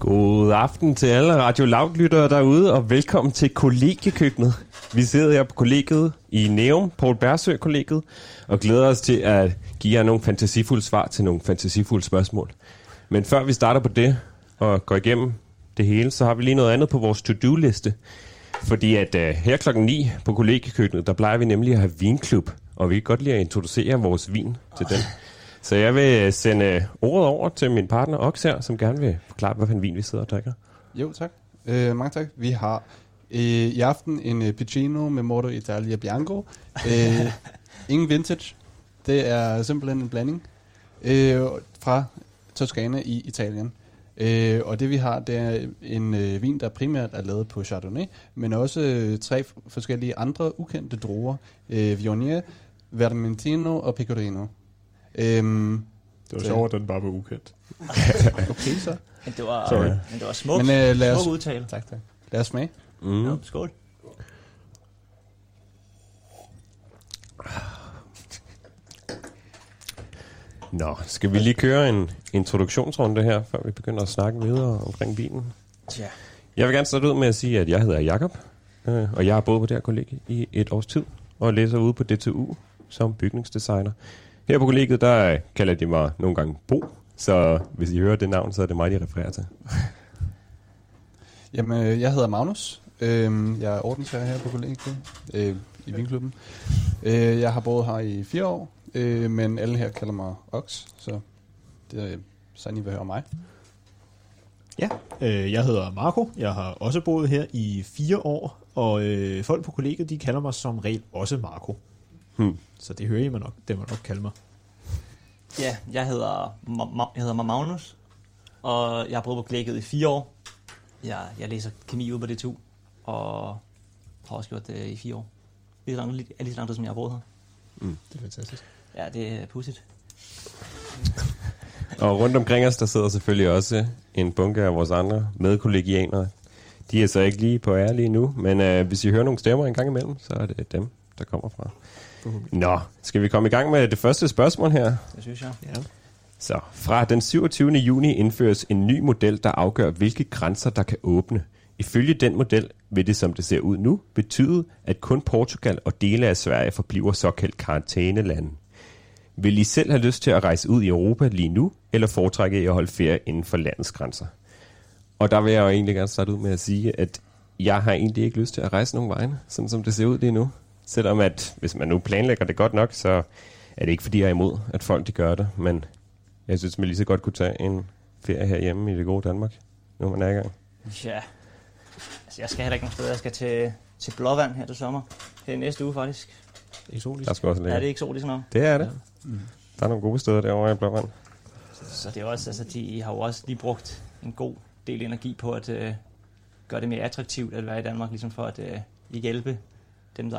God aften til alle Radio Loud-lyttere derude, og velkommen til kollegiekøkkenet. Vi sidder her på kollegiet i Neum, Poul Bærsø kollegiet, og glæder os til at give jer nogle fantasifulde svar til nogle fantasifulde spørgsmål. Men før vi starter på det og går igennem det hele, så har vi lige noget andet på vores to-do-liste. Fordi at her klokken 9 på kollegiekøkkenet, der plejer vi nemlig at have vinklub, og vi kan godt lide at introducere vores vin til den. Så jeg vil sende ordet over til min partner Ox her, som gerne vil forklare, hvilken vin vi sidder og drikker. Jo, tak. Mange tak. Vi har i aften en Piccino med Morto Italia Bianco. Ingen vintage. Det er simpelthen en blanding fra Toscana i Italien. Og det vi har, det er en vin, der primært er lavet på Chardonnay, men også 3 forskellige andre ukendte druer. Viognier, Vermentino og Pecorino. Det var sjovt, at den bare var ukendt. Okay, så. Men det var smukt. Smuk udtale. Tak. Lad os smage. Ja, skål. Nå, skal vi lige køre en introduktionsrunde her, før vi begynder at snakke videre omkring vinen? Ja. Jeg vil gerne starte ud med at sige, at jeg hedder Jakob, og jeg har boet på det her kollegie i et års tid, og læser ude på DTU som bygningsdesigner. Her på kollegiet, der kalder de mig nogle gange Bo, så hvis I hører det navn, så er det mig, de refererer til. Jamen, jeg hedder Magnus. Jeg er ordensherre her på kollegiet i vinklubben. Jeg har boet her i 4 år, men alle her kalder mig Ox, så det er sådan, I vil høre mig. Ja, jeg hedder Marco. Jeg har også boet her i 4 år, og folk på kollegiet, de kalder mig som regel også Marco. Så det hører I mig nok, det må nok kalde mig. Ja, jeg hedder Magnus, og jeg har boet på kollegiet i 4 år. Jeg læser kemi ude på DTU, og har også gjort det i 4 år. Lige så lang tid, som jeg har boet her. Det er fantastisk. Ja, det er pudsigt. Og rundt omkring os, der sidder selvfølgelig også en bunke af vores andre medkollegianere. De er så ikke lige på ære lige nu, men hvis I hører nogle stemmer en gang imellem, så er det dem, der kommer fra. Nå, skal vi komme i gang med det første spørgsmål her? Det synes jeg. Ja. Så, fra den 27. juni indføres en ny model, der afgør, hvilke grænser, der kan åbne. Ifølge den model vil det, som det ser ud nu, betyde, at kun Portugal og dele af Sverige forbliver såkaldt karantænelande. Vil I selv have lyst til at rejse ud i Europa lige nu, eller foretrække I at holde ferie inden for landets grænser? Og der vil jeg jo egentlig gerne starte ud med at sige, at jeg har egentlig ikke lyst til at rejse nogen vegne, sådan som det ser ud lige nu. Selvom at, hvis man nu planlægger det godt nok, så er det ikke fordi, jeg er imod, at folk de gør det. Men jeg synes, man lige så godt kunne tage en ferie herhjemme i det gode Danmark, nu man er i gang. Ja, altså jeg skal heller ikke nogen steder. Jeg skal til Blåvand her til sommer. Her i næste uge faktisk. Eksotisk. Der skal også lægge. Er det eksotisk nok? Det er det. Ja. Der er nogle gode steder derovre i Blåvand. Så det er også, altså de har jo også lige brugt en god del energi på at gøre det mere attraktivt at være i Danmark, ligesom for at hjælpe dem,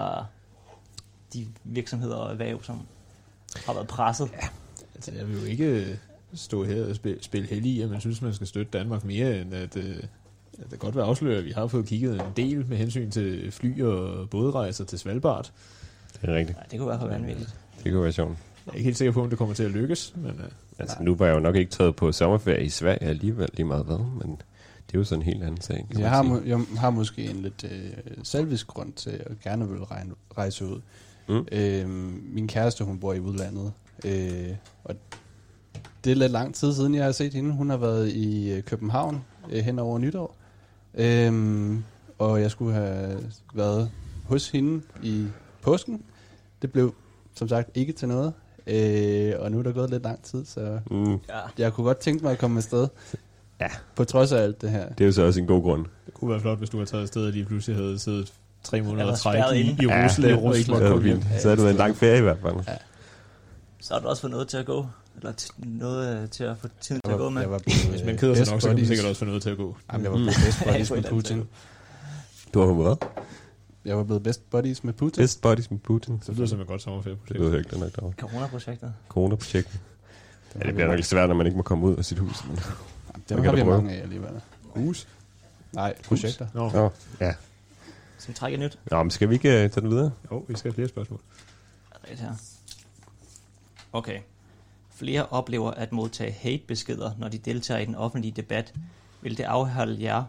de virksomheder og erhverv, som har været presset. Ja, altså jeg vil jo ikke stå her og spille heldig, at man synes, man skal støtte Danmark mere, end at det godt vil afsløre, at vi har fået kigget en del med hensyn til fly- og bådrejser til Svalbard. Det er rigtigt. Ja, det kunne være for vanvittigt. Det kunne være sjovt. Jeg er ikke helt sikker på, om det kommer til at lykkes. Men, altså, nu var jeg jo nok ikke taget på sommerferie i Sverige alligevel lige meget hvad, men det er jo sådan en helt anden sag. Jeg har måske en lidt selvisk grund til at gerne vil rejse ud. Min kæreste, hun bor i udlandet, og det er lidt lang tid siden, jeg har set hende. Hun har været i København hen over nytår, og jeg skulle have været hos hende i påsken. Det blev som sagt ikke til noget, og nu er der gået lidt lang tid, så jeg kunne godt tænke mig at komme afsted. Ja. På trods af alt det her. Det er jo så også en god grund. Det kunne være flot, hvis du havde taget afsted og lige pludselig havde siddet 3 måneder træk i Rusland. Så er det en lang ferie i hvert fald. Ja. Så har du også fået noget til at gå. Eller noget til at få tiden til at gå med. Hvis man keder sig nok, så kan man sikkert også få noget til at gå. Jamen, jeg var blevet best buddies med Putin. Du har hvad? Jeg var blevet best buddies med Putin. Best buddies med Putin. Så det lyder som et godt sommerferieprojekt. Det lyder ikke nok derovre. Corona-projektet. Corona-projektet. Ja, det bliver nok lidt svært, når man ikke må komme ud af sit hus. Men det har vi mange af alligevel. Hus? Nej, projekter. Nå, ja. Som trækker nyt. Nå, men skal vi ikke tage det videre? Jo, vi skal have flere spørgsmål. Her. Okay. Flere oplever at modtage hate-beskeder, når de deltager i den offentlige debat. vil det afholde jer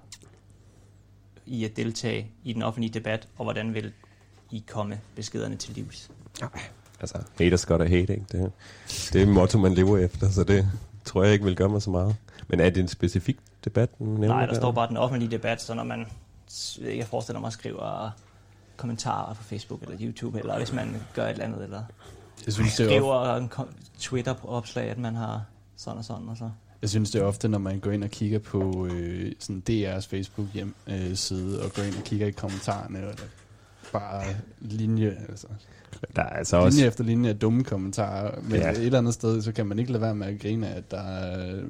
i at deltage i den offentlige debat, og hvordan vil I komme beskederne til livs? Altså, haters gotta hate, ikke? Det er motto, man lever efter, så det tror jeg ikke vil gøre mig så meget. Men er det en specifik debat? Nej, der står bare den offentlige debat, så når man, jeg forestiller mig, skriver kommentarer på Facebook eller YouTube, eller hvis man gør et eller andet, eller Jeg synes, skriver en Twitter på opslag, at man har sådan og sådan og så. Jeg synes, det er ofte, når man går ind og kigger på sådan DR's Facebook-side, og går ind og kigger i kommentarerne, og der bare linje, altså der er altså linje også efter linje af dumme kommentarer, men et eller andet sted, så kan man ikke lade være med at grine af, at der er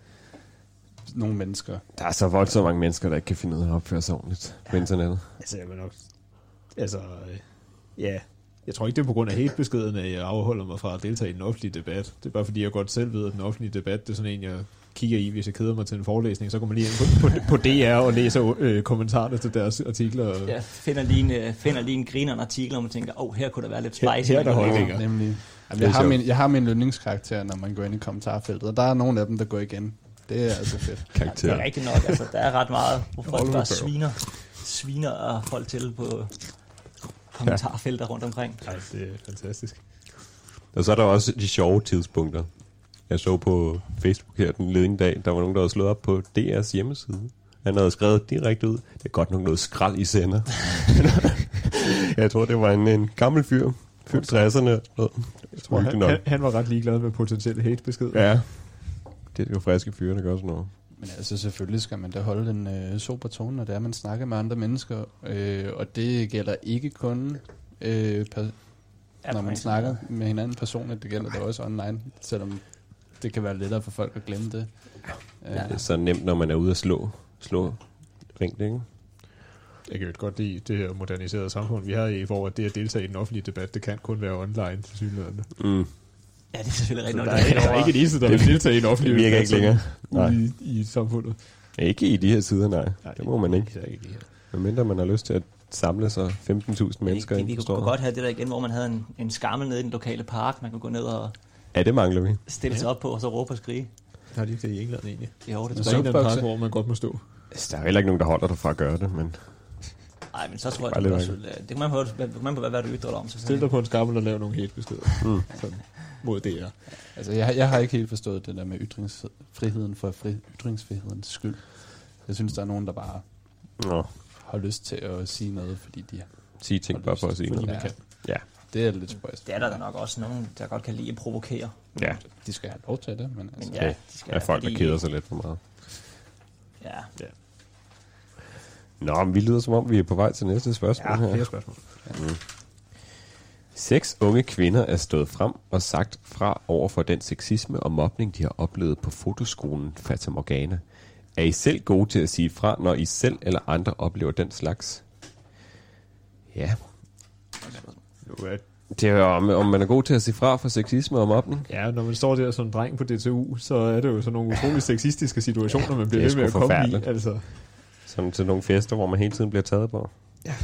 nogle mennesker. der er så voldsomt mange mennesker, der ikke kan finde ud af at opføre sig ordentligt på internettet. Altså, jeg vil nok... Altså, ja... Jeg tror ikke, det er på grund af hatebeskederne, at jeg afholder mig fra at deltage i den offentlige debat. Det er bare fordi, jeg godt selv ved, at den offentlige debat, det er sådan en, jeg kigger i, hvis jeg keder mig til en forelæsning, så går man lige ind på DR og læser kommentarerne til deres artikler. Jeg finder lige en grinerende artikel, og man tænker, her kunne der være lidt spicy. Her der holder Nemlig. Jeg har min yndlingskarakter, når man går ind i kommentarfeltet, og der er nogle af dem, der går igen. Det er altså fedt. Karakter. Det er rigtigt nok, altså der er ret meget, hvor folk bare sviner og folk til på kommentarfelter rundt omkring. Ej, det er fantastisk. Og så er der også de sjove tidspunkter. Jeg så på Facebook her den ledende dag, der var nogen, der havde slået op på DR's hjemmeside. Han havde skrevet direkte ud, det er godt nok noget skrald i sender. Jeg tror, det var en gammel fyr, fyldt 60'erne. Jeg tror, han var ret ligeglad med potentielle hatebeskeder. Ja, det er jo friske fyre, der gør sådan noget. Men altså selvfølgelig skal man da holde en sober tone, når det er, man snakker med andre mennesker. Og det gælder ikke kun, når man snakker med hinanden personligt. Det gælder da også online, selvom det kan være lettere for folk at glemme det. Det er så nemt, når man er ude at slå ringt, ikke? Jeg kan jo godt lide det her moderniserede samfund, vi har i, hvor det at deltage i den offentlige debat, det kan kun være online til synligheden. Ja, det er selvfølgelig rigtigt. Der er ikke et eneste, der vil deltage i en offentlig debat. Det virker ikke længere. I samfundet. Ikke i de her sider, nej. Det må man ikke. Ikke Medmindre man har lyst til at samle sig 15.000 mennesker. Vi kunne godt have det der igen, hvor man havde en skammel nede i den lokale park, man kunne gå ned og det mangler vi. Stille sig op på, og så råbe og skrige. Har de det i England egentlig? Jo, det er sådan en park, hvor man godt må stå. Der er heller ikke nogen, der holder dig fra at gøre det, men... Nej, men så tror jeg, det kan man på, hvad du ytrer dig om. Stil dig på en skammel og lave nogle hatebeskeder. Mod DR. Altså, jeg har ikke helt forstået det der med ytringsfriheden for ytringsfrihedens skyld. Jeg synes, der er nogen, der bare har lyst til at sige noget, fordi de sige ting bare for at sige noget. Ja. Det er lidt spøjst. Det er der nok også nogen, der godt kan lide at provokere. Ja. De skal have lov til det, men altså... Ja, de skal folk, der keder sig lidt for meget. Ja. Nå, men vi lyder som om, vi er på vej til næste spørgsmål her. Ja, flere spørgsmål. Ja. 6 unge kvinder er stået frem og sagt fra over for den sexisme og mobning, de har oplevet på fotoskolen Fata Morgana. Er I selv gode til at sige fra, når I selv eller andre oplever den slags? Ja. Det er jo, om man er god til at sige fra for sexisme og mobning. Ja, når man står der som en dreng på DTU, så er det jo sådan nogle utrolig sexistiske situationer, man bliver ved med at komme i. Altså. Som til nogle fester, hvor man hele tiden bliver taget på. Ja.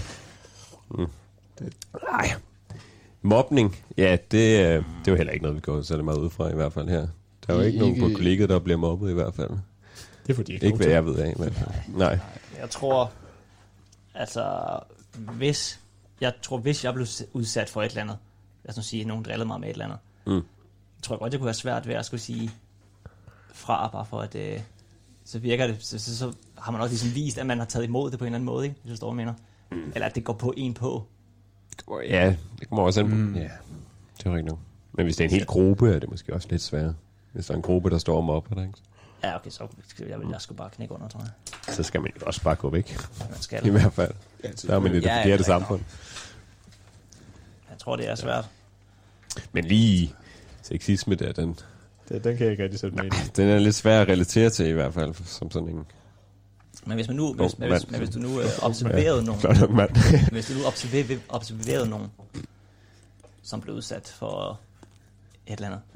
Nej. Mobning, ja, det er jo heller ikke noget, vi går så meget ud fra i hvert fald her. Der er jo ikke nogen på kollegiet, der bliver mobbet i hvert fald. Det er fordi ikke hvad jeg ved af i hvert fald. Nej. Jeg tror, altså, hvis jeg blev udsat for et eller andet, lad os sige, nogen drillede mig med et eller andet, tror jeg godt, det kunne være svært ved at skulle sige fra, bare for at så virker det, så har man også ligesom vist, at man har taget imod det på en eller anden måde, ikke? Hvis du står og mener. Eller at det går på en på. Ja, det kommer også an på. Ja, det er rigtigt. Men hvis det er en hel gruppe, er det måske også lidt sværere. Hvis der er en gruppe, der står om op, ikke? Ja, okay, så jeg skulle bare knække under, tror jeg. Så skal man jo også bare gå væk. Man skal. I hvert fald. Så er man i det forkerte samfund. Jeg tror, det er svært. Men lige sexisme der, den kan jeg ikke rigtig sætte mig ind i. Den er lidt svær at relatere til i hvert fald, som sådan en... Men hvis man nu, hvis du nu observerede nogen... Hvis du nu observerede nogen, som blev udsat for et eller andet.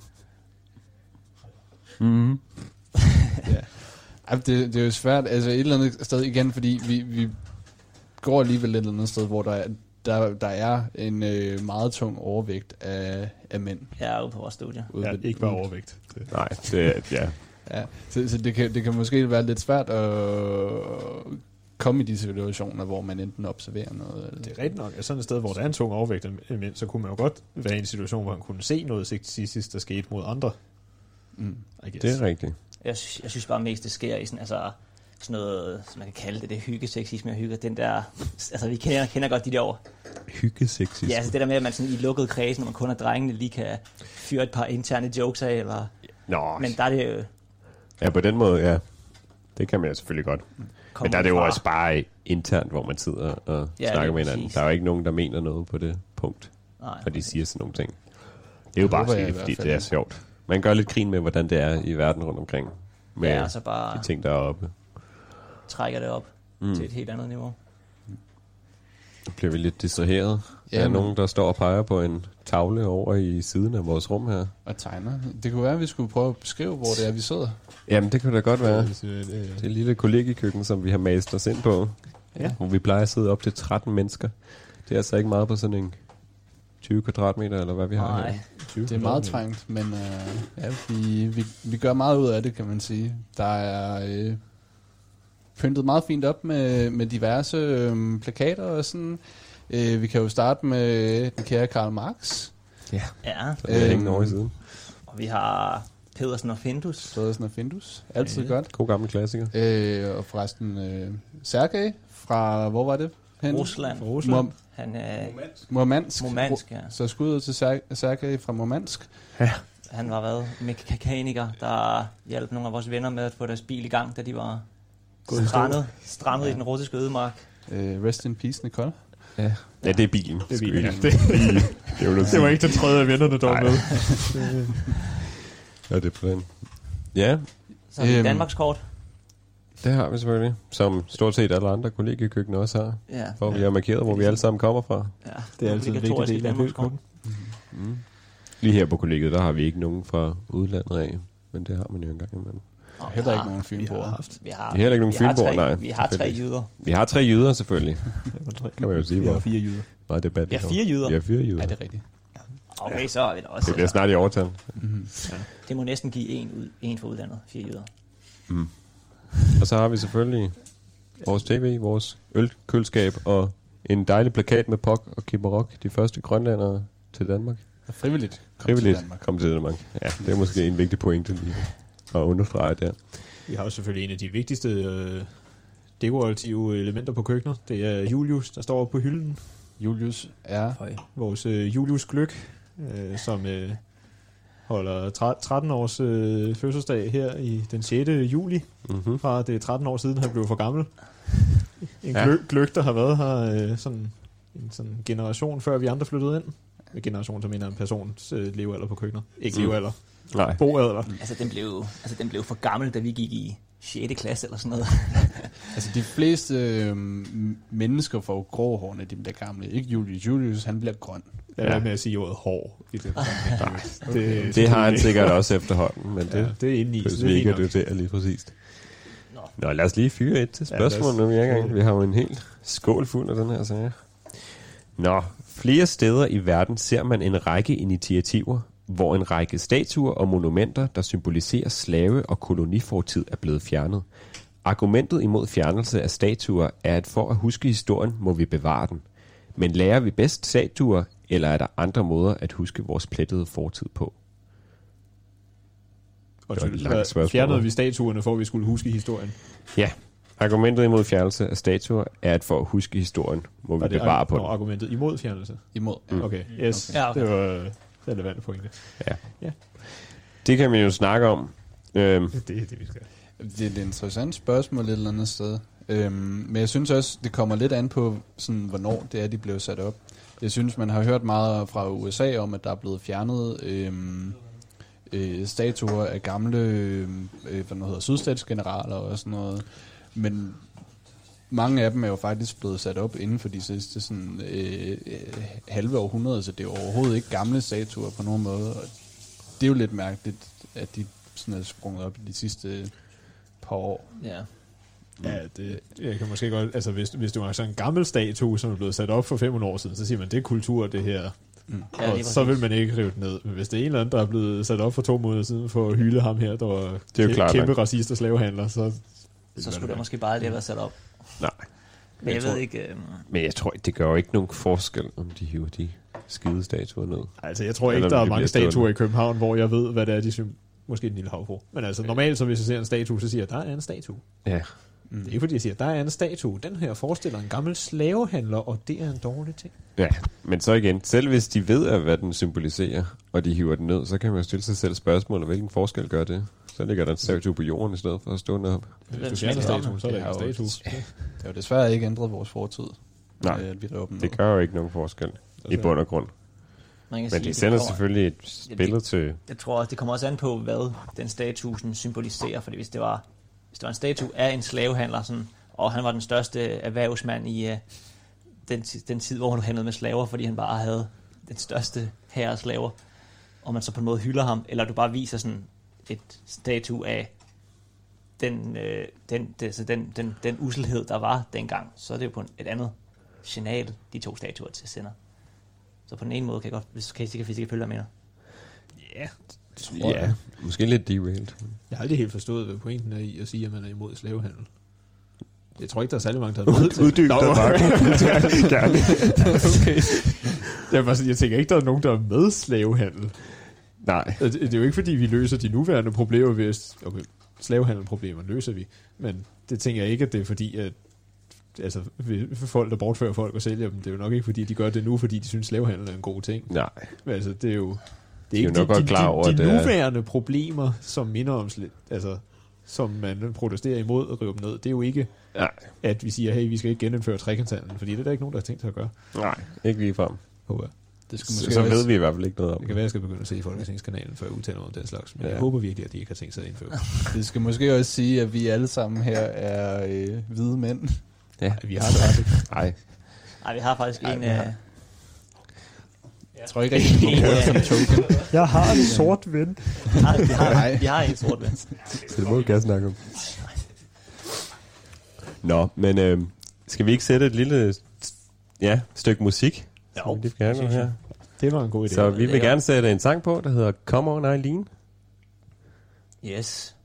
Ja. Det er jo svært, altså et eller andet sted igen, fordi vi går alligevel et eller andet sted, hvor der er en meget tung overvægt af mænd. Ja, ude på vores studie. Ja, ikke bare overvægt. Nej, det er, ja. Ja, så det kan måske være lidt svært at komme i de situationer, hvor man enten observerer noget. Eller Det er rigtigt nok, at sådan et sted, hvor der er en tung overvægt, så kunne man jo godt være i en situation, hvor man kunne se noget sexistisk, der skete mod andre. Det er rigtigt. Jeg synes bare mest, det sker i sådan noget, som man kan kalde det hyggesexisme og hygge. Den der, altså vi kender godt de der år. Hyggesexisme. Ja, altså det der med, at man sådan i lukket kreds, når man kun er drengene, lige kan fyre et par interne jokes af, eller... Nå, Men der er det jo... ja, på den måde, ja. Det kan man jo selvfølgelig godt. Men der er det jo også bare internt, hvor man sidder og snakker med hinanden. Der er jo ikke nogen, der mener noget på det punkt, og de siger sådan nogle ting. Det er jo bare fordi, det er sjovt. Man gør lidt grin med, hvordan det er i verden rundt omkring. Med altså bare de ting, der er oppe. Trækker det op til et helt andet niveau. Nu bliver vi lidt distraheret. Der er nogen, der står og peger på en tavle over i siden af vores rum her. Og tegner. Det kunne være, at vi skulle prøve at beskrive, hvor det er, vi sidder. Jamen, det kunne da godt være. Det er lille kollegekøkken, som vi har mast os ind på. Ja. Hvor vi plejer at sidde op til 13 mennesker. Det er altså ikke meget på sådan en 20 kvadratmeter, eller hvad vi har her. Det er meget trængt, men vi gør meget ud af det, kan man sige. Der er pyntet meget fint op med diverse plakater og sådan. Vi kan jo starte med den kære Karl Marx. Ja. Så det er hængende over i siden. Og vi har Pedersen og Findus. Altid godt. God gammel klassiker. Og forresten Sergej fra, hvor var det? Rusland. Han er Murmansk, ja. Så skuddet til Sergej fra Murmansk. Ja. Han var mekaniker, der hjalp nogle af vores venner med at få deres bil i gang, da de var strandet i den russiske ødemark. Rest in peace, Nicole. Ja, det er bilen. Det var ikke den tredje af vennerne, der var med. Ja, det er på den. Ja. Så er Danmarks kort. Det har vi selvfølgelig. Som stort set alle andre kollegiekøkkener også har. Ja. Hvor vi har markeret, hvor vi alle sammen kommer fra. Ja, det er altid en vigtig del af køkkenet. Lige her på kollegiet, der har vi ikke nogen fra udlandet af. Men det har man jo engang imellem. Heller ikke nogen fynboer. Vi har heller ikke nogen fynboer, nej. Vi har 3 jyder. Vi har 3 jyder, selvfølgelig. Kan man jo sige. Vi har 4 jyder. Meget debat. Vi har 4 jyder. Vi har 4 jyder. Ja, det er rigtigt. Okay, så er vi da også. Det bliver snart i overtal. Ja. Det må næsten give en for udlandet. 4 jyder. Og så har vi selvfølgelig vores tv, vores ølkøleskab og en dejlig plakat med Pok og Kipperok, de første grønlandere til Danmark. Frivilligt kom til Danmark. Ja, det er måske en vigtig pointe lige at understrege der. Vi har jo selvfølgelig en af de vigtigste dekorative elementer på køkkenet. Det er Julius, der står på hylden. Julius er vores Julius Gløk, som holder 13 års fødselsdag her i den 6. juli. Fra det er 13 år siden, han blev for gammel. En gløk, der har været her sådan en generation, før vi andre flyttede ind. Med generation, som mener en persons levealder på køkkenet. Ikke levealder. Nej. Boalder. Altså, den blev for gammel, da vi gik i 6. klasse eller sådan noget. Altså, de fleste mennesker får grå hår, når de bliver gamle. Ikke Julius. Julius, han bliver grøn. Jeg er med at sige ordet hår. I det. Det har han sikkert også efterhånden, men det er inde i. Det vi ikke at det lige præcist. Nå, lad os lige fyre et til spørgsmål, når vi er i gang. Vi har jo en helt skål fuld af den her sag. Nå, flere steder i verden ser man en række initiativer, hvor en række statuer og monumenter, der symboliserer slave- og kolonifortid, er blevet fjernet. Argumentet imod fjernelse af statuer er, at for at huske historien, må vi bevare den. Men lærer vi bedst statuer, eller er der andre måder at huske vores plettede fortid på? Og fjernede vi statuerne, for at vi skulle huske historien? Ja. Argumentet imod fjernelse af statuer er, at for at huske historien, må vi bevare på den. Argumentet imod fjernelse? Imod. Okay, yes. Okay. Ja, okay. Det var relevant pointe. Ja. Det kan vi jo snakke om. Det er det, vi skal. Det er et interessant spørgsmål et eller andet sted. Men jeg synes også, det kommer lidt an på, sådan, hvornår det er, de blev sat op. Jeg synes, man har hørt meget fra USA om, at der er blevet fjernet statuer af gamle sydstatsgeneraler og sådan noget. Men mange af dem er jo faktisk blevet sat op inden for de sidste sådan, halve århundrede, så det er jo overhovedet ikke gamle statuer på nogen måde. Og det er jo lidt mærkeligt, at de sådan er sprunget op i de sidste par år. Ja. Ja, det jeg kan måske godt, altså hvis det var sådan en gammel statue, som er blevet sat op for 500 år siden, så siger man, det er kultur, det her. Ja, Og lige så præcis. vil man ikke rive det ned. Men hvis det er en eller anden, der er blevet sat op for 2 måneder siden for at hylde ham her, der var Det er jo klart kæmpe nok. racist og slavehandler, så Så skulle der måske bare aldrig have været sat op. Nej. Men jeg tror- ved ikke... Men jeg tror, det gør jo ikke nogen forskel, om de hiver de skide statuer ned. Altså, jeg tror Eller ikke, der om er det mange bliver stående. statuer i København, hvor jeg ved, hvad det er, de måske en lille havfru. Men altså, normalt, så hvis jeg ser en statue, så siger jeg, der er en statue. Ja. Det er ikke fordi, jeg siger, der er en statue. Den her forestiller en gammel slavehandler, og det er en dårlig ting. Ja, men så igen, selv hvis de ved, hvad den symboliserer, og de hiver den ned, så kan man jo stille sig selv spørgsmål, hvilken forskel gør det? Så ligger der en statue på jorden i stedet for at stå op. Hvis du fjerner statuen, så er der ikke en statue. Det har jo desværre ikke ændret vores fortid. Nej, At vi rev dem ned. det gør jo ikke nogen forskel i bund og grund. Man kan Men sige, de sender kommer- selvfølgelig et billede til... Jeg tror også, det kommer også an på, hvad den statue sådan symboliserer. Fordi hvis det var en statue af en slavehandler, sådan, og han var den største erhvervsmand i den tid, hvor han handlede med slaver, fordi han bare havde den største hær af slaver, og man så på en måde hylder ham, eller du bare viser sådan et statue af den uselhed, der var dengang, så er det jo på et andet signal, de 2 statuer til sender. Så på den ene måde kan jeg godt, hvis kan følge dig med. Ja, Ja, måske lidt derailed. jeg har aldrig helt forstået, hvad pointen er i at sige, at man er imod slavehandel. Jeg tror ikke, der er særlig mange, der er med til. Uddyb dig, Gerne. Okay. Jeg tænker ikke, der er nogen, der er med slavehandel. Nej. Det er jo ikke, fordi vi løser de nuværende problemer ved okay, slavehandelproblemer løser vi. Men det tænker jeg ikke, at det er fordi, at altså, folk, der bortfører folk og sælger dem, det er jo nok ikke, fordi de gør det nu, fordi de synes, slavehandel er en god ting. Nej. Men altså, det er jo... Det De er jo nok godt klar over, de at det er- nuværende problemer, som minder om altså, som man protesterer imod og river dem ned, det er jo ikke, Nej. at vi siger, hey, vi skal ikke genindføre trekantshandlen, fordi det er der ikke nogen, der har tænkt sig at gøre. Nej, ikke lige frem. Håber jeg. Det skal Så, måske så også, ved vi i hvert fald ikke noget om Det kan være, jeg skal begynde at se i Folketingskanalen, før jeg udtaler mig om den slags. Men jeg håber virkelig, at de ikke har tænkt sig at indføre. det skal måske også sige, at vi alle sammen her er hvide mænd. Ja. Vi har det ret. Nej. Nej, vi har faktisk en... Jeg tror ikke rigtig, vi bruger det som token. Jeg har en sort ven. vi har en sort ven. Så det må vi gerne snakke om. Nå, men skal vi ikke sætte et lille stykke musik? Jo, det skal gerne her. Det var en god idé. Så vi vil gerne sætte en sang på, der hedder Come On Eileen. Yes.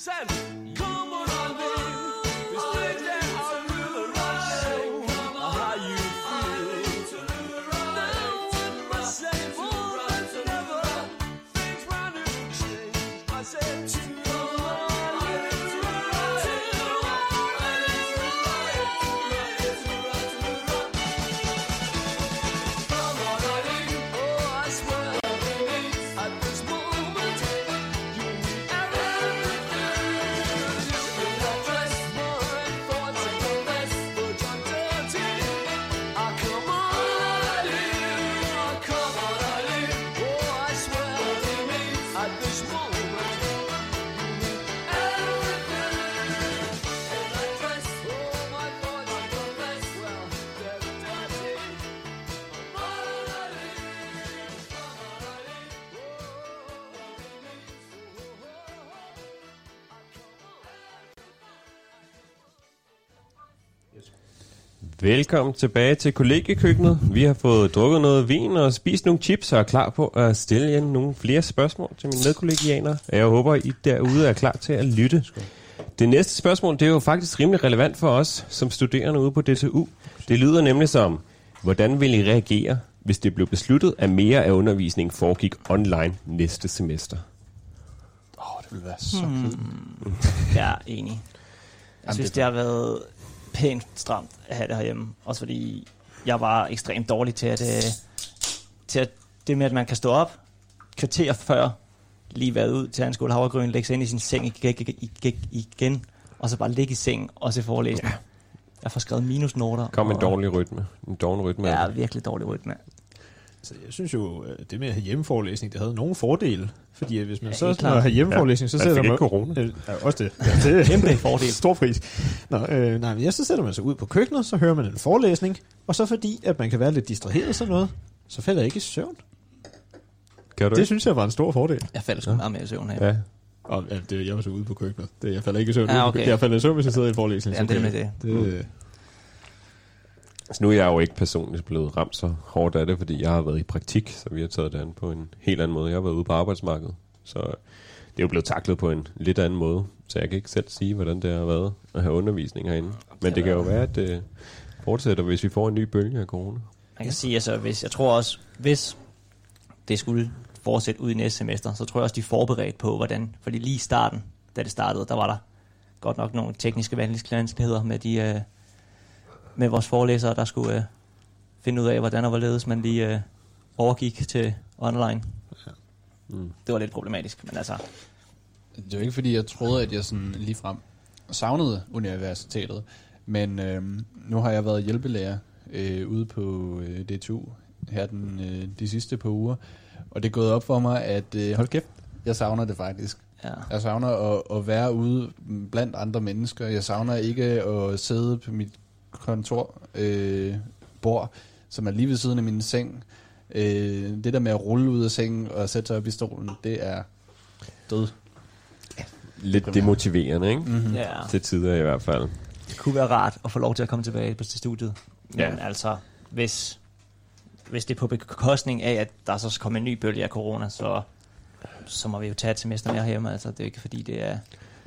said, come on, darling, it's great that I really know how you feel. Now in my same more than ever, things running change. I said, Velkommen tilbage til kollegiekøkkenet. Vi har fået drukket noget vin og spist nogle chips og er klar på at stille jer nogle flere spørgsmål til mine medkollegianer. Jeg håber, I derude er klar til at lytte. Det næste spørgsmål, det er jo faktisk rimelig relevant for os som studerende ude på DTU. Det lyder nemlig som, hvordan vil I reagere, hvis det blev besluttet, at mere af undervisningen foregik online næste semester? Det ville være så fedt. Jeg er enig. Jeg synes, det har været pænt stramt at have det herhjemme. Også fordi jeg var ekstremt dårlig til at det med, at man kan stå op, kvarter før, lige været ud til en skole havregryn, lægge sig ind i sin seng igen, og så bare ligge i sengen og se forelæsning. Jeg får skrevet minusnoter. Kom en dårlig rytme. En dårlig rytme. Ja, virkelig dårlig rytme. Så jeg synes jo, det med at have hjemmeforelæsning, det havde nogle fordele. Fordi hvis man så klart. har hjemmeforelæsning, så sætter man... corona. Også det. Ja, det er kæmpe fordel. Stor pris. Så sætter man sig ud på køkkenet, så hører man en forelæsning, og så fordi, at man kan være lidt distraheret sådan noget, så falder jeg ikke i søvn. Det synes jeg var en stor fordel. Jeg falder sgu meget mere i søvn her. Ja. Og jeg var så ude på køkkenet. Jeg falder ikke i søvn. Okay. Jeg falder i søvn, hvis jeg sidder i en forelæsning. Ja, det er med det. Så nu er jeg jo ikke personligt blevet ramt så hårdt af det, fordi jeg har været i praktik, så vi har taget det an på en helt anden måde. Jeg har været ude på arbejdsmarkedet, så det er jo blevet taklet på en lidt anden måde. Så jeg kan ikke selv sige, hvordan det har været at have undervisning herinde. Men det kan jo være, at det fortsætter, hvis vi får en ny bølge af corona. Man kan sige, altså, hvis det skulle fortsætte ud i næste semester, så tror jeg også, de er forberedt på, hvordan. Fordi lige i starten, da det startede, der var der godt nok nogle tekniske vanskeligheder med vores forelæsere, der skulle finde ud af, hvordan og hvorledes man lige overgik til online. Ja. Det var lidt problematisk, men altså... Det var ikke fordi, jeg troede, at jeg sådan ligefrem savnede universitetet, men nu har jeg været hjælpelærer ude på DTU her de sidste par uger, og det er gået op for mig, at hold kæft, jeg savner det faktisk. Ja. Jeg savner at være ude blandt andre mennesker. Jeg savner ikke at sidde på mit kontorbord, som er lige ved siden af min seng. Det der med at rulle ud af sengen og sætte sig op i stolen, det er død. Lidt demotiverende, ikke? Mm-hmm. Ja. Til tider i hvert fald. Det kunne være rart at få lov til at komme tilbage til studiet. Men altså, hvis det er på bekostning af, at der så kommer en ny bølge af corona, så må vi jo tage et semester mere hjemme. Altså, det er ikke fordi, det er...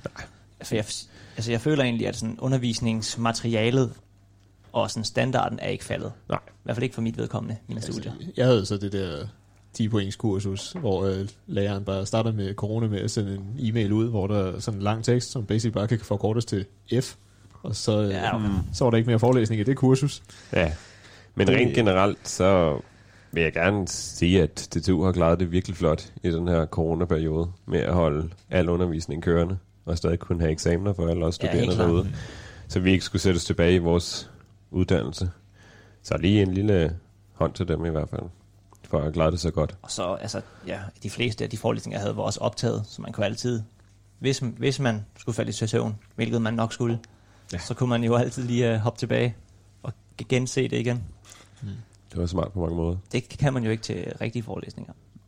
For jeg føler egentlig, at sådan undervisningsmaterialet og sådan standarden er ikke faldet. Nej. I hvert fald ikke for mit vedkommende, mine studier. Jeg havde så det der 10-points kursus, hvor læreren bare starter med corona med at sende en e-mail ud, hvor der er sådan en lang tekst, som basic bare kan forkortes til F. Og så, så var der ikke mere forelæsning i det kursus. Ja, men rent generelt, så vil jeg gerne sige, at DTU har klaret det virkelig flot i den her coronaperiode med at holde al undervisning kørende, og stadig kunne have eksamener for alle os studerende derude. Så vi ikke skulle sættes tilbage i vores uddannelse. Så lige en lille hånd til dem i hvert fald, for at klare det så godt. Og så, altså, de fleste af de forelæsninger, jeg havde, var også optaget, så man kunne altid, hvis man skulle falde i søvn, hvilket man nok skulle, så kunne man jo altid lige hoppe tilbage og gense det igen. Det var smart på mange måder. Det kan man jo ikke til rigtige forelæsninger.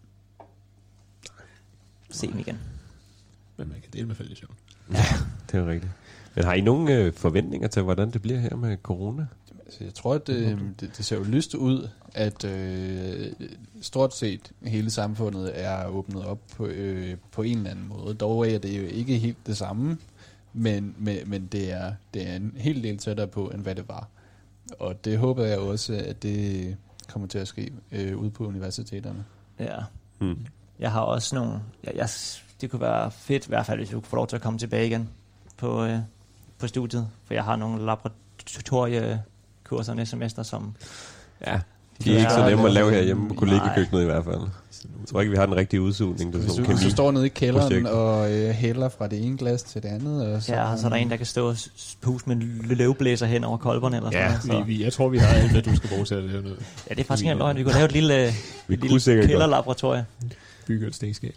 Se dem igen. Men man kan dele med falde i søvn. Ja, det er rigtigt. Men har I nogle forventninger til, hvordan det bliver her med corona? Altså, jeg tror, at det ser jo lyst ud, at stort set hele samfundet er åbnet op på en eller anden måde. Dog er det jo ikke helt det samme, men det er en hel del tættere på, end hvad det var. Og det håber jeg også, at det kommer til at ske ude på universiteterne. Ja. Jeg har også nogle... det kunne være fedt, i hvert fald, hvis vi kunne få lov til at komme tilbage igen på studiet. For jeg har nogle laboratoriekurser næste semester, som... Ja, de er ikke så nemme at lave herhjemme på kollegekøkkenet i hvert fald. Jeg tror ikke, vi har den rigtige udsugning. Hvis du står nede i kælderen og hælder fra det ene glas til det andet. Og så er der en, der kan stå og puse med en løvblæser hen over kolberne. Eller sådan noget. Jeg tror, vi har alt, hvad du skal bruge til at lave noget. Ja, det er faktisk en løgn. Vi kunne lave et lille kælderlaboratorie. Bygge et stekskab.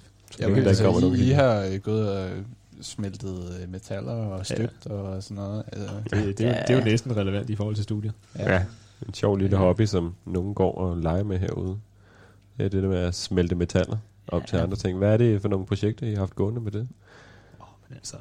I har gået og smeltet metaller og støbt og sådan noget. Altså, det er jo næsten relevant i forhold til studiet. Ja, en sjov lille hobby, som nogen går og leger med herude. Det er det der med at smelte metaller op til andre ting. Hvad er det for nogle projekter, I har haft gående med det? Men altså,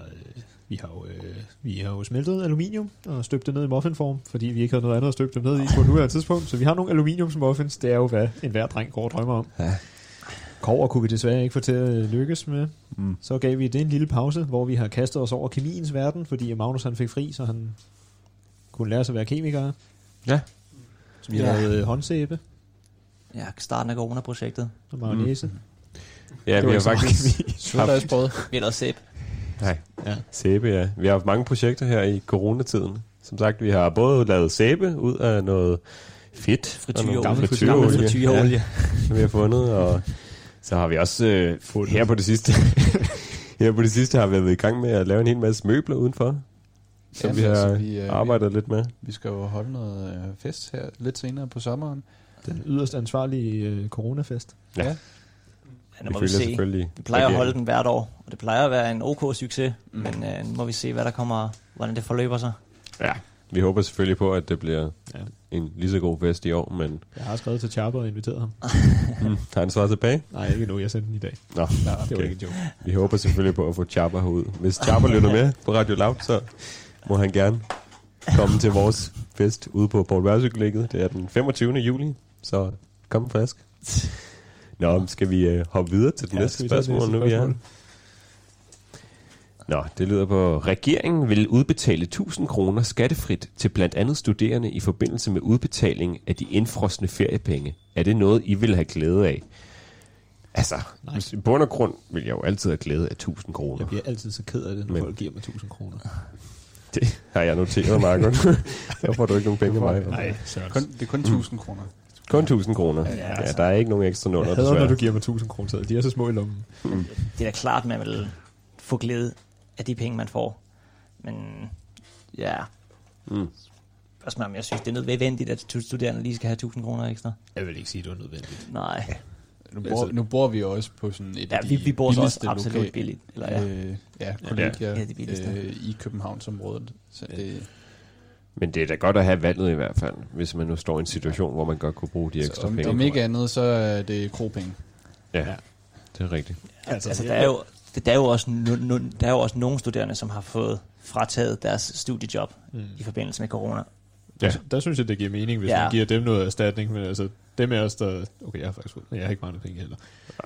vi har jo smeltet aluminium og støbt det ned i muffinform, fordi vi ikke havde noget andet at støbe dem ned i på nuværende tidspunkt. Så vi har nogle aluminiumsmuffins. Det er jo, hvad enhver dreng går og drømmer om. Ja. Kobber kunne vi desværre ikke få til at lykkes med. Så gav vi det en lille pause, hvor vi har kastet os over kemiens verden, fordi Magnus han fik fri, så han kunne lære sig at være kemiker. Ja. Så vi har lavet håndsæbe. Ja, starten af corona-projektet. Og mayonnaise. Ja, vi har faktisk vi har lavet sæbe. Nej, sæbe, ja. Vi har haft mange projekter her i coronatiden. Som sagt, vi har både lavet sæbe ud af noget fedt. Frityreolie. Som vi har fundet, og så har vi også her på det sidste har vi været i gang med at lave en hel masse møbler udenfor, som vi har arbejdet lidt med. Vi skal jo holde noget fest her lidt senere på sommeren. Den yderst ansvarlige coronafest. Ja, nu må vi se. Vi plejer at holde den hvert år, og det plejer at være en OK succes, men nu må vi se, hvad der kommer, hvordan det forløber sig. Ja, vi håber selvfølgelig på, at det bliver en lige så god fest i år, men... Jeg har skrevet til Chapper og inviteret ham. Har han svaret tilbage? Nej, ikke nu. Jeg sendte den i dag. Nå, okay. Det var ikke en joke. Vi håber selvfølgelig på at få Chapper herud. Hvis Chapper lytter med på Radio Loud, så må han gerne komme til vores fest ude på Poul Værsø-kollegiet. Det er den 25. juli, så kom frisk. Nå, skal vi hoppe videre til det næste spørgsmål, nu vi er? Nå, det lyder på, regeringen vil udbetale 1.000 kroner skattefrit til blandt andet studerende i forbindelse med udbetaling af de indfrosne feriepenge. Er det noget, I vil have glæde af? Altså, i bund og grund vil jeg jo altid have glæde af 1.000 kroner. Jeg bliver altid så ked af det, når folk giver mig 1.000 kroner. Det har jeg noteret, Margot. Så får du ikke nogen penge af mig. Nej, det er kun 1.000 kroner. Kun 1.000 kroner. Ja, der er ikke nogen ekstra nuller. Jeg hader, når du giver mig 1.000 kroner. De er så små i lommen. Det er da klart, man vil få glæde af de penge, man får. Men ja, jeg synes, det er nødvendigt, at studerende lige skal have 1.000 kroner ekstra. Jeg vil ikke sige, det er nødvendigt. Nej. Nu bor vi også på sådan et af de vi bor så også absolut billigt. Eller kollegier i Københavnsområdet. Så men det er da godt at have valget i hvert fald, hvis man nu står i en situation, hvor man godt kunne bruge de ekstra penge. Om ikke andet, så er det kropenge. Ja, det er rigtigt. Altså, der er jo også nogle studerende, som har fået frataget deres studiejob i forbindelse med corona. Ja. Der synes jeg, det giver mening, hvis man giver dem noget erstatning. Men altså, dem er os, der... Okay, jeg har faktisk jeg har ikke mange penge heller.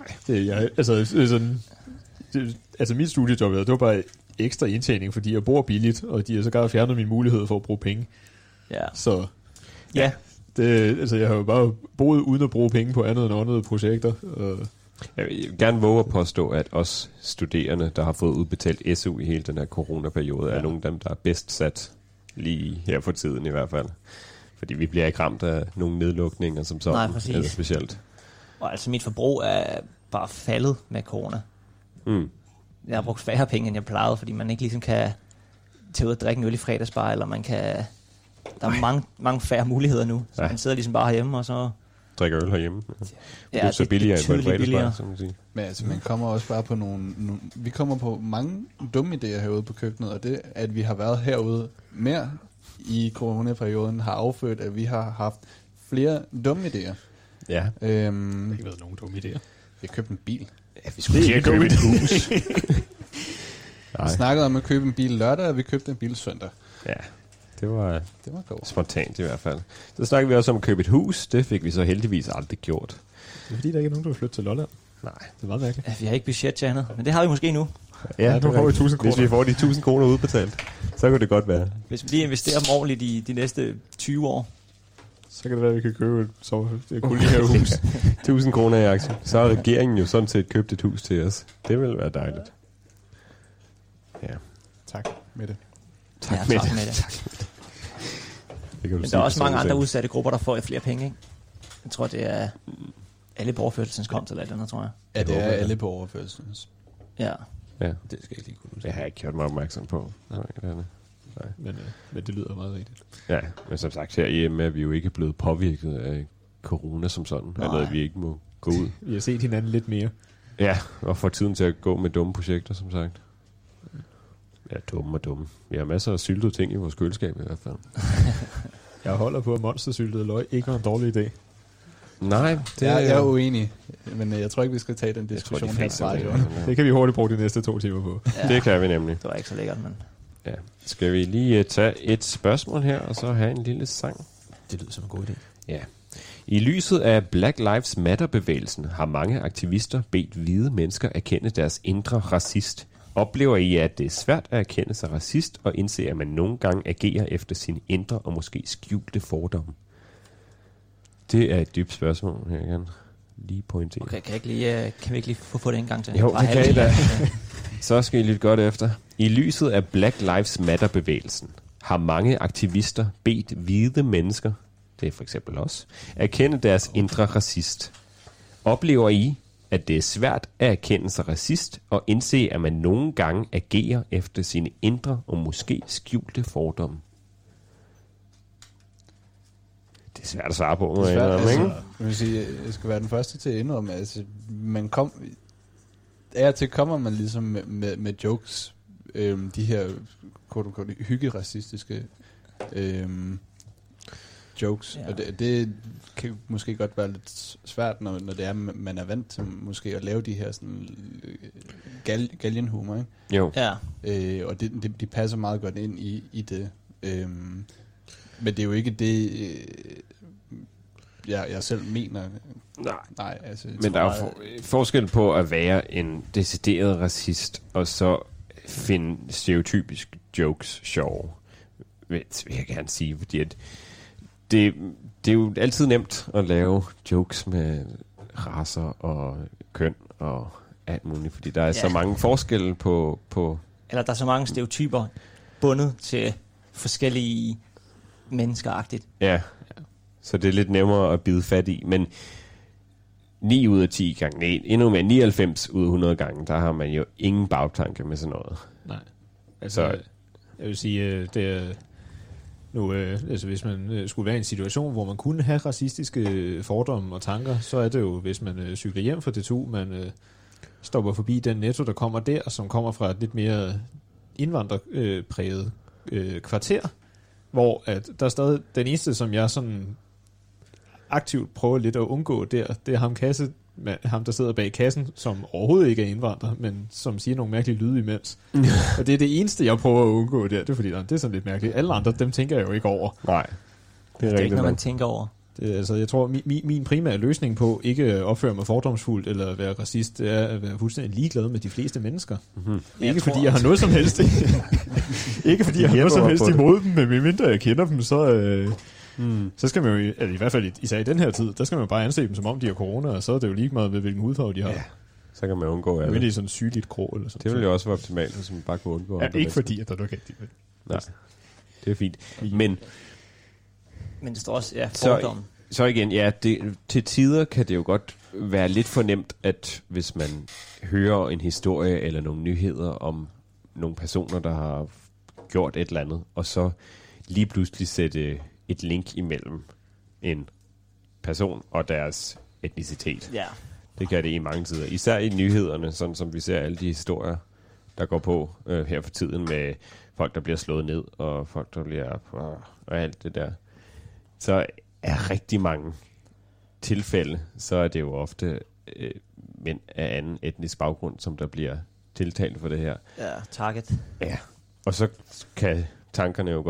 Nej. Mit studiejob, det var bare ekstra indtjening, fordi jeg bor billigt, og de har sågar fjernet min mulighed for at bruge penge. Ja. Så jeg har jo bare boet uden at bruge penge på andet end andre projekter. Jeg vil gerne våge at påstå, at os studerende, der har fået udbetalt SU i hele den her coronaperiode, er nogle af dem, der er bedst sat lige her for tiden i hvert fald. Fordi vi bliver ikke ramt af nogle nedlukninger som sådan. Nej, præcis. Eller specielt. Og altså mit forbrug er bare faldet med corona. Jeg har brugt færre penge, end jeg plejede, fordi man ikke ligesom kan tage ud og drikke en øl i fredagsbar, eller man kan... Der er mange færre muligheder nu, så man sidder ligesom bare herhjemme, og så... Drikker øl herhjemme. Ja, det er så billigere end på en fredagsbar, som man siger. Men altså, man kommer også bare på vi kommer på mange dumme idéer herude på køkkenet, og det, at vi har været herude mere i coronaperioden, har afført, at vi har haft flere dumme idéer. Ja. Det har ikke været nogen dumme idéer. Vi har købt en bil. Ja, vi skulle ikke købe et hus. Vi snakkede om at købe en bil lørdag, og vi købte en bil søndag. Ja, Det var Det var godt. spontant i hvert fald. Så snakkede vi også om at købe et hus. Det fik vi så heldigvis aldrig gjort. Det er fordi, der ikke er nogen, der vil flytte til Lolland. Nej. Det er meget mærkeligt. Ja, vi har ikke budget til andet, men det har vi måske nu. Ja, nu får vi 1000 Hvis vi får de 1000 kroner udbetalt, så kunne det godt være. Hvis vi lige investerer dem ordentligt i de næste 20 år. Så kan det være, at vi kan købe et kolonihavehus. 1000 kroner i aktier. Så har regeringen jo sådan set købt et hus til os. Det vil være dejligt. Ja. Tak med det. Tak Ja, med tak det. med det. Det kan du Men sige der er også på mange andre solseng. udsatte grupper, der får flere penge, ikke? Jeg tror, det er alle på overførselsindkomst eller et eller andet, tror jeg. Ja, det Det er håber jeg. alle på overførelsen. Ja. Ja, Det skal jeg ikke lige kunne det sige. har jeg ikke gjort mig opmærksom på. Nej, det er det. Men det lyder meget rigtigt. Ja, men som sagt herhjemme er vi jo ikke blevet påvirket af corona som sådan. Det er Nej. noget, vi ikke må gå ud. Vi har set hinanden lidt mere. Ja, og få tiden til at gå med dumme projekter, som sagt. Ja, dumme og dumme. Vi har masser af syltede ting i vores køleskab i hvert fald. Jeg holder på, at monstersyltede løg ikke var en dårlig idé. Nej, det Jeg er uenig, men jeg tror ikke, vi skal tage den jeg tror, diskussion de her. fleste fra er radioen. Det kan vi hurtigt bruge de næste 2 timer på. Ja. Det kan vi nemlig. Det var ikke så lækkert, men... Ja. Skal vi lige tage et spørgsmål her, og så have en lille sang? Det lyder som en god idé. Ja. I lyset af Black Lives Matter-bevægelsen har mange aktivister bedt hvide mennesker erkende deres indre racist. Oplever I, at det er svært at erkende sig racist og indse, at man nogle gange agerer efter sine indre og måske skjulte fordomme? Det er et dybt spørgsmål, her igen. Lige pointere. Okay, kan vi ikke lige få det en gang til? Jo, Bare det kan I da. halvdelen. Så skal I lytte godt efter. I lyset af Black Lives Matter-bevægelsen har mange aktivister bedt hvide mennesker, det er for eksempel os, erkende deres indre racist. Oplever I, at det er svært at erkende sig racist og indse, at man nogle gange agerer efter sine indre og måske skjulte fordomme? Det er svært at svare på, må jeg indrømme, ikke? Jeg vil sige, jeg skal være den første til at indrømme, altså, af og til kommer man ligesom med jokes, de her hygge-racistiske jokes, Ja. og det kan måske godt være lidt svært, når det er, man er vant til måske at lave de her sådan galgenhumor, ikke? Jo. Ja, Og de passer meget godt ind i det. Men det er jo ikke det, jeg selv mener. Nej, altså... Men der er jo forskel på at være en decideret racist, og så finde stereotypisk jokes sjove, vil jeg gerne sige, fordi at det er jo altid nemt at lave jokes med racer og køn og alt muligt, fordi der er så mange forskelle på... eller der er så mange stereotyper bundet til forskellige menneskeragtigt. Ja, så det er lidt nemmere at bide fat i, men 9 ud af 10 gange, nej, endnu mere 99 ud af 100 gange, der har man jo ingen bagtanke med sådan noget. Nej. Altså, Jeg vil sige, det er... Nu, altså hvis man skulle være i en situation, hvor man kunne have racistiske fordomme og tanker, så er det jo, hvis man cykler hjem fra DTU, man stopper forbi den Netto, der kommer der, som kommer fra et lidt mere indvandrerpræget kvarter, hvor at der er stadig den eneste, som jeg sådan aktivt prøver lidt at undgå der, det er ham der sidder bag kassen, som overhovedet ikke er indvandrer, men som siger nogle mærkelige lyde imens. Og det er det eneste, jeg prøver at undgå der, det er fordi, det er sådan lidt mærkeligt. Alle andre, dem tænker jeg jo ikke over. nej, Det er ikke noget, man tænker over. Det, altså, jeg tror, min primære løsning på ikke at opføre mig fordomsfuldt eller at være racist, det er at være fuldstændig ligeglad med de fleste mennesker. Mm-hmm. Ikke fordi jeg har noget som helst ikke fordi jeg har noget som helst imod dem, men medmindre jeg kender dem, så skal man jo, altså i hvert fald især i den her tid, der skal man jo bare anse dem som om de har corona, og så er det jo lige meget med, hvilken hudfarve de har. Ja, så kan man undgå Det er det. jo sådan sygeligt grå eller sådan. Det ville jo også være optimalt, hvis man bare kunne undgå Ja, andre ikke mennesker. fordi, at der er noget rigtigt. Nej, det er fint. Men Men det står også, fordom. så igen, ja, til tider kan det jo godt være lidt for nemt, at hvis man hører en historie eller nogle nyheder om nogle personer, der har gjort et eller andet, og så lige pludselig sætte et link imellem en person og deres etnicitet. Ja. Det kan det i mange tider. Især i nyhederne, sådan som vi ser alle de historier, der går på her for tiden med folk, der bliver slået ned, og folk, der bliver... og alt det der. Så er rigtig mange tilfælde, så er det jo ofte mænd af anden etnisk baggrund, som der bliver tiltalt for det her. Ja, target. Ja. Og så kan tankerne jo godt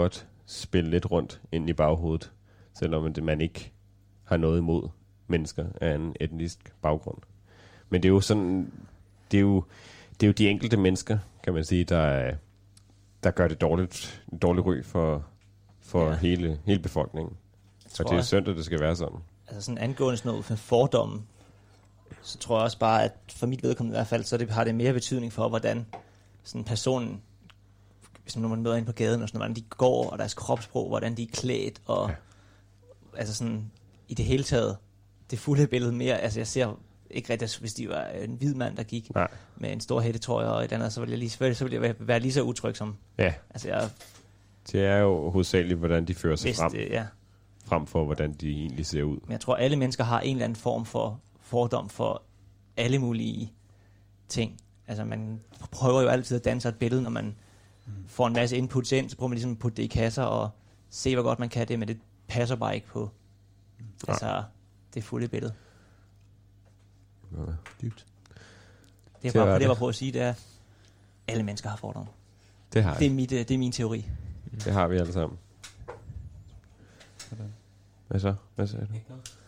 spille lidt rundt ind i baghovedet, selvom man ikke har noget imod mennesker af en etnisk baggrund. Men det er jo sådan, det er jo de enkelte mennesker, kan man sige, der gør det dårligt ry for hele befolkningen. Og det er synd, at det skal være sådan. Altså sådan angående sådan noget for fordomme, så tror jeg også bare, at for mit vedkommende i hvert fald, så har det mere betydning for, hvordan sådan personen, hvis man møder ind på gaden, og sådan, hvordan de går, og deres kropssprog, hvordan de er klædt, og altså sådan, i det hele taget, det fulde billede mere, altså jeg ser ikke rigtig, hvis de var en hvid mand, der gik med en stor hættetrøje og et andet, så ville jeg være lige så utryg som. Ja. Altså det er jo hovedsageligt, hvordan de fører sig frem. Frem for, hvordan de egentlig ser ud. Men jeg tror, alle mennesker har en eller anden form for fordom for alle mulige ting. Altså man prøver jo altid at danne sig et billede, når man får en masse inputs ind, så prøver man ligesom at putte det i kasser og se, hvor godt man kan det, men det passer bare ikke på det fulde billede. Dybt. Det jeg var på at sige, det er, at alle mennesker har fordomme. Det er min teori. Det har vi alle sammen. Hvad så? Hvad sagde du?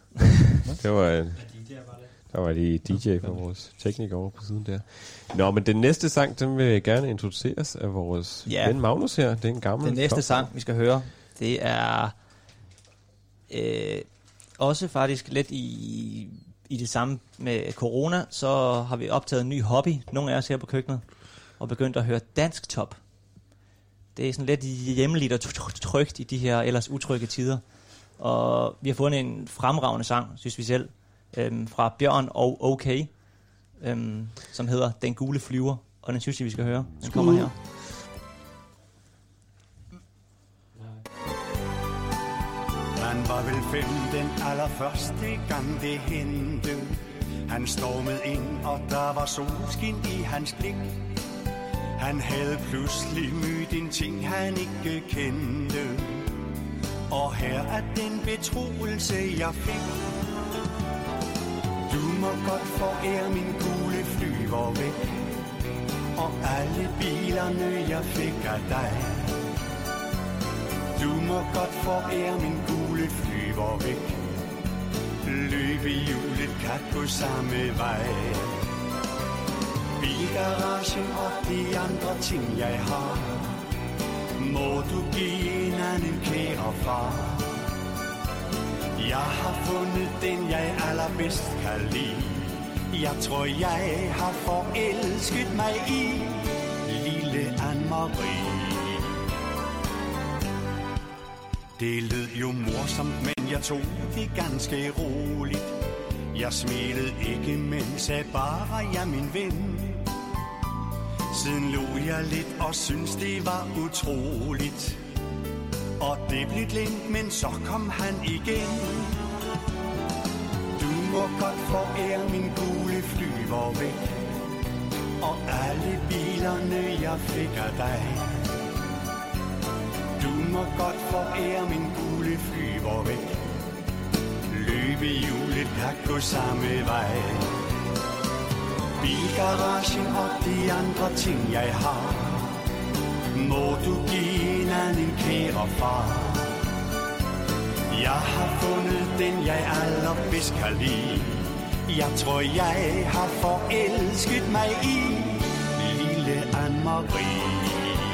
Der var lige DJ fra vores tekniker over på siden der. Nå, men den næste sang, den vil gerne introduceres af vores ven Magnus her. Det er en gammel Den næste sang, vi skal høre, det er også faktisk lidt i det samme med corona, så har vi optaget en ny hobby, nogle af os her på køkkenet, og begyndt at høre dansk top. Det er sådan lidt hjemmeligt og trygt i de her ellers utrygge tider. Og vi har fundet en fremragende sang, synes vi selv, fra Bjørn og OK, som hedder Den Gule Flyver, og den synes jeg, vi skal høre. Den kommer her. Han var vel 5 den allerførste gang det hente. Han stormede ind, og der var solskin i hans blik. Han havde pludselig mødt en ting, han ikke kendte. Og her er den betroelse, jeg fik. Du må godt forære min gule flyver væk. Og alle bilerne, jeg fik af dig. Du må godt forære min gule flyver væk. Løbehjulet kan gå samme vej. Bilgaragen og de andre ting, jeg har, må du give en anden kære far. Jeg har fundet den, jeg allerbedst kan lide. Jeg tror, jeg har forelsket mig i lille Anne-Marie. Det lød jo morsomt, men jeg tog det ganske roligt. Jeg smilede ikke, men sagde bare, ja min ven. Siden lå jeg lidt og syntes, det var utroligt. Og det blev glemt, men så kom han igen. Du må godt forære min gule flyver væk. Og alle bilerne, jeg fik af dig. Du må godt forære min gule flyver væk. Løbehjulet kan gå samme vej. Bilgaragen og de andre ting, jeg har, må du give en anden kære far. Jeg har fundet den, jeg allerbedst kan lide. Jeg tror, jeg har forelsket mig i lille Anne-Marie.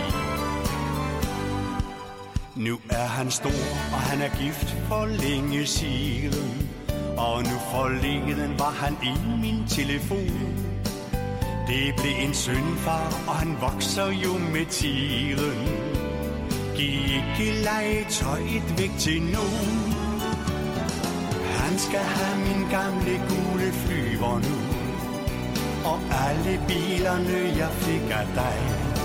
Nu er han stor, og han er gift for længe siden. Og nu forleden var han i min telefon. Det blev en sønfar, og han vokser jo med tiden. Giv ikke legetøjet væk til nogen. Han skal have min gamle gule flyver nu. Og alle bilerne, jeg fik af dig.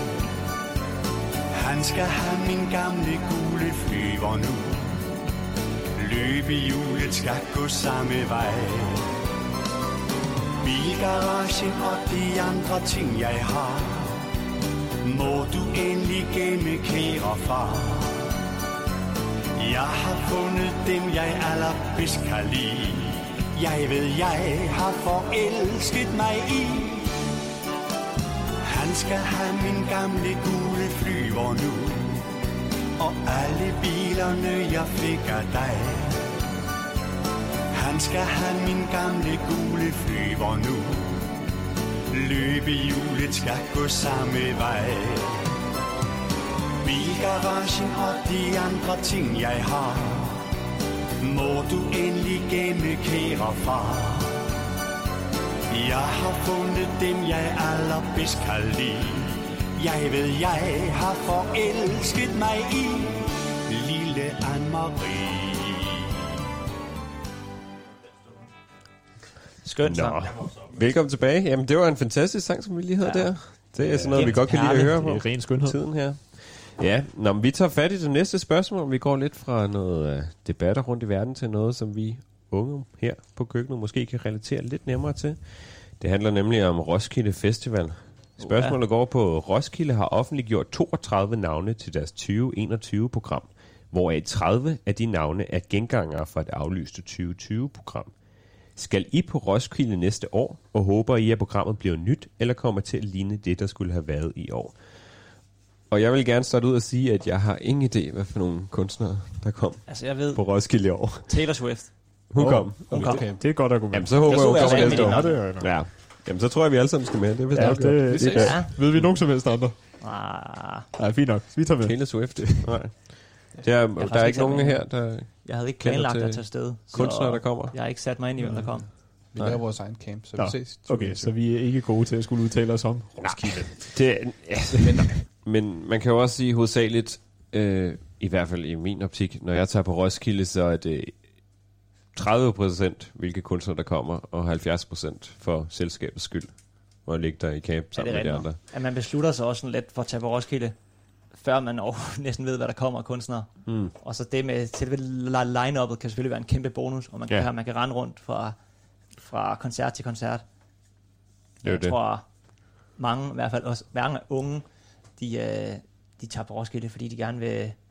Han skal have min gamle gule flyver nu. Løbehjulet skal gå samme vej. Bilgaragen og de andre ting, jeg har, må du endelig gemme, kære far. Jeg har fundet dem, jeg allerbedst kan lide. Jeg ved, jeg har forelsket mig i. Han skal have min gamle gule flyver nu. og alle bilerne jeg fik af dig. Han skal have min gamle gule flyver nu. Løbehjulet skal gå samme vej. Bilgaragen og de andre ting jeg har, må du endelig gemme, kære far. Jeg har fundet dem jeg allerbedst kan lide. Jeg ved jeg har forelsket mig i lille Anne-Marie. Skøn sang. Velkommen tilbage. Jamen, det var en fantastisk sang, som vi lige havde der. Det er sådan noget, vi godt kan lide at høre på. Det er ren skønhed. Tiden her. Ja, men vi tager fat i det næste spørgsmål. Vi går lidt fra noget debatter rundt i verden til noget, som vi unge her på køkkenet måske kan relatere lidt nemmere til. Det handler nemlig om Roskilde Festival. Spørgsmålet går på, Roskilde har offentliggjort 32 navne til deres 2021-program, hvoraf 30 af de navne er gengangere fra det aflyste 2020-program. Skal I på Roskilde næste år, og håber I, at programmet bliver nyt, eller kommer til at ligne det, der skulle have været i år? Og jeg vil gerne starte ud og sige, at jeg har ingen idé, hvad for nogle kunstnere, der kom Altså, jeg ved, på Roskilde i år. Taylor Swift. Hun kom. Okay. Det er godt at gå med. Jamen, så håber jeg, hun Jeg så kommer jeg næste også år. Ja, det er nok. Ja. Jamen, så tror jeg, vi alle sammen skal med. Det er vist Ja, nok godt. Ja. ved vi nogen som helst andre? Ah, Ja, fint nok. Vi tager med. Taylor Swift. Nej. Der er faktisk ikke ikke nogen sat mig her, der jeg havde ikke Kender planlagt til at tage afsted. kunstnere, der kommer. Jeg har ikke sat mig ind i, hvem der kom. Vi laver vores egen camp, så Nå, vi ses. okay, så vi er ikke gode til at skulle udtale os om Roskilde. Det, men man kan jo også sige hovedsageligt, i hvert fald i min optik, når jeg tager på Roskilde, så er det 30% hvilke kunstnere der kommer, og 70% for selskabets skyld, og ligge der i camp sammen med de andre. At man beslutter sig også sådan lidt for at tage på Roskilde, før man næsten ved, hvad der kommer af kunstnere. Og så det med selve line-uppet kan selvfølgelig være en kæmpe bonus, og man kan, man kan rende rundt fra koncert til koncert. Jeg tror, mange, i hvert fald også mange unge, de tager på Roskilde, fordi de gerne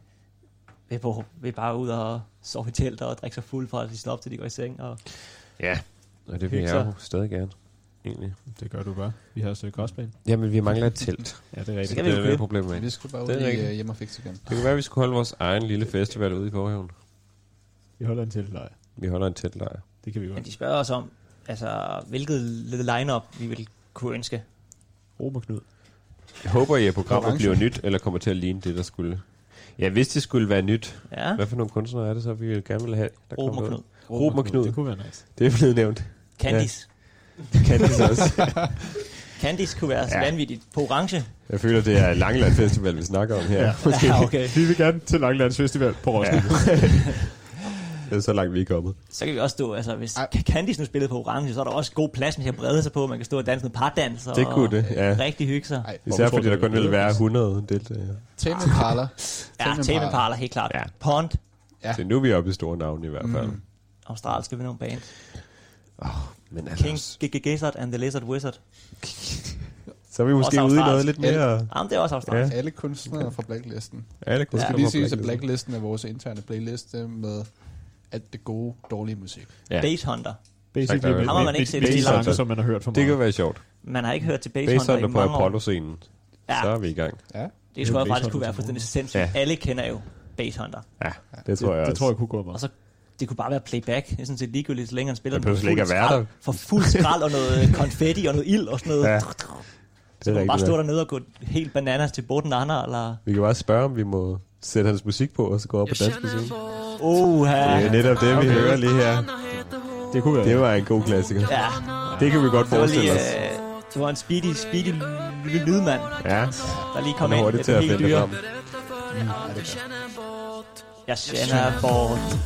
vil bare ud og sove i telter og drikke sig fuld fra, at de står op til de går i seng. Og ja, og det vil jeg jo stadig gerne, egentlig. Det gør du bare. Vi har også græsplæne. Jamen, vi mangler et telt. Ja, det er rigtigt. Skal vi Det er et problem med. Vi skulle bare Det er ud rigtigt. hjem og fikse igen. Det kunne være, at vi skulle holde vores egen lille festival ude i Forhaven. Vi holder en teltlejr. Vi holder en teltlejr. Det kan vi men godt. de spørger os om, altså, hvilket line-up vi vil kunne ønske. Rom og Knud. Jeg håber, at programmet Orange. bliver nyt, eller kommer til at ligne det, der skulle. Ja, hvis det skulle være nyt, Ja, hvad for nogle kunstnere er det så, vi vil gerne vil have? Der Rom kommer og ud? Knud. Rom og Knud. Det kunne være nice. Det er blevet nævnt. Candice. Candice også. Candice kunne være Ja. vanvittigt på orange. Jeg føler, det er Langeland Festival, vi snakker om her. Måske. Ja, okay. Vi vil gerne til Langelands Festival på Roskilde. Det er så langt, vi er kommet. Så kan vi også stå, altså hvis Candice nu spillede på orange, så er der også god plads, man kan brede sig på. Man kan stå og danse noget pardans og Det kunne det, ja. rigtig hygge sig. Ej, Især fordi der kun vil være 100 deltagere. Tame Impala. Ja, Tame Impala, helt klart. Ja. Pond, Ja. Så nu er vi oppe i store navne i hvert fald. australske ved nogle band. Men King ellers, Gizzard and the Lizard Wizard. så er vi måske Også ude i noget australsk. lidt mere. Jamen, det er også australsk. Alle kunstnere fra Blacklisten. Alle Det kunstnere skal lige på siges, at Blacklisten. Blacklisten er vores interne playliste med alt det gode, dårlige musik. Ja. Base Hunter. Basically, Ham har man ikke set med i de lang sange, tid. som man har hørt for Det meget. kan være sjovt. Man har ikke hørt til Base Base Hunter i Hunter på mange år. Apollo-scenen. Ja. Så er vi i gang. Ja. Det tror jeg Base faktisk Hunter kunne være til fuldstændig sindssygt. Ja. Alle kender jo Base Hunter. Ja, det tror jeg også. Det tror jeg kunne gå meget. Og så det kunne bare være playback. Det er sådan set ligegyldigt, så længe han spiller Det behøver slet ikke at være der. for fuld skrald og noget konfetti og noget ild og sådan noget. Ja. Så Det er kan man bare rigtigt. stå dernede og gå helt bananas til Borten Anna, eller... Vi kan bare spørge, om vi må sætte hans musik på, og så gå op og danse på scenen. Oha! Det er netop det, vi hører lige her. Det kunne være. Det var en god klassiker. Ja, Det kan vi godt det var forestille lige... os. Det var en speedy lydmand, Ja, der lige kom han er ind hurtigt med til det at helt finde det dyre. frem. Jeg kender bort.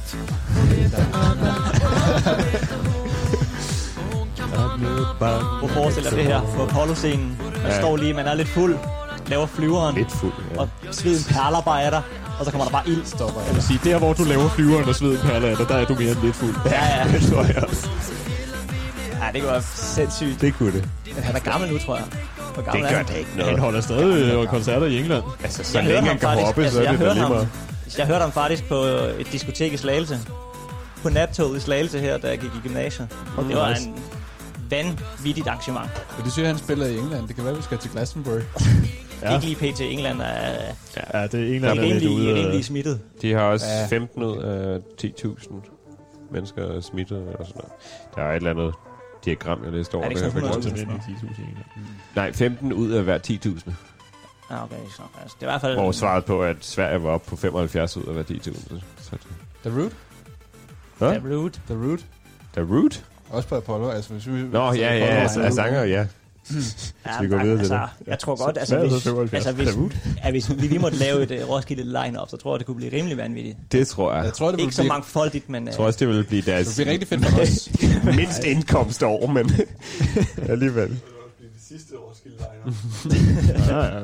Hvor forestiller det her på Apollo-scenen? Man står lige, man er lidt fuld, laver flyveren, Lidt fuld, ja. og sveden perler bare af dig, og så kommer der bare ild. Stopper Jeg vil sige, der hvor du laver flyveren og sveden perler af dig, der er du mere end lidt fuld. Ja, Det tror jeg også. ja, det kunne være sindssygt. Det kunne det. Men han er gammel nu, tror jeg. Hvor gammel Det er gør han? det ikke Han noget. holder stadig koncerter i England. Altså, så Jeg hørte længe ham han kan faktisk- hoppe, så er jeg det da hørte lige ham- meget. Jeg hørte ham faktisk på et diskotek i Slagelse. På nattoget i Slagelse her, da jeg gik i gymnasiet. Og det var en vanvittigt arrangement. Og de siger, at han spiller i England. Det kan være, vi skal til Glastonbury. Ikke lige PT. England er Ja, det er England, der er lidt ude. rimelig smittet. De har også Ja. 15 ud af 10.000 mennesker smittet, eller sådan noget. Der er et eller andet diagram, jeg læste over. Er det ikke her sådan for 100.000? eksempel. 10.000 England. Nej, 15 ud af hver 10.000. Ja, okay. Så, altså, det er i hvert fald... Hvor svaret på, at Sverige var oppe på 75 ud af hver 10.000. Så det... The Root? Hvad? Ja, rude. The Root? The Root? Også på Apollo. Altså, hvis vi, Nå, ja, af sanger, ja. Ja, vi går videre til jeg tror godt, Sverige altså, hedder 75. hvis vi lige måtte lave et Roskilde line-up, så tror jeg, det kunne blive rimelig vanvittigt. Det tror jeg. Jeg tror, det Ikke så mangfoldigt, men... Jeg tror også, det vil blive det deres bliver rigtig fedt for os. mindst indkomstår, men alligevel. Det bliver det sidste Roskilde-lejre. Ja.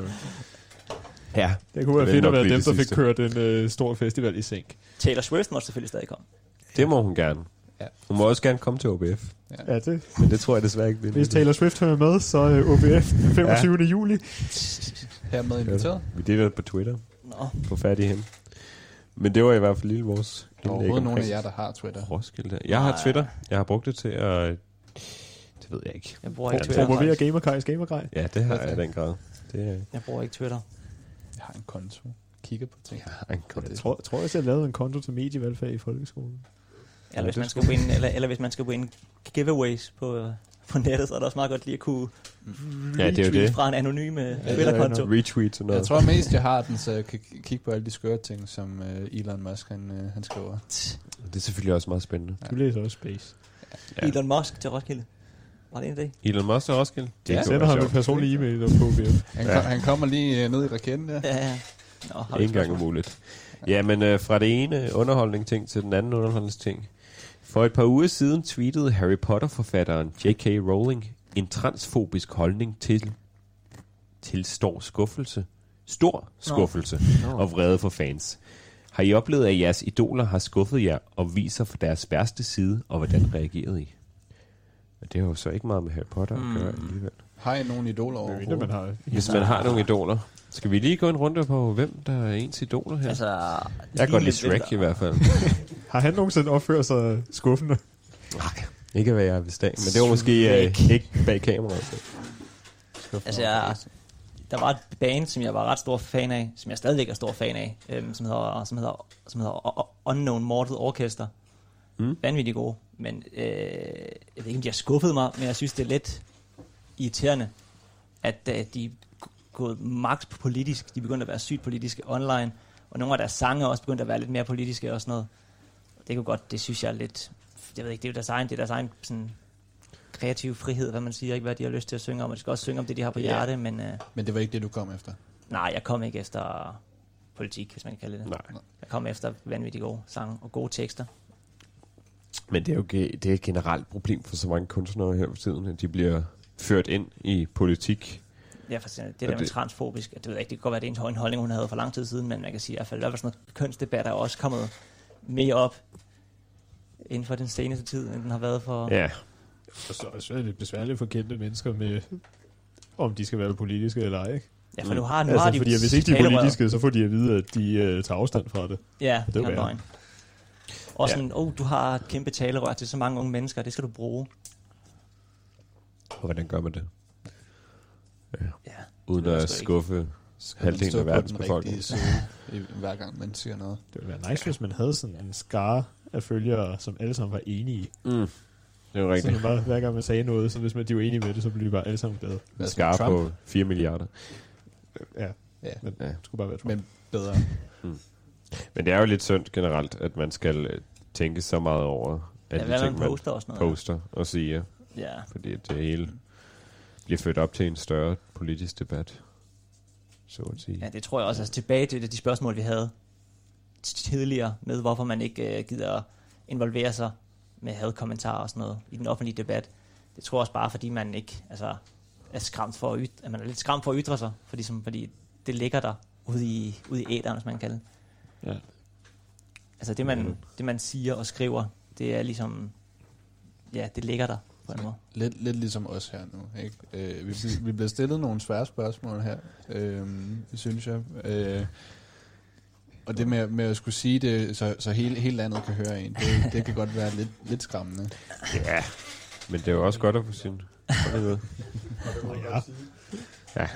Ja. Det kunne være Det vil fedt nok at være blive dem, det der fik sidste. kørt en stor festival i sænk. Taylor Swift må selvfølgelig stadig komme. Det må hun gerne. Ja. Hun må også gerne komme til OBF. Ja, det. Men det tror jeg desværre ikke vil. Hvis Taylor Swift hører med, så OBF 25. juli. Hermed inviteret. Vi deler det på Twitter. Nå, Få fat i hende. Men det var i hvert fald lige vores Der er indlæg overhovedet nogle af omkring jer, der har Twitter. Roskilde. Jeg har Nej. Twitter. Jeg har brugt det til at... Det ved jeg ikke. jeg bruger ikke Twitter. Promovere Gamerkajs gamerkaj. Ja, det har jeg i den grad. Det er... Jeg bruger ikke Twitter. Jeg har en konto. Kigger på ting. en konto. Jeg tror også, jeg lavede en konto til medievalgfag i folkeskolen. Eller hvis man skal gå ind, eller hvis man skal gå ind giveaways på nettet, så er det også meget godt lige at kunne Ja, det er jo retweet det. fra en anonym Twitter-konto. Retweet og noget. Jeg tror mest, jeg har den, så jeg kan kigge på alle de skøre ting, som Elon Musk han skriver. Det er selvfølgelig også meget spændende. Du læser også Space. Ja. Elon Musk til Roskilde. Var det en dag? Elon Musk og Roskilde? Ja. Jeg sender ham en personlig e-mail på OBF. Han kommer lige ned i raketten der. Ja. Nå, har vi Ikke engang spørgsmål? umuligt. Ja, men fra det ene underholdning-ting til den anden underholdningsting. For et par uger siden tweetede Harry Potter-forfatteren J.K. Rowling en transfobisk holdning til stor skuffelse. Stor skuffelse og vrede for fans. Har I oplevet, at jeres idoler har skuffet jer og viser for deres værste side, og hvordan reagerede I? Men det har jo så ikke meget med Harry Potter at gøre alligevel. Har I nogle idoler Hvad overhovedet? man har. Hvis man har nogle idoler. Skal vi lige gå en runde på, hvem der er ens idoler her? Altså, Jeg kan godt lide Shrek i hvert fald. Har han nogensinde opført sig skuffende? Nej, ikke hvad jeg vil stå, men det var måske ikke bag kameraet. Altså, der var et band, som jeg var ret stor fan af, som jeg stadigvæk er stor fan af, som hedder Unknown Mortal Orchestra. Vanvittigt gode, men jeg ved ikke, om de har skuffet mig, men jeg synes, det er lidt irriterende, at de er gået max på politisk. De begyndte at være sygt politiske online, og nogle af deres sange er også begyndt at være lidt mere politiske og sådan noget. Det kunne godt, det synes jeg er lidt, jeg ved ikke, det er deres egen sådan kreativ frihed, hvad man siger, ikke hvad de har lyst til at synge om, og de skal også synge om det, de har på hjerte, men Men det var ikke det, du kom efter. nej, jeg kom ikke efter politik, hvis man kan kalde det. Nej. Jeg kom efter vanvittigt gode sange og gode tekster. Men det er jo det er et generelt problem for så mange kunstnere her for tiden, at de bliver ført ind i politik. Ja, for det der med transfobisk, det ved jeg ikke, det kan godt være, det er en holdning, hun havde for lang tid siden, men man kan sige, at i hvert fald sådan noget kønsdebat er også kommet mere op inden for den seneste tid, end den har været for... Ja, Og så er det besværligt for kendte mennesker med, om de skal være politiske eller ej, ikke? Ja, for nu har Altså, de... fordi hvis ikke de er talerøret. politiske, så får de at vide, at de tager afstand fra det. Ja, det det er er værre. løgn. Og sådan, du har et kæmpe talerør til så mange unge mennesker, det skal du bruge. hvordan gør man det? Ja. Uden Det ved jeg at sgu ikke. skuffe halvdelen af verdens befolkning. Hver gang man siger noget. Det ville være nice, hvis man havde sådan en skare af følgere, som alle sammen var enige. Det er jo Så rigtigt. bare, hver gang man sagde noget, så hvis man de var enige med det, så blev de bare alle sammen glade. Hvad Skar Trump? på 4 milliarder. Ja, Ja, men Ja. det skulle bare være Trump. men bedre. Men det er jo lidt synd generelt, at man skal tænke så meget over Ja, alle hvad de man ting, man poster og sådan noget. poster og siger. Ja. Fordi det hele bliver ført op til en større politisk debat, så at sige. Ja, det tror jeg også. Altså tilbage til de spørgsmål, vi havde tidligere med, hvorfor man ikke gider involvere sig med hadkommentarer og sådan noget i den offentlige debat. Det tror jeg også bare, fordi man ikke er skræmt for at man er lidt skræmt for at ytre sig, fordi det ligger der ude i æteren, hvis man kan kalde det. Ja. Altså det man siger og skriver, det er ligesom, ja, det ligger der på en måde. Lidt ligesom os her nu, ikke? Vi bliver stillet nogle svære spørgsmål her, synes jeg. Og det med at skulle sige det, så hele landet kan høre en, det kan godt være lidt skræmmende. Ja, men det er jo også godt at få sin holdning ud. Ja. Ja.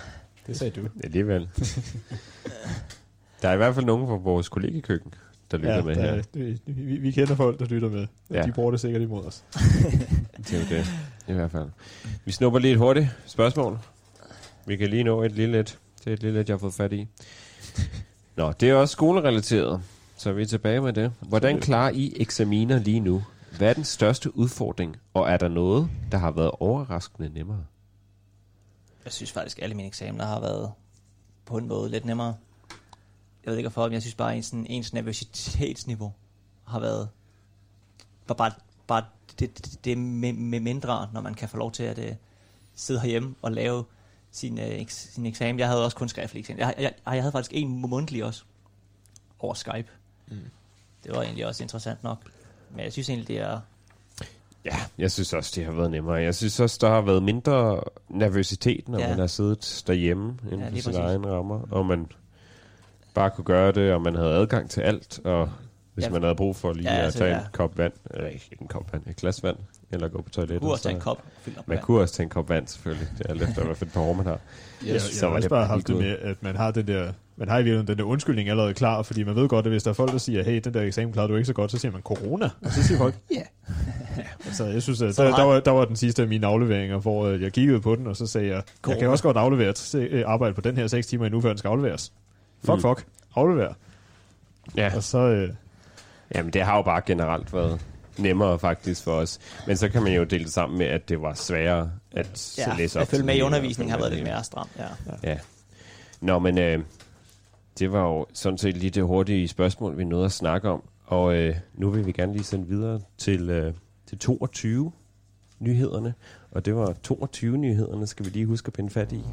Det sagde du. Alligevel. Der er i hvert fald nogen fra vores kollegekøkken, der lytter med her. Vi kender folk, der lytter med. Ja. De bruger det sikkert imod os. Det er jo det, i hvert fald. Vi snupper lige et hurtigt spørgsmål. Vi kan lige nå et lille et. Det er et lille et, jeg har fået fat i. Nå, det er også skolerelateret, så vi er tilbage med det. Hvordan klarer I eksaminer lige nu? Hvad er den største udfordring, og er der noget, der har været overraskende nemmere? Jeg synes faktisk, at alle mine eksamener har været på en måde lidt nemmere. Jeg ved ikke hvorfor, men jeg synes bare, at ens nervøsitetsniveau har været bare det med mindre, når man kan få lov til at sidde herhjemme og lave sin eksamen. Jeg havde også kun skriftlig eksamen. Jeg havde faktisk en mundtlig også over Skype. Det var egentlig også interessant nok. Men jeg synes egentlig, det er... Ja, jeg synes også, det har været nemmere. Jeg synes også, der har været mindre nervøsitet, når man har siddet derhjemme inden for sine egne rammer, og man bare kunne gøre det, og man havde adgang til alt, og hvis man havde brug for lige at tage en kop vand, eller ikke en kop vand, et glas vand, eller gå på toilettet. Man kunne også tage en kop. Man kunne også tage en kop vand, selvfølgelig. Det er alt efter, hvad for et par år man har. Yes. Jeg har også bare haft det med, at man har den der... Man har i virkeligheden den der undskyldning allerede klar, fordi man ved godt, at hvis der er folk, der siger, hey, den der eksamen klarede du ikke så godt, så siger man corona, og så siger folk, ja. Altså, jeg synes, at der var den sidste af mine afleveringer, hvor jeg kiggede på den, og så sagde jeg kan også godt aflevere arbejde på den her 6 timer endnu, før den skal afleveres. Fuck, aflever. Ja. Og så... Jamen, det har jo bare generelt været nemmere faktisk for os. Men så kan man jo dele det sammen med, at det var sværere at læse op. At følge med i undervisningen har været lidt mere stramt. Ja. Nå, men det var jo sådan set lige det hurtige spørgsmål, vi nåede at snakke om. Og nu vil vi gerne lige sende videre til 22 nyhederne. Og det var 22 nyhederne, skal vi lige huske at pinde fat i.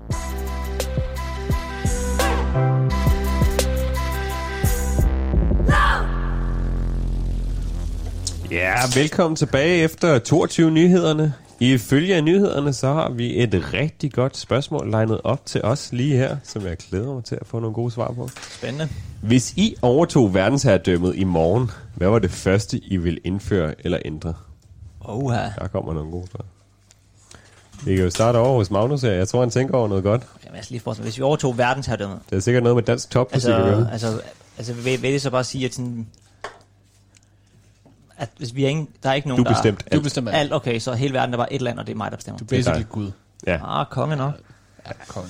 Ja, velkommen tilbage efter 22 nyhederne. Ifølge nyhederne, så har vi et rigtig godt spørgsmål legnet op til os lige her, som jeg glæder mig til at få nogle gode svar på. Spændende. Hvis I overtog verdensherredømmet i morgen, hvad var det første, I ville indføre eller ændre? Der kommer nogle gode svar. Vi kan jo starte over hos Magnus her. Jeg tror, han tænker over noget godt. Jamen, lige hvis vi overtog verdensherredømmet... Det er sikkert noget med dansk topmusik at gøre. Altså vil det så bare sige, at sådan... At hvis vi er ingen, der er ikke nogen, Du bestemmer alt. Okay, så hele verden er bare et land, og det er mig, der bestemmer. Du er basically Gud. Ja. Konge nok. Ja, konge.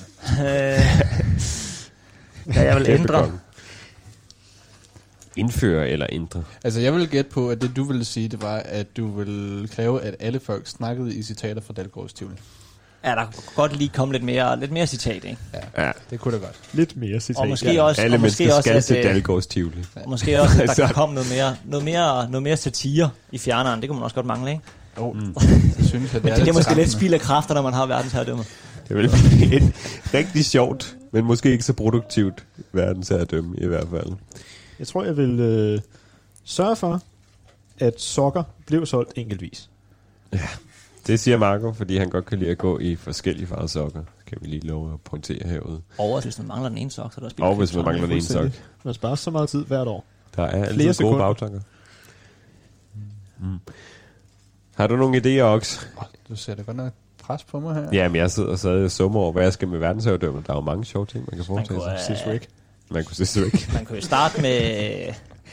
Jeg vil ændre. Indføre eller ændre? Altså, jeg vil gætte på, at det du ville sige, det var, at du ville kræve, at alle folk snakkede i citater fra Dalgaards Tivoli. Ja, der kunne godt lige komme lidt mere citat, ikke? Ja, det kunne da godt. Lidt mere citat. Og måske også... Alle mennesker skal til Dalgaards Tivoli. Og måske også, at der kan komme noget mere satire i fjerneren. Det kunne man også godt mangle, ikke? Jeg synes, at men det er måske lidt spild af kræfter, når man har verdensherredømme. Det vil blive et rigtig sjovt, men måske ikke så produktivt verdensherredømme i hvert fald. Jeg tror, jeg vil sørge for, at sokker blev solgt enkeltvis. Ja, det siger Marco, fordi han godt kan lide at gå i forskellige farvede sokker. Kan vi lige love at pointere herude. Og hvis man mangler den ene sok, så er der også... Og hvis man mangler den ene sok. Man sparer så meget tid hvert år. Der er altid gode bagtanker. Har du nogle idéer, Ox? Du ser da godt nok pres på mig her. Jamen, jeg sidder og sad og summer over, hvad jeg skal med verdensherredømme. Der er jo mange sjove ting, man kan foretage sig. Man kunne se Shrek. Man kunne jo starte med...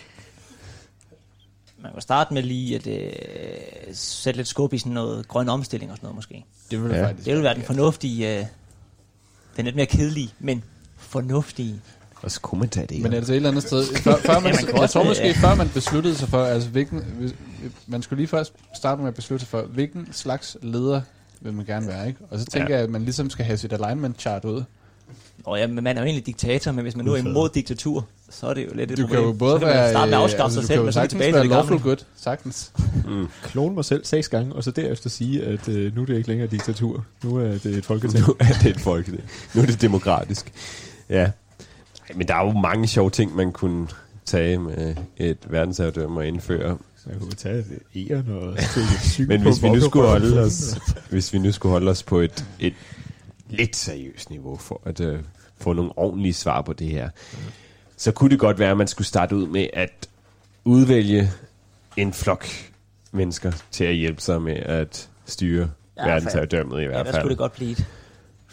Man kunne starte med lige at sætte lidt skub i sådan noget grøn omstilling og sådan noget måske. Det ville faktisk. Det ville være den fornuftige... den lidt mere kedelige, men fornuftige. Og så kunne man tage det. Men altså et eller andet sted... Før man, jeg tror måske, før man besluttede sig for... Altså, man skulle lige først starte med at beslutte sig for, hvilken slags leder vil man gerne være, ikke? Og så tænker jeg, at man ligesom skal have sit alignment chart ud. Ja, men man er jo egentlig diktator, men hvis man nu er imod diktatur, så er det jo lidt et problem. Du kan jo både starte med at afskaffe sig selv, men så er tilbage til det gamle. Good. Sagtens. Klone mig selv 6 gange, og så derefter sige, at nu er det ikke længere diktatur. Nu er det et folketing. Nu er det et folketing. Nu er det demokratisk. Ja. Men der er jo mange sjove ting, man kunne tage med et verdensherredømme og indføre. Man kunne tage æren og men hvis vi nu skulle holde os på et lidt seriøst niveau for at få nogle ordentlige svar på det her, så kunne det godt være, at man skulle starte ud med at udvælge en flok mennesker til at hjælpe sig med at styre verdensherredømmet i hvert fald. Ja, der skulle det godt blive.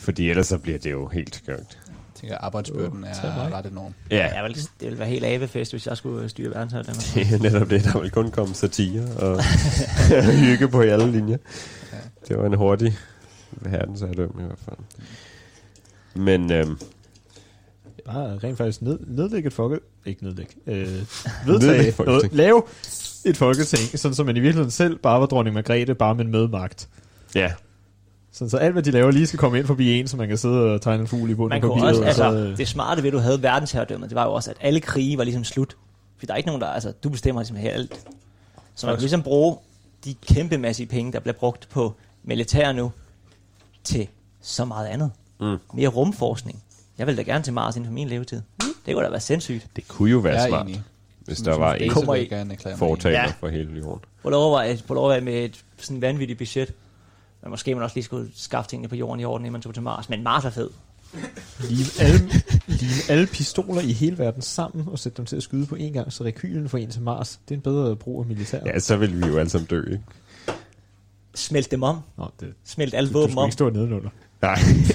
Fordi ellers så bliver det jo helt skørt. Jeg tænker, arbejdsbyrden er ret enorm. Ja, Det ville være helt avefest, hvis jeg skulle styre verdensherredømme. det er netop det. Der vil kun komme satire og hygge på i alle linjer. Det var en hurtig verdensherredømme i hvert fald. Men Bare rent faktisk nedlægge et ikke nedlægge. Nedlægge Vedtage et folketing. noget. Lave et folketing, sådan som man i virkeligheden selv bare var dronning Margrethe, bare med en medmagt. ja, Sådan, så alt, hvad de laver, lige skal komme ind forbi en, så man kan sidde og tegne en fugl i bunden Man af kunne papiret. også, og altså, det smarte ved, at du havde verdensherredømmet, det var jo også, at alle krige var ligesom slut. For der er ikke nogen, der, altså, du bestemmer ligesom her alt. Så man kan ligesom bruge de kæmpemæssige penge, der bliver brugt på militær nu, til så meget andet. Mere rumforskning. Jeg vil da gerne til Mars inden for min levetid. Det kunne da være sindssygt. det kunne jo være Jeg er smart, enig. hvis der var en Kommer i- fortaler Ja. for hele jorden. Prøv at overveje med et sådan vanvittigt budget. Men måske man også lige skulle skaffe tingene på jorden i orden, inden man tog til Mars. Men Mars er fed. Live alle pistoler i hele verden sammen og sætte dem til at skyde på en gang, så rekylen får en til Mars. Det er en bedre brug af militær. Ja, så vil vi jo alle sammen dø, ikke? Smelt dem om. Nå, det, Smelt alle du våben skulle om. ikke stå nedenunder. Nej.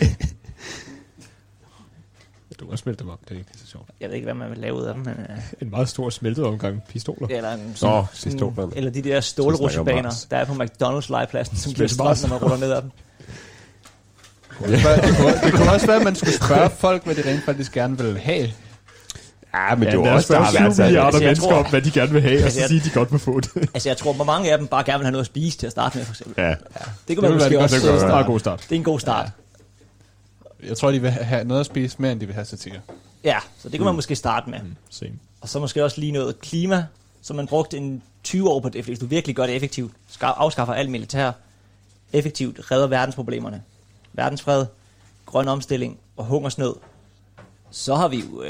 Du kan smelte dem om, det er ikke så sjovt. Jeg ved ikke, hvad man vil lave ud af dem. Men, En meget stor smeltet omgang pistoler. eller, en, pistolerne. eller de der snakker om stålrutsjebaner, Mars. der er på McDonald's legepladsen, som giver Smelte strøm, Mars. når man ruller ned ad dem. Det kunne også være, at man skulle spørge folk, hvad de rent faktisk gerne vil have. Ja, men det Ja, var lad os også, der har spørge været 7 milliarder Altså, jeg mennesker tror- om, hvad de gerne vil have, og Altså, så sige, at de godt må få det. Altså, jeg tror, hvor mange af dem bare gerne vil have noget at spise til at starte med, for eksempel. Ja, Det kunne Det man vil måske være også... det Det er godt en meget god start. Det er en god start. Jeg tror, de vil have noget at spise mere, end de vil have satire. Ja, så det kunne man måske starte med. Same. Og så måske også lige noget klima, som man brugte en 20 år på det. Hvis du virkelig gør det effektivt, afskaffer alt militær, effektivt redder verdensproblemerne. Verdensfred, grøn omstilling og hungersnød. Så har vi jo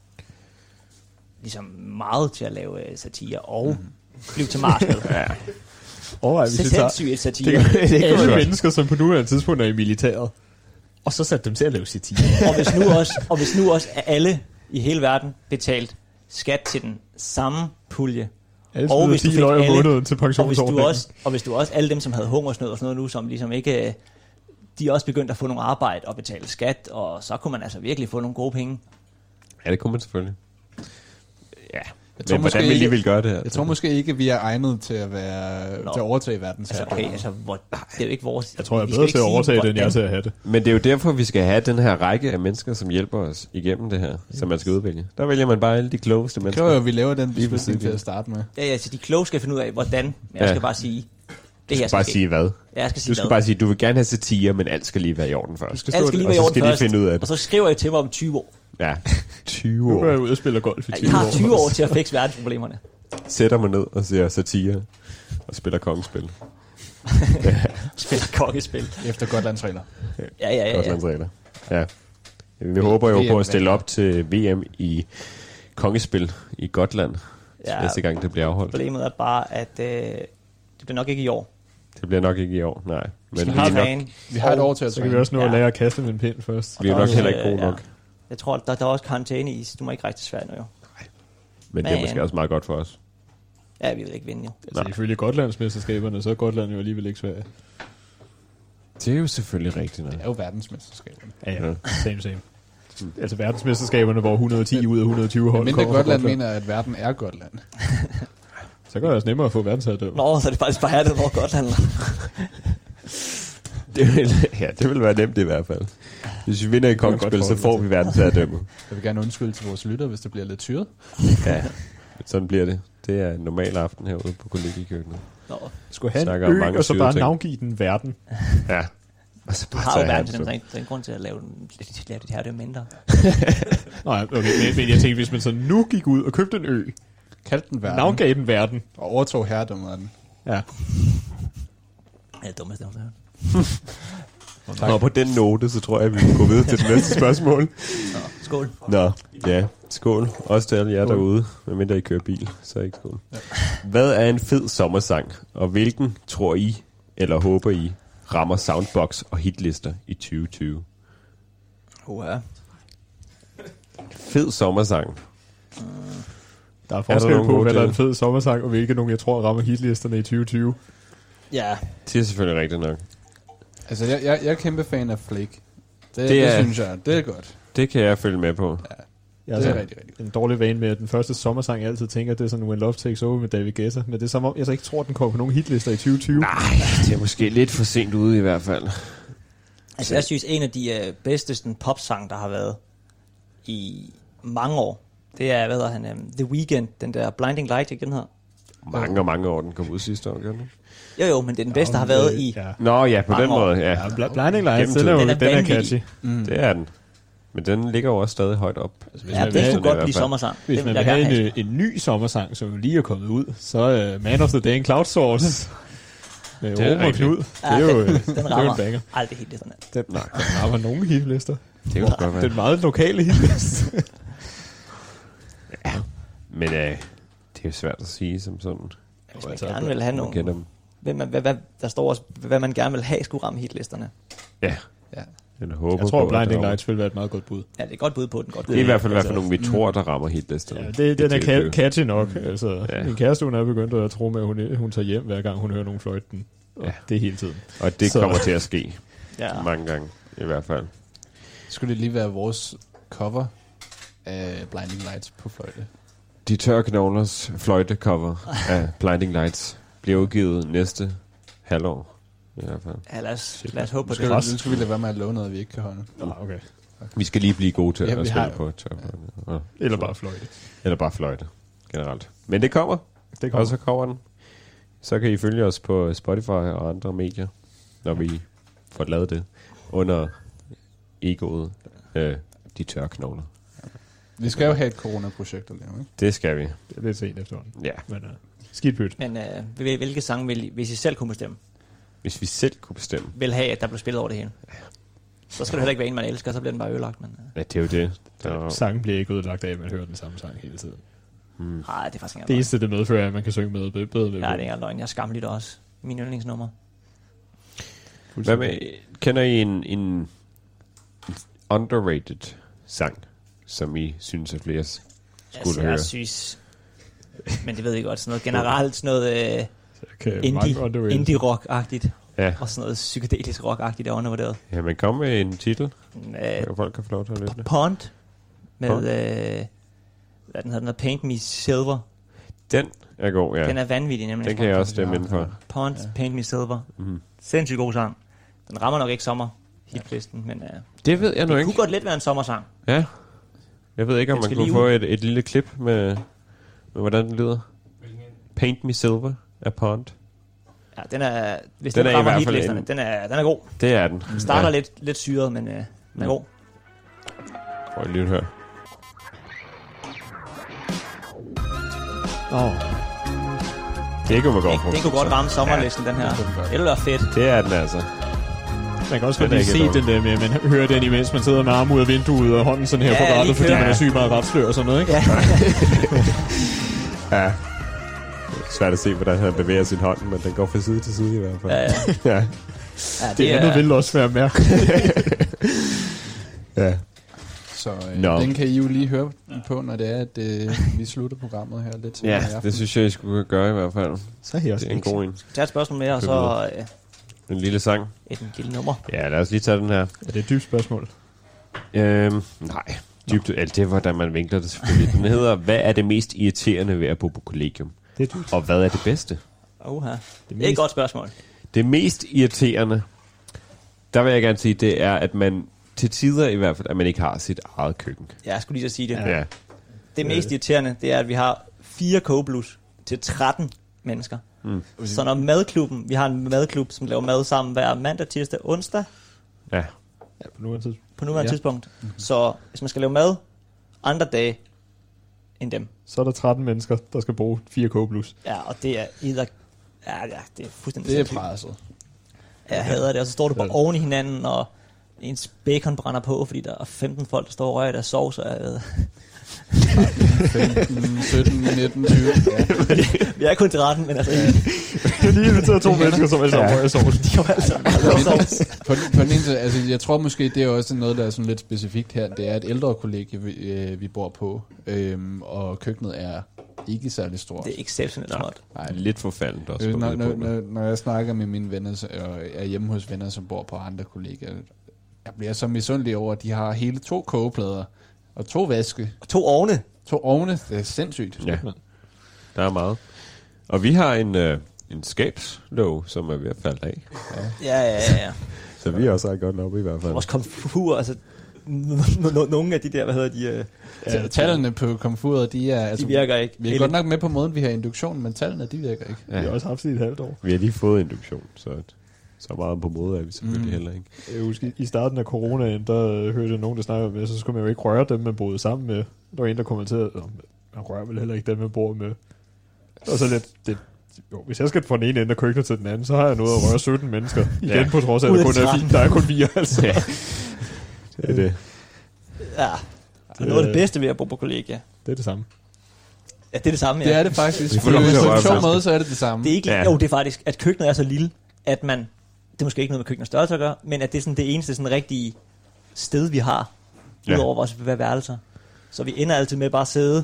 ligesom meget til at lave satire og flyve til Mars med. Overvej, hvis vi tager Sindssygt satire. alle mennesker, som på nuværende tidspunkt er i militæret, og så sætte dem til at lave satire. Og hvis nu også er alle i hele verden betalt skat til den samme pulje. Alle Og smider hvis du 10 fik løg om alle- måneden til pensionsordningen. Og hvis du også alle dem, som havde hungersnød og sådan noget nu, som ligesom ikke, de er også begyndt at få nogle arbejde og betale skat, og så kunne man altså virkelig få nogle gode penge. ja, det kunne man selvfølgelig. Ja, tror men måske hvordan vi lige ikke- vil gøre det her? Jeg tror måske ikke, vi er egnet til at Nå. til at overtage verdens Altså, okay, altså, det er jo ikke vores... Jeg tror, jeg er vi bedre skal til at ikke overtage sige, det, end jeg er hvordan- til at have det. Men det er jo derfor, vi skal have den her række af mennesker, som hjælper os igennem det her, som man skal udvælge. Der vælger man bare alle de klogeste Det mennesker. kræver jo, at vi laver den Lige beslutning præcis. til at starte med. Ja, så de kloge skal finde ud af, hvordan. Men jeg Ja. skal bare sige... Det her Du skal bare ske. sige hvad? Ja, jeg skal sige Du skal hvad. bare sige, du vil gerne have satire, men alt skal lige være i orden først. Alt skal lige og være i så orden skal de først, finde ud af og det. så skriver jeg til mig om 20 år. Ja, 20 Nu er jeg år. ude og spille golf i Ja, 20 I har år. 20 år til at fikse verdensproblemerne. Sætter mig ned og ser satire og spiller kongespil. Spiller kokkespil. Efter Gotlands regler. Ja. Gotlandsregler. Ja. Vi håber jo på at stille op til VM i kongespil i Gotland. Ja. Næste gang det bliver afholdt. Problemet er bare, at det bliver nok ikke i år. Det bliver nok ikke i år, nej. Men Skal vi vi er nok, træne? Vi har et år til at Så kan vi træne. også nå at Ja. lære at kaste med en pind først. vi er Og nok der heller også, ikke gode ja. nok. Jeg tror, der er også karantæne i. Du må ikke rejse til Sverige nu jo. Men det er Men- måske også meget godt for os. Ja, vi vil ikke vinde jo. Altså ifølge Gotlandsmesterskaberne, så er Gotland jo alligevel ikke Sverige. Det er jo selvfølgelig rigtigt nok. Det er jo verdensmesterskaberne. Ja. Same. Altså verdensmesterskaberne, hvor 110 ud af 120 hold Men kommer fra Gotland mener, at verden er Gotland. Så gør det også nemmere at få verdensherredømme. Nå, så er det faktisk bare det, hvor godt handler. Det vil være nemt i hvert fald. Hvis vi vinder i kongespil, godt så får vi verdensherredømme. Jeg vil gerne undskylde til vores lytter, hvis det bliver lidt tyret. Ja, sådan bliver det. Det er en normal aften herude på kollegiekøkkenet. Nå, Skulle have Snakker en om ø, mange og så syrede bare ting. navngive den verden. Ja. Og så du bare har jo tage verden til hans- dem, der er en grund til at lave det her, det er mindre. Nej, okay, men jeg tænkte, hvis man så nu gik ud og købte en ø, Kald den verden. navngav den verden. Og overtog herredømmet af den. Ja. Ja, det er dummeste, jeg har hørt. Og på den note, så tror jeg, vi vil gå videre til det næste spørgsmål. Skål. Nå, ja. Skål. Også til alle jer derude, medmindre I kører bil, så ikke skål. Ja. Hvad er en fed sommersang, og hvilken tror I, eller håber I, rammer soundbox og hitlister i 2020? Uha. Fed sommersang. Der er forskel nogen på, gode hvad der er en idéer? fed sommersang, og hvilke nogen, jeg tror, rammer hitlisterne i 2020. Ja, Det er selvfølgelig rigtigt nok. Altså, jeg er kæmpe fan af Flake. Det synes jeg, det er godt. Det kan jeg følge med på. Jeg Det har er så rigtig, rigtig en dårlig vane med, at den første sommersang, jeg altid tænker, det er sådan When Love Takes Over med David Guetta. Men det er som om, jeg så ikke tror, den kommer på nogen hitlister i 2020. Nej, det er måske lidt for sent ude i hvert fald. Altså, jeg synes, en af de bedste sådan, popsang, der har været i mange år, det er, hvad hedder han, The Weeknd, den der Blinding Light, ikke den her? Mange år, den kom ud sidste år, gør den? Jo, men det er den bedste, der har været i... Ja. Nå ja, på den Mange år. måde, ja. Ja, Blinding Lights, Gennem den er tiden. Den er vanvittig. catchy. Det er den. Men den ligger jo også stadig højt op. Altså, hvis Ja, man vil det have, kunne godt i hvert blive fald. sommersang. hvis Det man vil vil jeg gerne have have. en ny sommersang, som lige er kommet ud, så er Man of the Day en Cloud Source. Med Det er Rom og rigtigt. Knud. Det Ja, er jo, den det er jo en rammer banger. aldrig helt det sådan. Den rammer nogle hitlister. Det kan godt være. Den meget lokale hitliste. Men det er jo svært at sige som sådan. Hvis man Altså, gerne vil have Man kender nogle... dem. Der står også, hvad man gerne vil have, skulle ramme hitlisterne. Ja. Ja. Jeg håber Jeg tror, på, at Blinding der- Lights vil være et meget godt bud. Ja, det er godt bud på den. Godt Det er i hvert fald, Altså, nogen, vi tror, der rammer hitlisterne. Ja, den er catchy nok. Altså, Ja. min kæreste, hun er begyndt at tro med, at hun tager hjem, hver gang hun hører nogen fløjte den. Og Ja. det er hele tiden. Og det Så- kommer til at ske Ja. mange gange, i hvert fald. Skulle det lige være vores cover af Blinding Lights på fløjte? De tørre knoglers fløjtecover af Blinding Lights bliver udgivet næste halvår, i hvert fald. Ja, lad os håbe på Nu det. skal vi lade være med at love noget, vi ikke kan holde. Okay. Vi skal lige blive gode til Ja, at vi spille har- på tørfløjte. Og- Eller bare fløjte. Eller bare fløjte, generelt. Men det kommer. Det Og så kommer den. Så kan I følge os på Spotify og andre medier, når vi får lavet det under egoet de tørre knogler. Vi skal jo have et corona-projekt at lave, ikke? Det skal vi. Det er lidt sent efterhånden. Ja. Men skidt pyt. Men hvilke sange vil I, hvis I selv kunne bestemme, Hvis vi selv kunne bestemme. vil have, at der blev spillet over det hele? Så skal det heller ikke være en, man elsker, så bliver den bare ødelagt. Men, Ja, det er jo det. Sangen bliver ikke ødelagt af, at man hører den samme sang hele tiden. nej, det er faktisk ikke Det engang eneste, det medfører, er, at man kan synge med bedre med. løgn. Ja, det er ikke engang løgn. Jeg er skamligt også. Min yndlingsnummer. Hvad med, kender I en underrated sang, som I synes, at flere skulle høre? Jeg synes... Men det ved jeg godt. Sådan noget generelt, sådan noget indie-rock-agtigt. Ja. Og sådan noget psykedelisk rock-agtigt er undervurderet. Ja, men kom med en titel, Øh, og folk kan få lov til at lytte. Pond med... Pond? Hvad den hedder? Paint Me Silver. Den er god, ja. Den er vanvittig, nemlig. Den kan jeg også stemme ind for. Pond, Paint Me Silver. Mhm. Sindssygt god sang. Den rammer nok ikke sommer hitlisten, men Det ved jeg nu det ikke. kunne godt lidt være en sommersang. Ja. Jeg ved ikke, om Den man skal kunne lige få ud. et lille klip med hvordan den lyder. Paint Me Silver af Pond. Ja, den er, hvis Den den er i rammer hvert fald hitlisterne, en- den er god. Det er den. Den starter lidt syret, men den er god. Prøv lige at høre. Det kunne man godt få. Den kunne godt ramme sommerlisten, den her. Det ville være fedt. Det er den altså. Man kan også Den godt er lige ikke se den der med, at man hører den, imens man sidder med armen ud af vinduet og hånden sådan her Ja, på rattet, lige fordi kører. man er syg meget retslør og sådan noget, ikke? Ja. Ja. Svært at se, hvordan han bevæger sin hånd, men den går fra side til side i hvert fald. Ja, Ja. Ja, Det andet vil også være mærkeligt. Ja. Så Nå. den kan I jo lige høre på, når det er, at vi slutter programmet her lidt senere i Ja, aften. det synes jeg, I skulle gøre i hvert fald. Så er jeg også Det er en god en. tag et spørgsmål mere, og så En lille sang. et lille nummer. Ja, lad os lige tage den her. Er det et dybt spørgsmål? Nej. Dybt, alt det, hvordan man vinkler det selvfølgelig. Den hedder, hvad er det mest irriterende ved at bo på kollegium? Det er dybt. Og hvad er det bedste? Det er et godt spørgsmål. Det mest irriterende, der vil jeg gerne sige, det er, at man til tider i hvert fald, at man ikke har sit eget køkken. Ja, jeg skulle lige så sige det. Ja. Det mest irriterende, det er, at vi har 4 kogeblus til 13 mennesker. Så når madklubben, vi har en madklub, som laver mad sammen hver mandag, tirsdag, onsdag, Ja. Ja, på nuværende tidspunkt. på nuværende Ja. tidspunkt. Så hvis man skal lave mad andre dage end dem, Så er der 13 mennesker, der skal bruge 4 kogeblus. ja, og det er det er fuldstændig Det er sindssygt. presset. Jeg hader det, og så står du bare oven i hinanden, og ens bacon brænder på, fordi der er 15 folk, der står og rører i deres sovs, og jeg ved. 15, 17, 19, 20. Ja. Vi er kun 13, men altså, Lige inviteret 2 mennesker, som er så rører sovs. de var altså bare sovs. På den ene side, altså jeg tror måske, det er også noget, der er sådan lidt specifikt her. Det er et ældre kollegie, vi bor på, og køkkenet er ikke særlig stort. Det er exceptionelt småt. Nej. Lidt forfaldent også. på Når, det når, punkt. når jeg snakker med mine venner, og er hjemme hos venner, som bor på andre kollegaer, Jeg bliver så misundelig over, at de har hele 2 kogeplader og 2 vaske. Og 2 ovne. 2 ovne. Det er sindssygt. Ja, der er meget. Og vi har en skabslåg, som er ved at falde af. Ja. Så vi er også godt oppe i hvert fald. Vores komfur, altså nogle af de der, hvad hedder de? Tallene på komfuret, de er... Altså, De virker ikke. vi er godt nok med på måden, vi har induktion, men tallene, de virker ikke. Vi har også haft det i et halvt år. Vi har lige fået induktion, så meget på mode er vi selvfølgelig heller ikke. Jeg husker, i starten af coronaen, der hørte jeg nogen, der snakkede med, så skulle man jo ikke røre dem, man boede sammen med. Der var en, der kommenterede, man rører vel heller ikke dem, man bor med. Og så lidt, hvis jeg skal fra den ene ende af køkkenet til den anden, så har jeg noget at røre 17 mennesker. Igen på trods af, at der er kun 4, altså. Ja. Det er det. Ja, det er noget af det bedste ved at bo på kollegia. Det er det samme. Ja, det er det samme, ja. Det er det faktisk. får lov til at På røre en sjov flasker. måde, så er det det samme. Det er ikke, Ja. Jo, det er faktisk, at køkkenet er så lille, at man, det er måske ikke noget med køkkenets størrelse at gøre, men at det er sådan det eneste sådan rigtige sted, vi har, udover vores værelser. Så vi ender altid med bare at sidde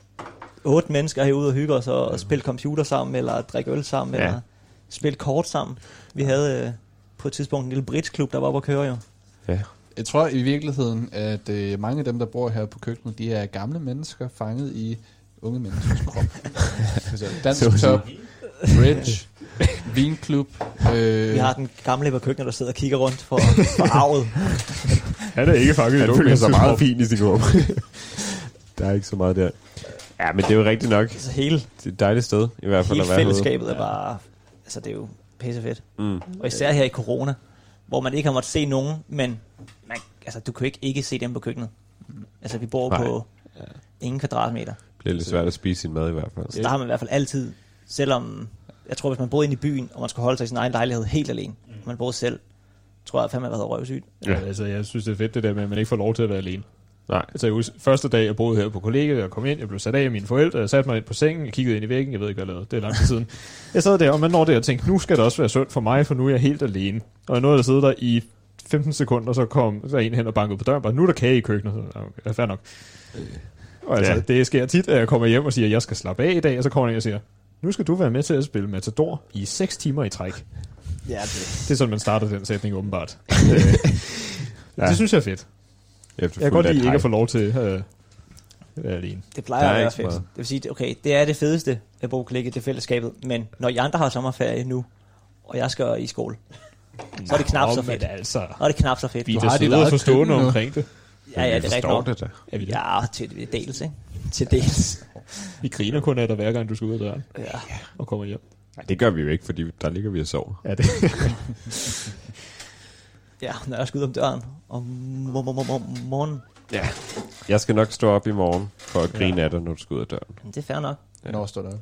8 mennesker herude og hygge os og spille computer sammen, eller drikke øl sammen, eller spille kort sammen. Vi havde på et tidspunkt en lille bridgeklub, der var oppe at køre jo. Ja. Jeg tror i virkeligheden, at mange af dem, der bor her på køkkenet, de er gamle mennesker fanget i unge menneskers krop. Altså, dansk top, bridge, vinklub. Vi har den gamle på køkkenet, der sidder og kigger rundt for arvet. Han er ikke fanget i Han et føler sig meget meget fin i sin rum. Der er ikke så meget der. Ja, men det er jo rigtigt nok. Altså hele, Det er et dejligt sted, i hvert fald hele at være herude. fællesskabet er bare, altså det er jo pissefedt. Mm. Og især her i corona, hvor man ikke har måttet se nogen, men altså, du kan ikke se dem på køkkenet. Altså vi bor på ingen kvadratmeter. Det bliver lidt svært at spise sin mad i hvert fald. Så der har man i hvert fald altid, selvom, jeg tror hvis man boede inde i byen, og man skulle holde sig i sin egen lejlighed helt alene, og man boede selv, tror jeg fandme, at man havde røvsygt. Ja. Altså, jeg synes, det er fedt det der med, at man ikke får lov til at være alene. Nej. Altså, første dag, jeg boede her på kollegiet, jeg kom ind, jeg blev sat af af mine forældre, jeg satte mig ind på sengen, jeg kiggede ind i væggen, jeg ved ikke, hvad jeg lavede, det er lang tid siden. Jeg sad der, og man når der og tænkte, nu skal det også være sundt for mig, for nu er jeg helt alene. Og jeg nåede at sidde der i 15 sekunder, så kom der en hen og bankede på døren, bare, nu er der kage i køkkenet. Så, okay, fair nok. Og altså, det sker tit, at jeg kommer hjem og siger, at jeg skal slappe af i dag, og så kommer jeg ind og siger, nu skal du være med til at spille Matador i 6 timer i træk. Ja, Det er sådan, man starter den sætning åbenbart. Det synes jeg er fedt. Jeg kan godt lide ikke at få lov til at være alene. det plejer Der er at være ikke så fedt. meget. Det vil sige, okay, det er det fedeste at bo på kollegiet, det er fællesskabet, men når I andre har sommerferie nu, og jeg skal i skole, så er det knap så fedt. Altså, Så er det knap så fedt. vi Du er har da dit søde og eget forstående køkken nu. omkring det. Ja, det er rigtigt forstår nok. det da. Er vi det? Ja, til dels, ikke? Til dels. Vi griner kun af dig, hver gang du skal ud af døren Ja. og kommer hjem. Nej, det gør vi jo ikke, fordi der ligger vi og sover. Ja, det. Ja, når jeg skal ud om døren om morgenen. Ja. Jeg skal nok stå op i morgen for at grine af dig, når du skal ud af døren. Det er fair nok. Når står der?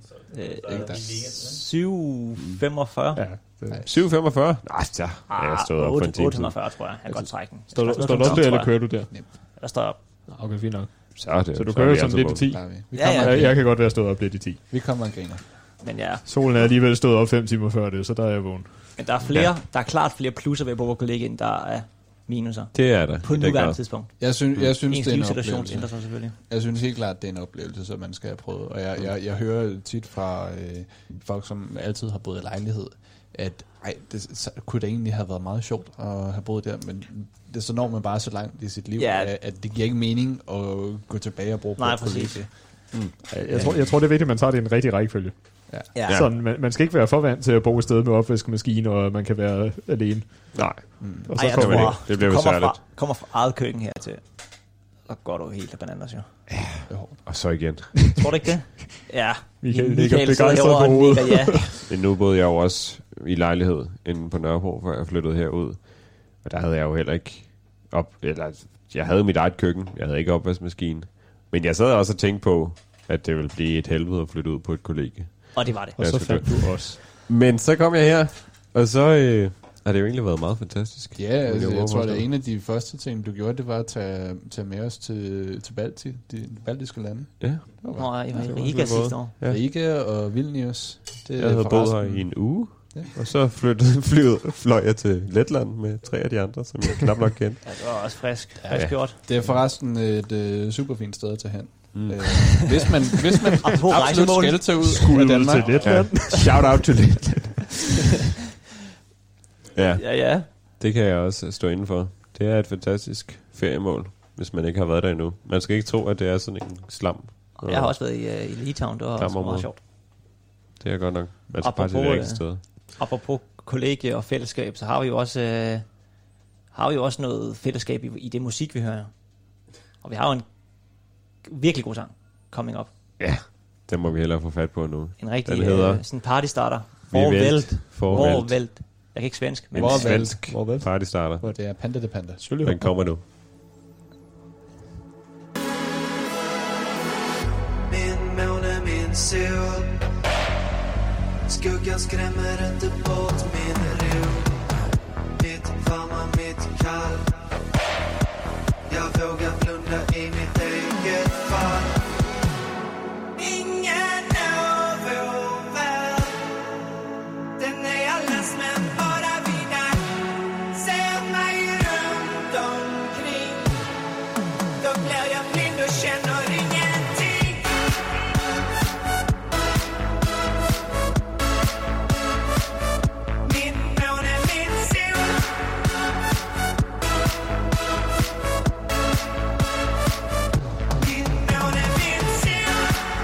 7.45. Ja, 7.45? Nej, ja. Jeg stod op for en time siden. 8.45, tror jeg. Jeg kan godt trække den. Står du også der, eller kører du der? Der står op. Okay, fint nok. Så Så du kører vi sådan altså lidt på. i 10? Der er vi. Vi Ja, kommer, ja. Jeg kan godt være stået op lidt i 10. vi kommer og griner. Men ja, Solen er alligevel stået op 5 timer før det, så der er jeg vågen. men der er flere, der er klart flere plusser ved at bo på kollegiet, end der er minuser. Det er der. På i den nuværende grad. tidspunkt. Jeg synes, Ens det er en livssituation oplevelse. ændrer sig selvfølgelig. Jeg synes helt klart, det er en oplevelse, som man skal have prøvet. Og jeg hører tit fra folk, som altid har boet i lejlighed, at det kunne da egentlig have været meget sjovt at have boet der, men det, så når man bare så langt i sit liv, Ja. at det giver ikke mening at gå tilbage og bruge på Nej, et præcis. kollegie. Jeg tror, det er vigtigt, at man tager det i en rigtig rækkefølge. Ja. Sådan, man skal ikke være for vant til at bo et sted med opvaskemaskine, og man kan være alene. Nej. Og Ej, jeg kommer det tror, ikke. Det bliver du kommer besværligt. kommer fra eget køkken her til, så går du helt af bananas, jo. Og så igen. Tror du ikke det? Ja. Michael ligger Michael sidder begejstret herovre på og hovedet. nikker, ja. Men nu boede jeg jo også i lejlighed inde på Nørrebro, før jeg flyttede herud. Og der havde jeg jo heller ikke jeg havde mit eget køkken. Jeg havde ikke opvaskemaskine. Men jeg sad også og tænkte på, at det ville blive et helvede at flytte ud på et kollegie. Og det var det. Og så fandt du os. Men så kom jeg her, og så har det jo egentlig været meget fantastisk. Ja, altså, jeg tror, det at en af de første ting, du gjorde, det var at tage med os til de baltiske lande. Ja, Nå, jeg var i det var Riga også sidste år. Ja. Riga og Vilnius. Det jeg havde boet her forresten- i en uge. Ja. Og så fløj jeg til Letland med 3 af de andre, som jeg knap nok kendte. Ja, det var også frisk Ja. gjort. Det er forresten et super fint sted at tage hen. Hvis man Apropos absolut rejsemål. skal tage ud af Skud Danmark. til Letland. Shout out til Letland. Ja, Ja. det kan jeg også stå inden for. Det er et fantastisk feriemål, hvis man ikke har været der endnu. Man skal ikke tro, at det er sådan en slam. Jeg har også været i Litauen, det var også meget sjovt. Det er godt nok. Man skal bare til det rigtige sted. Apropos kollegie og fællesskab, så har vi jo også noget fællesskab i det musik, vi hører. Og vi har jo en virkelig god sang, Coming Up. Ja, den må vi hellere få fat på nu. En rigtig sådan partystarter. Vorwelt. Jeg kan ikke svensk, men svensk partystarter. Hvor det er Panda de Panda. Den kommer nu. Min måne, min sol. Skuggan skrämmer inte bort min ro. Mitt varma, mitt kall. Jag vågar blunda i mitt eget fall. Ingen av vår värld. Den är allas men bara vi där. Ser mig runt omkring. Då blir jag blind och känner ingenting. Min måne, min sol. Min måne, min sol.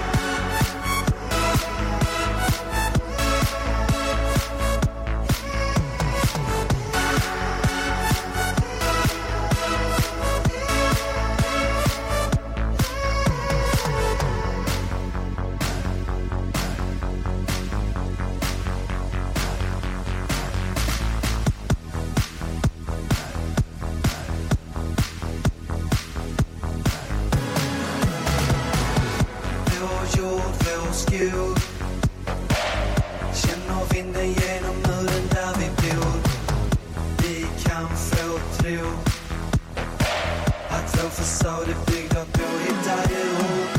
Vår jord, vår skog. Känner vinden genom muren där vi bor. Vi kan få tro att vår fasad är byggd av påhittade ord.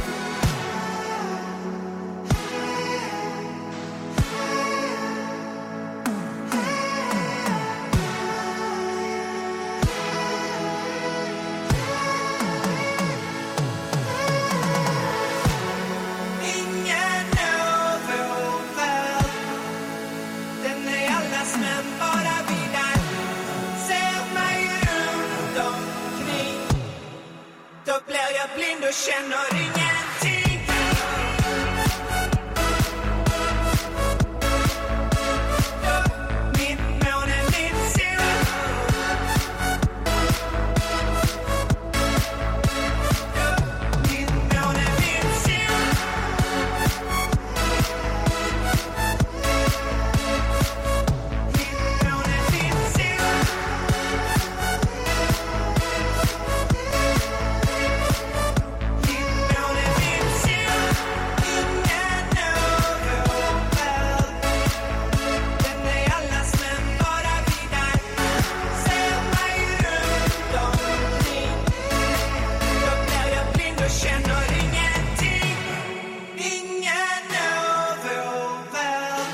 Ingen av vår värld. Den är allas men bara vi där. Ser mig runt omkring. Då blir jag blind och känner ingenting. Min måne, min sol. Min måne, min sol. Min måne, min sol. Min måne, min sol. Ingen av vår värld. Den är allas men bara vi där. Ser mig runt omkring. Då blir jag blind och känner ingenting. Ingen av vår värld.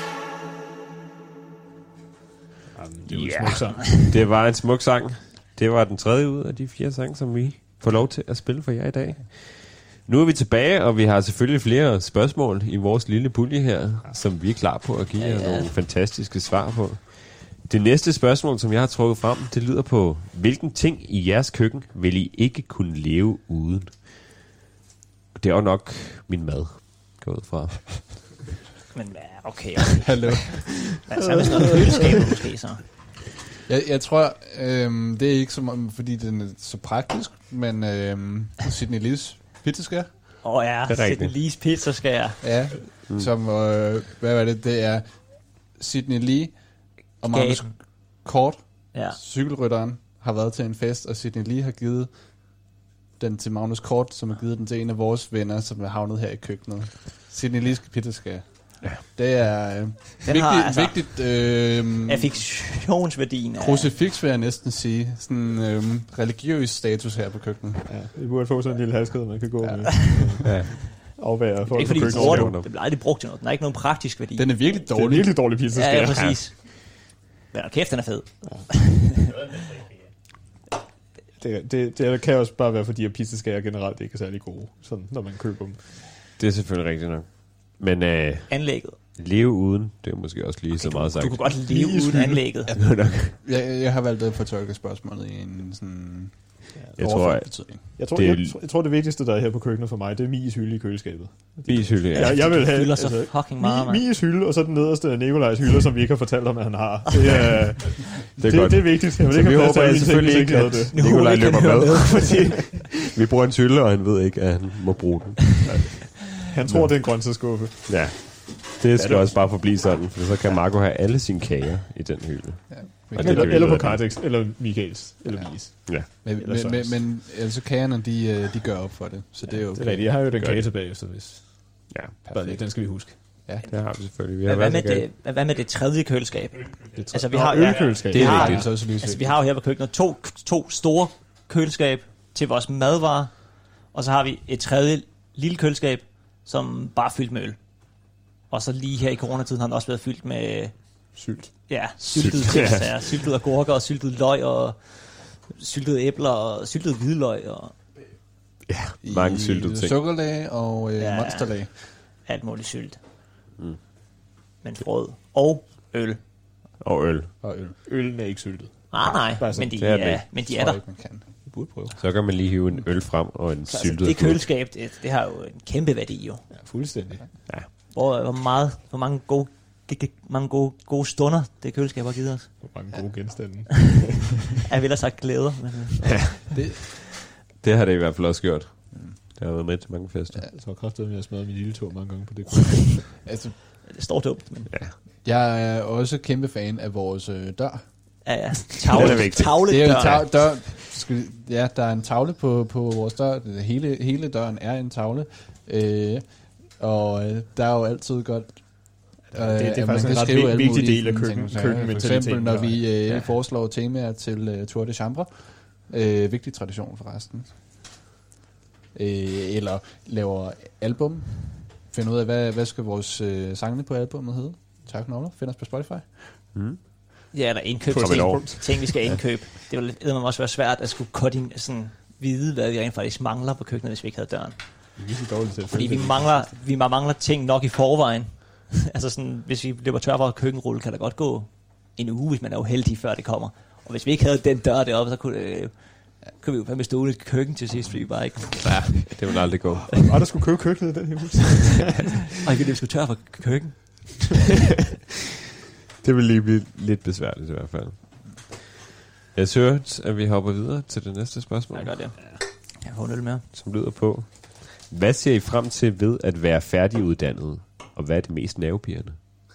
Det er jo en smuk sang. Det var en smuk sang. Det var den tredje ud af de 4 sange, som vi får lov til at spille for jer i dag. Nu er vi tilbage, og vi har selvfølgelig flere spørgsmål i vores lille pulje her, som vi er klar på at give jer nogle fantastiske svar på. Det næste spørgsmål, som jeg har trukket frem, det lyder på: hvilken ting i jeres køkken vil I ikke kunne leve uden? Det er jo nok min mad, går ud fra. Men okay. Hallo. Så er det sådan noget køleskab måske så. Jeg tror, det er ikke som fordi den er så praktisk, men Sydney Lees pizzaskær. Ja, Det er rigtigt. Sydney Lees pizza skal jeg. Ja, som, hvad var det? Det er Sydney Lee og Magnus Kort, Ja. cykelrytteren, har været til en fest, og Sydney Lee har givet den til Magnus Kort, som har givet den til en af vores venner, som er havnet her i køkkenet. Sydney Lees pizzaskær. Ja. Det er vigtigt. Affektionsværdien af... Krucifiks vil jeg næsten sige. Sådan religiøs status her på køkkenet. Ja, vi burde få sådan en lille halskæde, man kan gå med. Ja. Afvære for Ikke fordi køkkenet. den bruger den. Det bliver aldrig brugt til noget. Den har ikke nogen praktisk værdi. Den er virkelig Det er dårlig. virkelig dårlig pizza, skal Ja, præcis. Men kæft, den er fed. Det kan også bare være, fordi at pizzaskager generelt ikke er særlig gode, sådan, når man køber dem. Det er selvfølgelig rigtigt nok. Men Anlægget. Leve uden, det er måske også lige så meget sagt. Du kunne godt leve uden anlægget. Jeg har valgt at fortolke spørgsmålet i en sådan Jeg tror, overført betydning. Jeg tror, det vigtigste, der er her på køkkenet for mig, det er Mies hylde i køleskabet. Mies hylde, ja. Jeg vil have Fylder så fucking meget, mand. Mies hylde, og så den nederste Nikolajs hylde, som vi ikke har fortalt om, at han har. Det er godt. Det er vigtigt. Jeg vil Så ikke vi have plads håber til alle de selvfølgelig ting, ikke, hvis at det. Nikolaj ikke løber kan høre med, fordi vi bruger en hylde, og han ved ikke, at han må bruge den. Han tror, det er en grøntsagsskuffe. Ja, det skal også bare forblive sådan, for så kan Marco have alle sine kager i den hylde. Ja. Og det kan vi Eller på lade Cartex, eller Michaels, eller Mies. Ja. Men altså kagerne, de gør op for det, så det er jo Det er rigtigt. Jeg har jo den kage tilbage, så hvis... Ja, Bare lige, den skal vi huske. Ja. det har vi selvfølgelig. Vi har Hvad med det tredje køleskab? Altså, vi Nå, har ølkøleskab. det er har- vigtigt. Så også lige Altså, vi har jo her på køkkenet to store køleskab til vores madvarer, og så har vi et tredje lille køleskab, som bare er fyldt med øl. Og så lige her i coronatiden har den også været fyldt med Sylt. syltede ting, ja. Syltede agurker og syltede løg og syltede æbler og syltede hvidløg og mange syltede ting. Sukkerlag og monsterlag. alt muligt sylt. Men frød og øl. Og øl. Og øl. Øllen er ikke syltet. Nej, Bare sådan. men Det er det ikke. men de Tror er jeg der. ikke, man kan. Vi burde prøve. Så kan man lige hive en øl frem og en Så, syltet det agurk. køleskab, det har jo en kæmpe værdi jo. Ja, fuldstændig. Hvor mange gode stunder det køleskab har givet os. Hvor mange gode genstande. Jeg vil have sagt glæder. Men, Det har det i hvert fald også gjort. Det har været med til mange fester. Jeg tror kraftigt, at jeg har smadret min lille tog mange gange på det. Altså, det står dumt, men jeg er også kæmpe fan af vores dør. ja. Det er vigtigt. Tavle Det er jo dør. en dør. Ja, der er en tavle på vores dør. Hele døren er en tavle. Og der er jo altid godt... Det er at faktisk man en kan ret skrive alle vigtig mulige del af ting. For køkkenmentaliteten. eksempel, når vi foreslår temaer til Tour de Chambre. Vigtig tradition forresten. Eller laver album. Finder ud af, hvad skal vores sangene på albumet hedde. Tak, Nogler. Find os på Spotify. Ja, eller indkøb På et år. ting, vi skal indkøbe. Det ville også være svært at skulle sådan vide, hvad vi rent faktisk mangler på køkkenet, hvis vi ikke havde døren. Det er så dårligt til. Fordi vi mangler ting nok i forvejen. Altså sådan, hvis vi løber tør for køkkenrulle, kan der godt gå en uge, hvis man er uheldig, før det kommer. Og hvis vi ikke havde den dør deroppe, så kunne vi jo fandme stå i et køkken til sidst, fordi vi bare ikke... Ja, det vil aldrig gå. Og der skulle købe køkkenet i den her hus. Og ikke, det skulle tør for køkken. Det vil lige blive lidt besværligt i hvert fald. Jeg synes, at vi hopper videre til det næste spørgsmål, Jeg gør det. Jeg får en øl mere. som lyder på. Hvad ser I frem til ved at være færdiguddannet? Og hvad er det mest nervepirrende?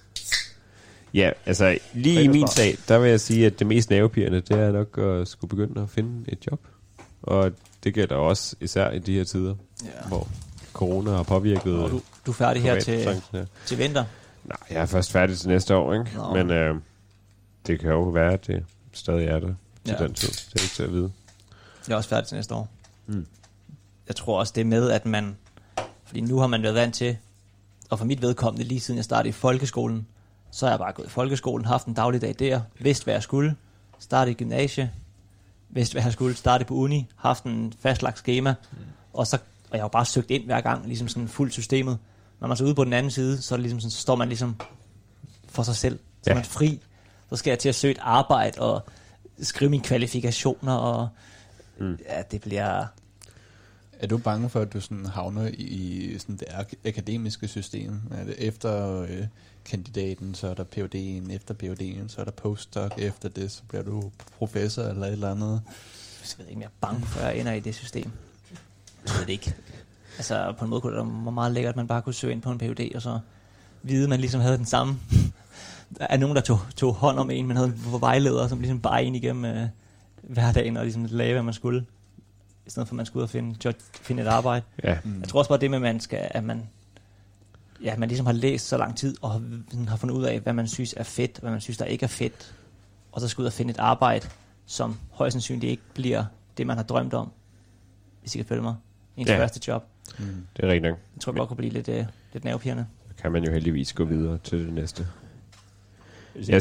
Ja, altså lige i min sag, der vil jeg sige, at det mest nervepirrende, det er nok at skulle begynde at finde et job. Og det gælder også især i de her tider, hvor corona har påvirket... Og du er færdig her til vinter. Nej, jeg er først færdig til næste år, ikke? Nå. Men det kan jo være, at det stadig er der til den tid. Det er ikke til at vide. Jeg er også færdig til næste år. Jeg tror også, det er med, at man... Fordi nu har man været vant til... Og for mit vedkommende, lige siden jeg startede i folkeskolen, så har jeg bare gået i folkeskolen, haft en dagligdag der, vidst hvad jeg skulle, starte i gymnasie, vidst hvad jeg skulle, starte på uni, haft en fastlagt schema, og jeg har bare søgt ind hver gang, ligesom sådan fuldt systemet. Når man så ude på den anden side, så, er det ligesom sådan, så står man ligesom for sig selv, så er man fri. Så skal jeg til at søge et arbejde, og skrive mine kvalifikationer, og ja, det bliver... Er du bange for, at du sådan havner i sådan det akademiske system? Er det efter kandidaten, så er der PhD'en, efter PhD'en, så er der postdoc, efter det, så bliver du professor eller et eller andet? Jeg ved ikke, om jeg er bange for, at jeg ender i det system. Jeg ved det ikke. Altså, på en måde kunne det være meget lækkert, at man bare kunne søge ind på en PhD, og så vide, at man ligesom havde den samme. Der er nogen, der tog hånd om en, man havde en vejleder, som ligesom bare en igennem hverdagen, og ligesom lagde, hvad man skulle. I stedet for, at man skulle ud og finde et arbejde. Ja. Jeg tror også bare det med, at man ligesom har læst så lang tid, og har fundet ud af, hvad man synes er fedt, hvad man synes, der ikke er fedt. Og så skal ud og finde et arbejde, som højst sandsynligt ikke bliver det, man har drømt om. Hvis I kan følge mig. Ens første job. Det er rigtigt nok. Jeg tror godt kunne blive lidt nervepirrende. Så kan man jo heldigvis gå videre til det næste. Jeg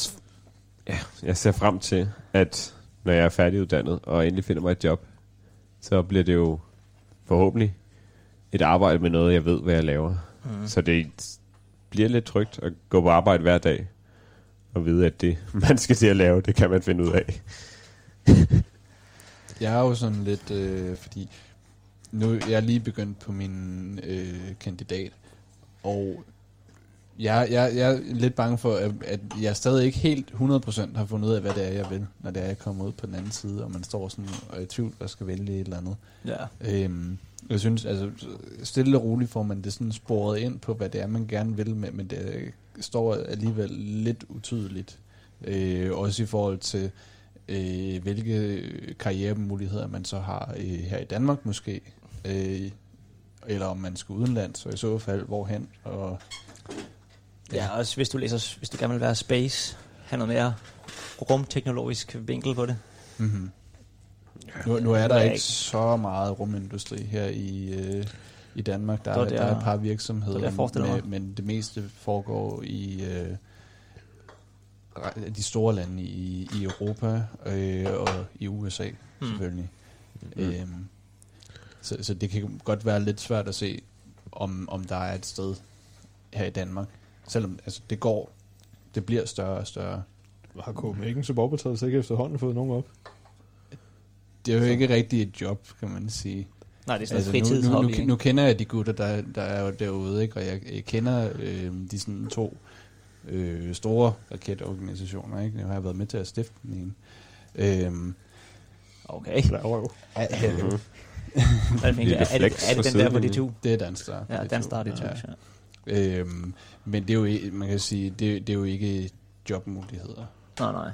ser frem til, at når jeg er færdiguddannet og endelig finder mig et job, så bliver det jo forhåbentlig et arbejde med noget, jeg ved, hvad jeg laver. Så det bliver lidt trygt at gå på arbejde hver dag, og vide, at det, man skal til at lave, det kan man finde ud af. Jeg er jo sådan lidt, fordi nu jeg er lige begyndt på min kandidat, og jeg er lidt bange for, at jeg stadig ikke helt 100% har fundet ud af, hvad det er, jeg vil, når det er, jeg kommer ud på den anden side, og man står sådan og er i tvivl, der skal vælge et eller andet. Ja. Jeg synes, altså stille og roligt får man det sådan sporet ind på, hvad det er, man gerne vil med, men det står alligevel lidt utydeligt. Også i forhold til, hvilke karrieremuligheder man så har her i Danmark måske, eller om man skal udenlands, og i så fald hvorhen. Og Ja, også hvis du gerne vil være space, have noget mere rumteknologisk vinkel på det. mm-hmm. Nu er der ikke så meget rumindustri her i Danmark. Der er et par virksomheder, men det meste foregår i de store lande i Europa og i USA selvfølgelig. Så det kan godt være lidt svært at se, om der er et sted her i Danmark. Selvom altså, det bliver større og større. Har Copenhagen Suborbitals ikke efterhånden fået nogen op? Det er jo ikke rigtig et job, kan man sige. Nej, det er sådan altså, fritidshobby. Nu kender jeg de gutter, der er jo derude, ikke? Og jeg kender de sådan 2 store raketorganisationer, ikke? Jeg har været med til at stifte den ene. Okay. Er det den der på de 2? Det er Danstar. Ja, Danstar de 2. Ja. Men det er jo, man kan sige, det er jo ikke jobmuligheder. Nej.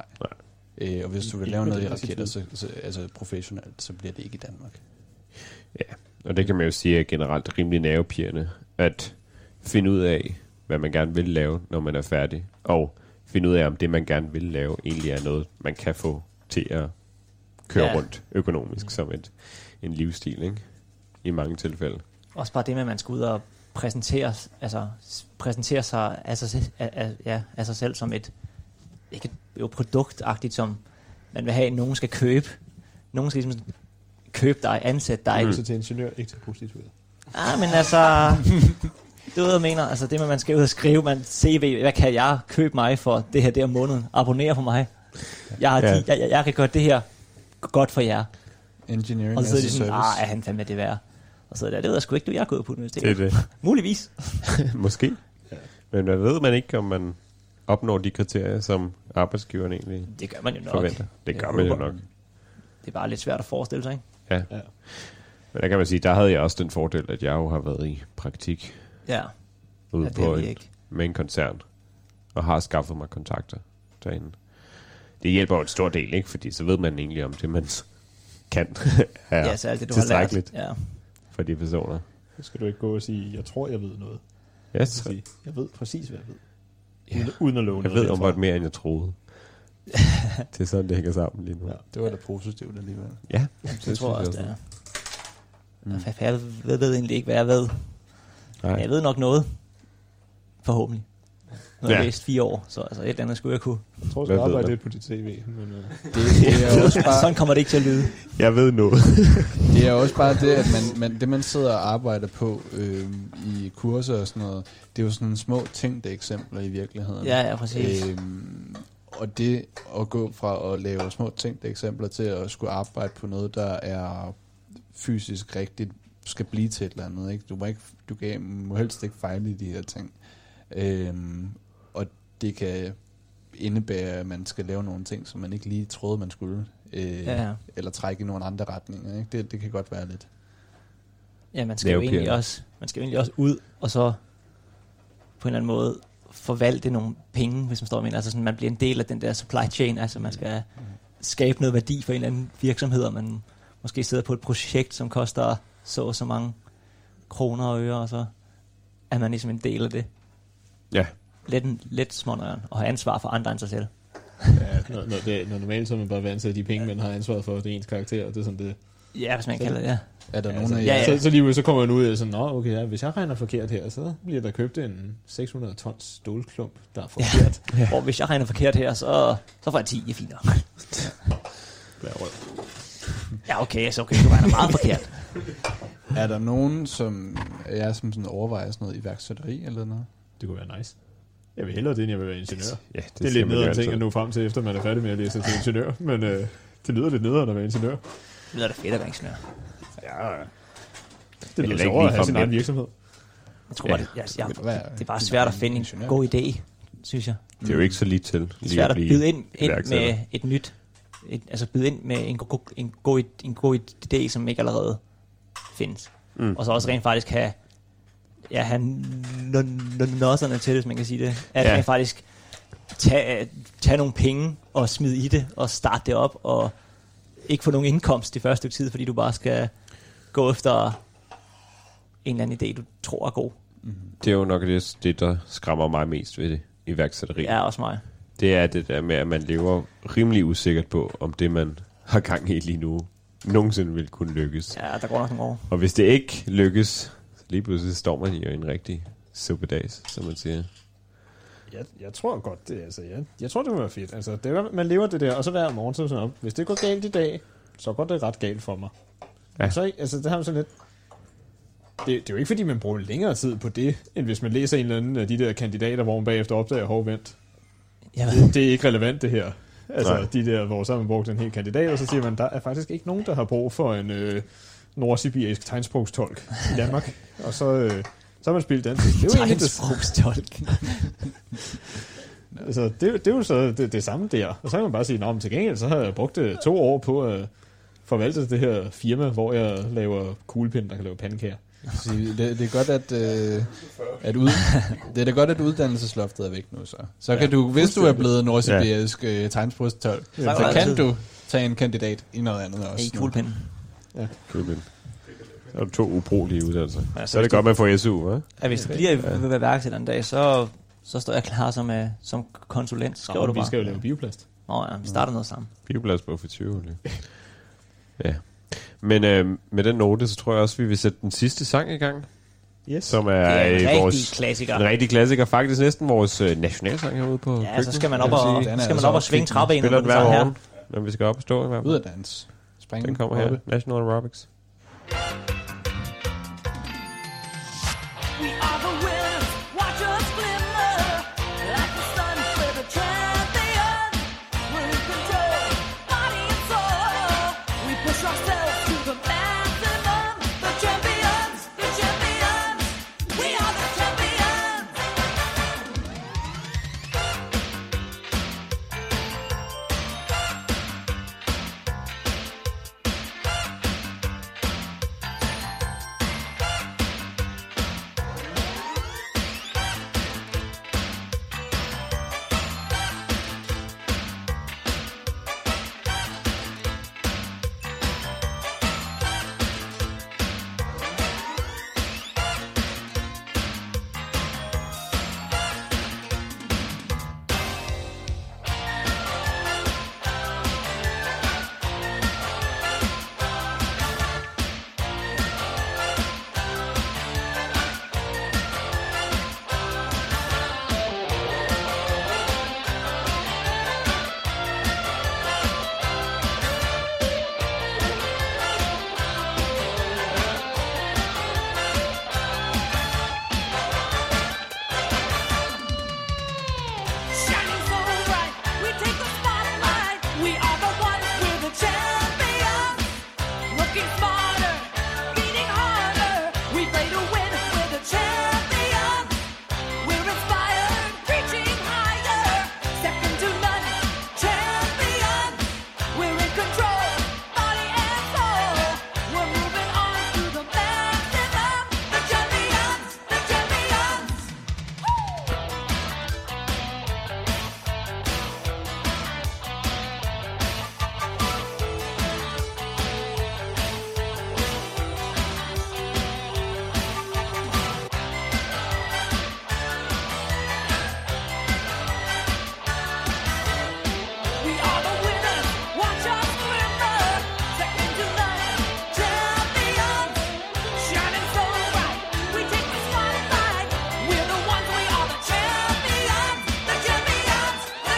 Og hvis du vil lave noget i raketter, så altså professionelt, så bliver det ikke i Danmark. Ja, og det kan man jo sige er generelt rimelig nervepirrende, at finde ud af, hvad man gerne vil lave, når man er færdig, og finde ud af, om det, man gerne vil lave, egentlig er noget, man kan få til at køre rundt økonomisk som en livsstil, ikke? I mange tilfælde. Også bare det med, at man skal ud og præsentere sig af sig selv som et ikke et produktagtigt, som man vil have, nogen skal købe. Nogen skal ligesom købe dig, ansætte dig. Så til ingeniør, ikke til prostitueret. Men altså, det er jeg mener. Altså det med, man skal ud og skrive, man CV, hvad kan jeg købe mig for det her der måneden? Abonnere på mig. Jeg kan gøre det her godt for jer. Engineering og så as a sådan, service. er han fandme det værd? Og så det ved jeg sgu ikke, du jeg er gået på universitetet. Det er det. Muligvis. Måske. Ja. Men hvad ved man ikke, om man opnår de kriterier, som arbejdsgiveren egentlig det gør man jo nok. forventer? Det gør man jo nok. Det er bare lidt svært at forestille sig, ikke? Ja. Men der kan man sige, der havde jeg også den fordel, at jeg jo har været i praktik ude på med en koncern, og har skaffet mig kontakter derinde. Det hjælper jo en stor del, ikke? Fordi så ved man egentlig, om det man kan er så alt det, du tilstrækkeligt har lært. for de personer. Så skal du ikke gå og sige, jeg tror, jeg ved noget. Yes. Jeg ved præcis, hvad jeg ved. Uden at love jeg ved om mere, end jeg troede. Det er sådan, det hænger sammen lige nu. Ja, det var da positivt alligevel. Ja, det tror jeg også, det er. Jeg ved egentlig ikke, hvad jeg ved. Nej. Jeg ved nok noget. Forhåbentlig. Nu har jeg læst 4 år, så altså et eller andet skulle jeg kunne. Jeg tror, du skal arbejde lidt på dit CV. Men, det er også bare... Sådan kommer det ikke til at lyde. Jeg ved noget. Det er også bare det, at man sidder og arbejder på i kurser og sådan noget. Det er jo sådan små tænkte eksempler i virkeligheden. Ja, præcis. Og det at gå fra at lave små tænkte eksempler til at skulle arbejde på noget, der er fysisk rigtigt, skal blive til et eller andet. Ikke? Du må helst ikke fejle i de her ting. Og det kan indebære, at man skal lave nogle ting, som man ikke lige troede, man skulle. Eller trække i nogle andre retninger. Ikke? Det kan godt være lidt. Ja, man skal jo egentlig også ud, og så på en eller anden måde forvalte nogle penge, hvis man står med. Altså sådan, man bliver en del af den der supply chain. Altså man skal skabe noget værdi for en eller anden virksomhed, og man måske sidder på et projekt, som koster så mange kroner og øre, og så er man ligesom en del af det. Ja. Lidt smånøren, og have ansvar for andre end sig selv. Ja, når normalt så er man bare vant til, at de penge, man har ansvaret for, det er ens karakter, og det er sådan det. Ja, hvis man kalder det, Er der nogen af jer? Så lige så kommer man ud og sådan, okay, hvis jeg regner forkert her, så bliver der købt en 600 tons stålklump, der er forkert. Og hvis jeg regner forkert her, så får jeg 10, det er fint nok. Ja, okay, så okay, du regner meget forkert. Er der nogen, som sådan overvejer sådan noget iværksætteri eller noget? Det kunne være nice. Jeg vil hellere det, end jeg vil være ingeniør. Ja, Det er lidt nederen ting at nå frem til, efter man er færdig med at læse til ingeniør. Men det lyder lidt nederen at være ingeniør. Det lyder da fedt at være ingeniør. Ja, det lyder ikke sjovere at have ligefrem sin egen nemt. Jeg virksomhed. tror, Ja. det er bare svært at finde en god idé, synes jeg. Det er jo ikke så lige til. Det er Lige svært at byde ind iværksætter. med et nyt, altså byde ind med en god idé, som ikke allerede findes. Og så også rent faktisk have nosserne til det, hvis man kan sige det. At rent faktisk tage nogle penge og smide i det, og starte det op, og ikke få nogen indkomst det første stykke tid, fordi du bare skal gå efter en eller anden idé, du tror er god. Det er jo nok det, der skræmmer mig mest ved det iværksætteri. Ja, også mig. Det er det der med, at man lever rimelig usikkert på, om det, man har gang i lige nu, nogensinde vil kunne lykkes. Ja, der går nok nogle år. Og hvis det ikke lykkes, så lige pludselig står man i en rigtig suppedags, som man siger. Jeg tror godt, det altså, jeg tror, det må være fedt. Altså, det er, man lever det der, og så hver morgen så sådan op. Hvis det går galt i dag, så går det ret galt for mig. Ja. Så, altså, det har man sådan lidt... Det er jo ikke, fordi man bruger længere tid på det, end hvis man læser en eller anden af de der kandidater, hvor man bagefter opdager, vent. Det er ikke relevant, det her. Altså, de der, hvor så har man brugt en hel kandidat, og så siger man, der er faktisk ikke nogen, der har brug for en nordsibirisk tegnsprogstolk i Danmark. Og så har man spillet dansk. Det er jo egentlig Tegnsprogstolk. Altså, det er jo så det samme der. Og så kan man bare sige, nå, men til gengæld, så har jeg brugt 2 år på at forvalte det her firma, hvor jeg laver kuglepinde, der kan lave pandekager. Det er godt, det er da godt, at uddannelsesloftet er væk nu, så kan du, hvis du er blevet nordsibirisk tegnsprogstolk, så kan du tage en kandidat i noget andet også. I kuglepinde. Ja, kuglepinde. Så er du 2 ubrugelige uddannelser. Ja, så er det godt, man får SU, hva'? Ja, hvis det bliver ved værksætter en dag, så står jeg klar som konsulent. Skriver du bare. Vi skal jo lave bioplast. Nå ja, vi starter noget sammen. Bioplast på for 20. Ja. Men med den note, så tror jeg også, vi vil sætte den sidste sang i gang. Yes. Som Det er en vores rigtig klassiker. en rigtig klassiker. Faktisk næsten vores nationalsang herude på Ja, så skal man køkkenet, op kan og, sige. skal man op og svinge trappebenet Spiller på den den hver sang her. morgen, når vi skal op og stå i hvert Ud fald. af dans. Spring. Den kommer her. National Aerobics. We are the winners, watch us glimmer like the sun for the champion. We're in control, body and soul. We push ourselves to the maximum. The champions, the champions. We are the champions. Shining so bright, we take the spotlight. We are the ones, we're the champions. Looking smarter, beating harder. We play to win, we're the champions. We're inspired, reaching higher. Second to none, champions. We're in control, body and soul. We're moving on to the maximum. The champions, the champions. We are the winners, watch us glimmer. Second to none, champions. Shining so bright, we take the spotlight. We're the ones, we are the champions. The champions, the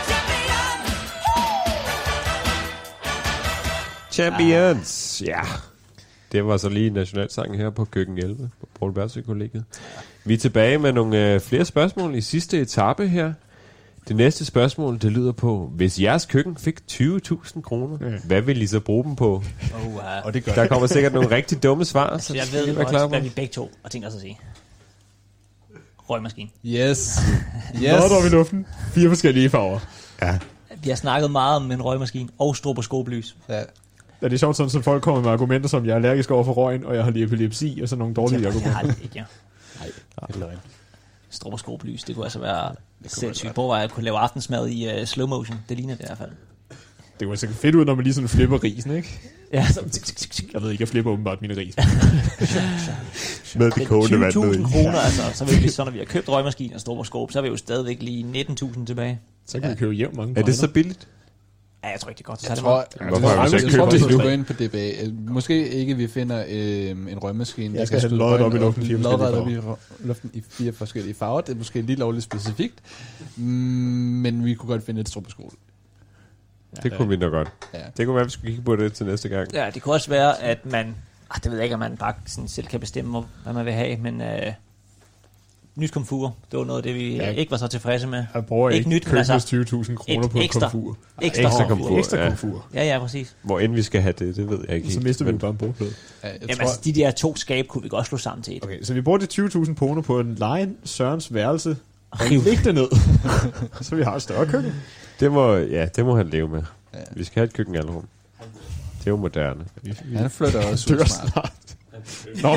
champions. Champions! Ja. Det var så lige nationalsangen her på Køkken 11 på Poul Bergsøe Kollegiet. Vi er tilbage med nogle flere spørgsmål i sidste etape her. Det næste spørgsmål, det lyder på, hvis jeres køkken fik 20.000 kroner, hvad vil I så bruge dem på? Og det gør Der kommer sikkert nogle rigtig dumme svar. Så jeg ved godt, hvad vi begge to har tænkt os at sige. Røgmaskine. Yes. Noget op i luften. 4 forskellige farver. Ja. Vi har snakket meget om en røgmaskine og stroboskoplys. Ja. Ja, det er sjovt sådan, så folk kommer med argumenter som, jeg er allergisk over for røgen, og jeg har lige epilepsi, og sådan nogle dårlige argumenter. Jeg har det ikke, ja. Nej, stroboskoplys, det kunne altså være sindssygt. Prøv at kunne lave aftensmad i slow motion. Det ligner det i hvert fald. Det kunne sikkert fedt ud, når man lige sådan flipper risen, ikke? Ja, så Jeg ved ikke, jeg flipper åbenbart mine ris. Med det kogende vand. 20.000 kroner, altså. Så vil vi, så når vi har købt røgmaskine og stroboskop, så er vi jo stadigvæk lige 19.000 tilbage. Så kan vi købe hjem mange Er det så billigt? Ja, jeg tror ikke, det er godt. Jeg tror, hvis du går ind på DBA, måske ikke vi finder en røgmaskine. Jeg skal have loddet op i luften i 4 forskellige farver. Det er måske lige lovligt specifikt, men vi kunne godt finde et stroboskop. Det kunne vi nok godt. Ja. Det kunne være, at vi skulle kigge på det til næste gang. Ja, det kunne også være, at man... det ved jeg ikke, om man bare sådan selv kan bestemme, hvad man vil have, men... nyt komfur, det var noget af det, vi ikke var så tilfredse med. Jeg bruger ikke nyt, men altså 20.000 kroner på et komfur. Ekstra komfur. Ekstra komfur. Ja, præcis. Hvor end vi skal have det ved jeg ikke. Så mister vi bare en bogplade. Jamen altså, de der 2 skab kunne vi godt slå sammen til et. Okay, så vi bruger de 20.000 kroner på en lejen Sørens værelse, og lægge det ned. Så vi har et større køkken. Det må han leve med. Ja. Vi skal have et køkkenalrum. Det er jo moderne. Han flytter også ud snart. Nå,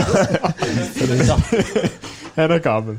han er gammel.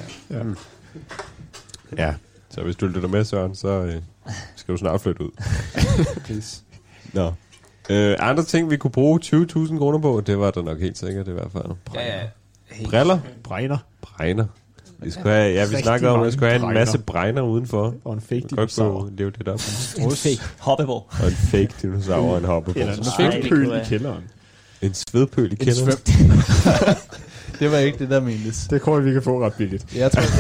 Ja, så hvis du lytter med, Søren, så skal du snart flytte ud. Nå. Andre ting, vi kunne bruge 20.000 kroner på, det var der nok helt sikkert i hvert fald. Briller? Bregner. Vi skulle have, vi snakkede om, at vi skulle have en masse bregner udenfor. Og en fake dinosaur. Kunne leve det op. En fake hoppevogn. Og en fake dinosaur og en hoppevogn. Eller en svedpøl i kælderen. En svedpøl i kælderen? Det var ikke det, der menes. Det tror jeg, vi kan få ret billigt. Jeg tror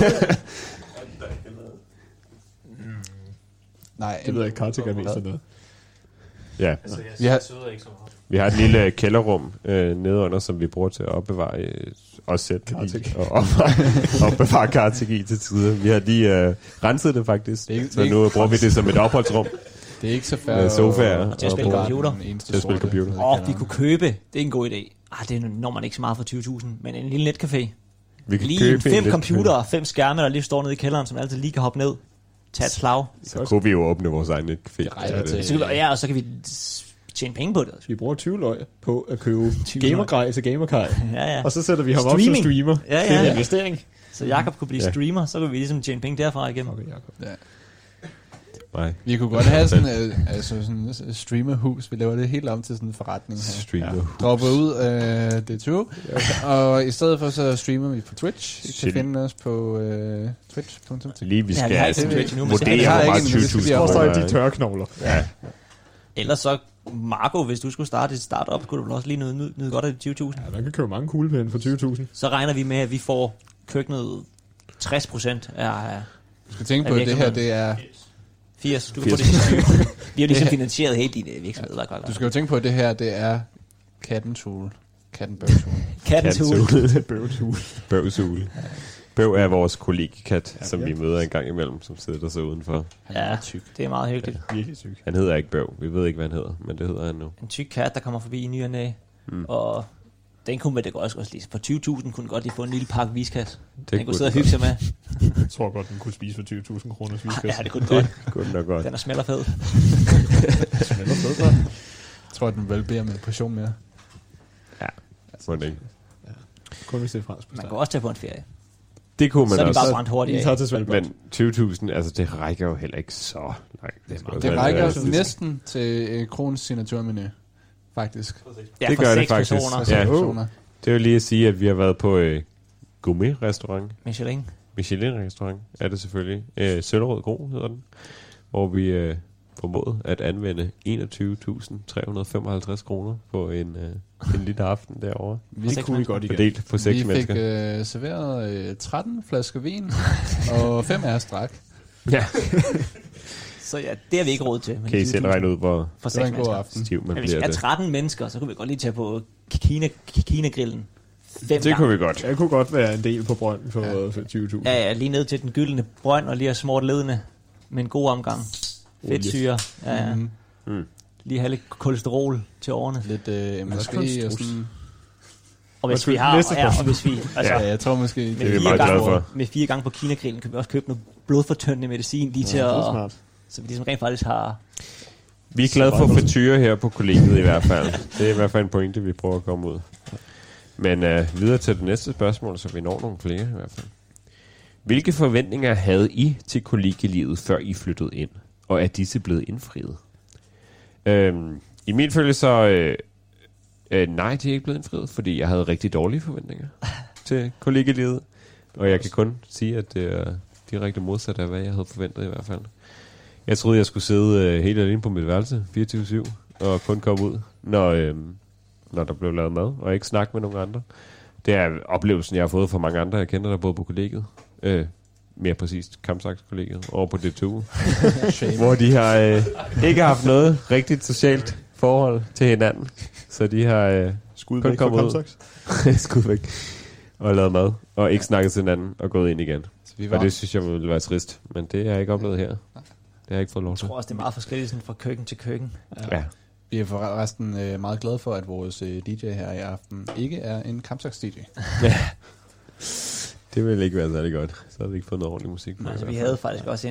Nej, det ved jeg ikke, Kartik er mest af noget. Ja. Altså, Vi har et lille kælderrum nedenunder, som vi bruger til at opbevare os selv og opbevare Kartik i til tider. Vi har lige renset det faktisk, så nu bruger vi det som et opholdsrum. Det er ikke så færdigt. Sofaer og til at spille computer. Til at spille computer. Og vi kunne købe, det er en god idé. Det når man ikke så meget for 20.000, men en lille netcafé. Vi kan lige købe 5 computere og 5 skærme, der lige står nede i kælderen, som altid lige kan hoppe ned. Tage et slag. Så kunne vi jo åbne vores egen netcafé. Ja, og så kan vi tjene penge på det. Så vi bruger 20 løg på at købe gamergrej til gamerkaj. Ja. Og så sætter vi ham op som streamer. Ja. Det er en investering. Så Jakob kunne blive streamer, så kunne vi ligesom tjene penge derfra igennem. Okay, Jakob. Ja. Nej. Vi kunne godt have sådan et streamerhus. Vi laver det helt om til sådan en forretning her. Streamerhus. Dropper ud af D2. Og i stedet for så streamer vi på Twitch. I kan finde os på twitch.tv. Lige vi skal vurdere, hvor meget 20.000 kroner de tørknogler. Ja. Ellers så, Marco, hvis du skulle starte et startup, kunne du vel også lige nyde godt af de 20.000. Ja, man kan købe mange kuglepinde for 20.000. Så regner vi med, at vi får køkkenet 60% af... Du skal tænke på, at det her, det er... 80. Du kan få det til 20. Vi har ligesom finansieret helt din virksomhed. Du skal jo tænke på, at det her, det er kattentule. Kattenbøvsule. Bøvsule. Bøv er vores kollegikat, som vi møder en gang imellem, som sidder der så udenfor. Ja, det er meget hyggeligt. Ja, virkelig tyk. Han hedder ikke Bøv. Vi ved ikke, hvad han hedder, men det hedder han nu. En tyk kat, der kommer forbi i ny og næ. Og den kunne man det også lige. For 20.000 kunne godt lige få en lille pakke viskas. Den kunne sidde og hygge sig med. Jeg tror godt, den kunne spise for 20.000 kroner viskas. Ja, det kunne den godt. Kunne nok godt. Den er smelter fed. Jeg tror, den vel beder med en portion mere. Ja, må det ikke. Kun hvis det er fransk. Man kan også tage på en ferie. Det kunne man så også. Så er de bare brændt hurtigt af. Men 20.000, altså det rækker jo heller ikke så langt. Det rækker næsten til Krones signaturmenu, faktisk. Ja, det gør det faktisk. Ja. Det er jo lige at sige, at vi har været på gourmet-restaurant. Michelin-restaurant er det selvfølgelig. Søllerød Gro hedder den. Hvor vi formåede at anvende 21.355 kroner på en lille aften derovre. Det kunne vi godt igen. Fordelt på 6 mennesker. Vi fik serveret 13 flasker vin og 5 af os drak. Ja. Så ja, det har vi ikke råd til. Kan I selv regne ud, hvor for 6 god aften. stiv man hvis vi bliver er det. 13 mennesker, så kunne vi godt lige tage på Kina-grillen 5 Det kunne vi godt. Jeg kunne godt være en del på brønden for 20.000. Ja, lige ned til den gyldne brønd, og lige have smurt ledene med en god omgang. Fedtsyre. Ja. Lige have lidt kolesterol til årene. Lidt MSG og sådan. Og hvis vi har, og hvis vi, altså, Ja, jeg tror måske... Det er vi meget glade for. med 4 gange på Kina-grillen, kan vi også købe noget blodfortyndende medicin lige til Det at, er smart. så vi ligesom rent faktisk har. Vi er glade for frityre her på kollegiet i hvert fald. Det er i hvert fald en pointe, vi prøver at komme ud. Men videre til det næste spørgsmål, så vi når nogle flere i hvert fald. Hvilke forventninger havde I til kollegielivet, før I flyttede ind? Og er disse blevet indfriet? I min følge så... nej, de er ikke blevet indfriet, fordi jeg havde rigtig dårlige forventninger til kollegielivet. Og jeg kan kun sige, at det er direkte modsat af, hvad jeg havde forventet i hvert fald. Jeg troede, jeg skulle sidde helt alene på mit værelse 24/7 og kun komme ud, når der blev lavet mad, og ikke snakke med nogen andre. Det er oplevelsen, jeg har fået fra mange andre, jeg kender, der både på kollegiet. Mere præcist, Kampsax-kollegiet, over på DTU. Hvor de har ikke haft noget rigtigt socialt forhold til hinanden. Så de har Skud kun væk fra kommet ud. Kampsax. Skud væk. Og lavet mad, og ikke snakket til hinanden, og gået ind igen. Vi Og det synes jeg ville være trist, men det har jeg ikke oplevet her. Det har jeg ikke fået lov Jeg til. tror også, det er meget forskelligt sådan fra køkken til køkken. Ja. Vi er forresten meget glade for, at vores DJ her i aften ikke er en Kampsax-DJ. Det ville ikke være særlig godt. Så havde vi ikke fået noget ordentlig musik på. Altså, i vi hvert havde faktisk også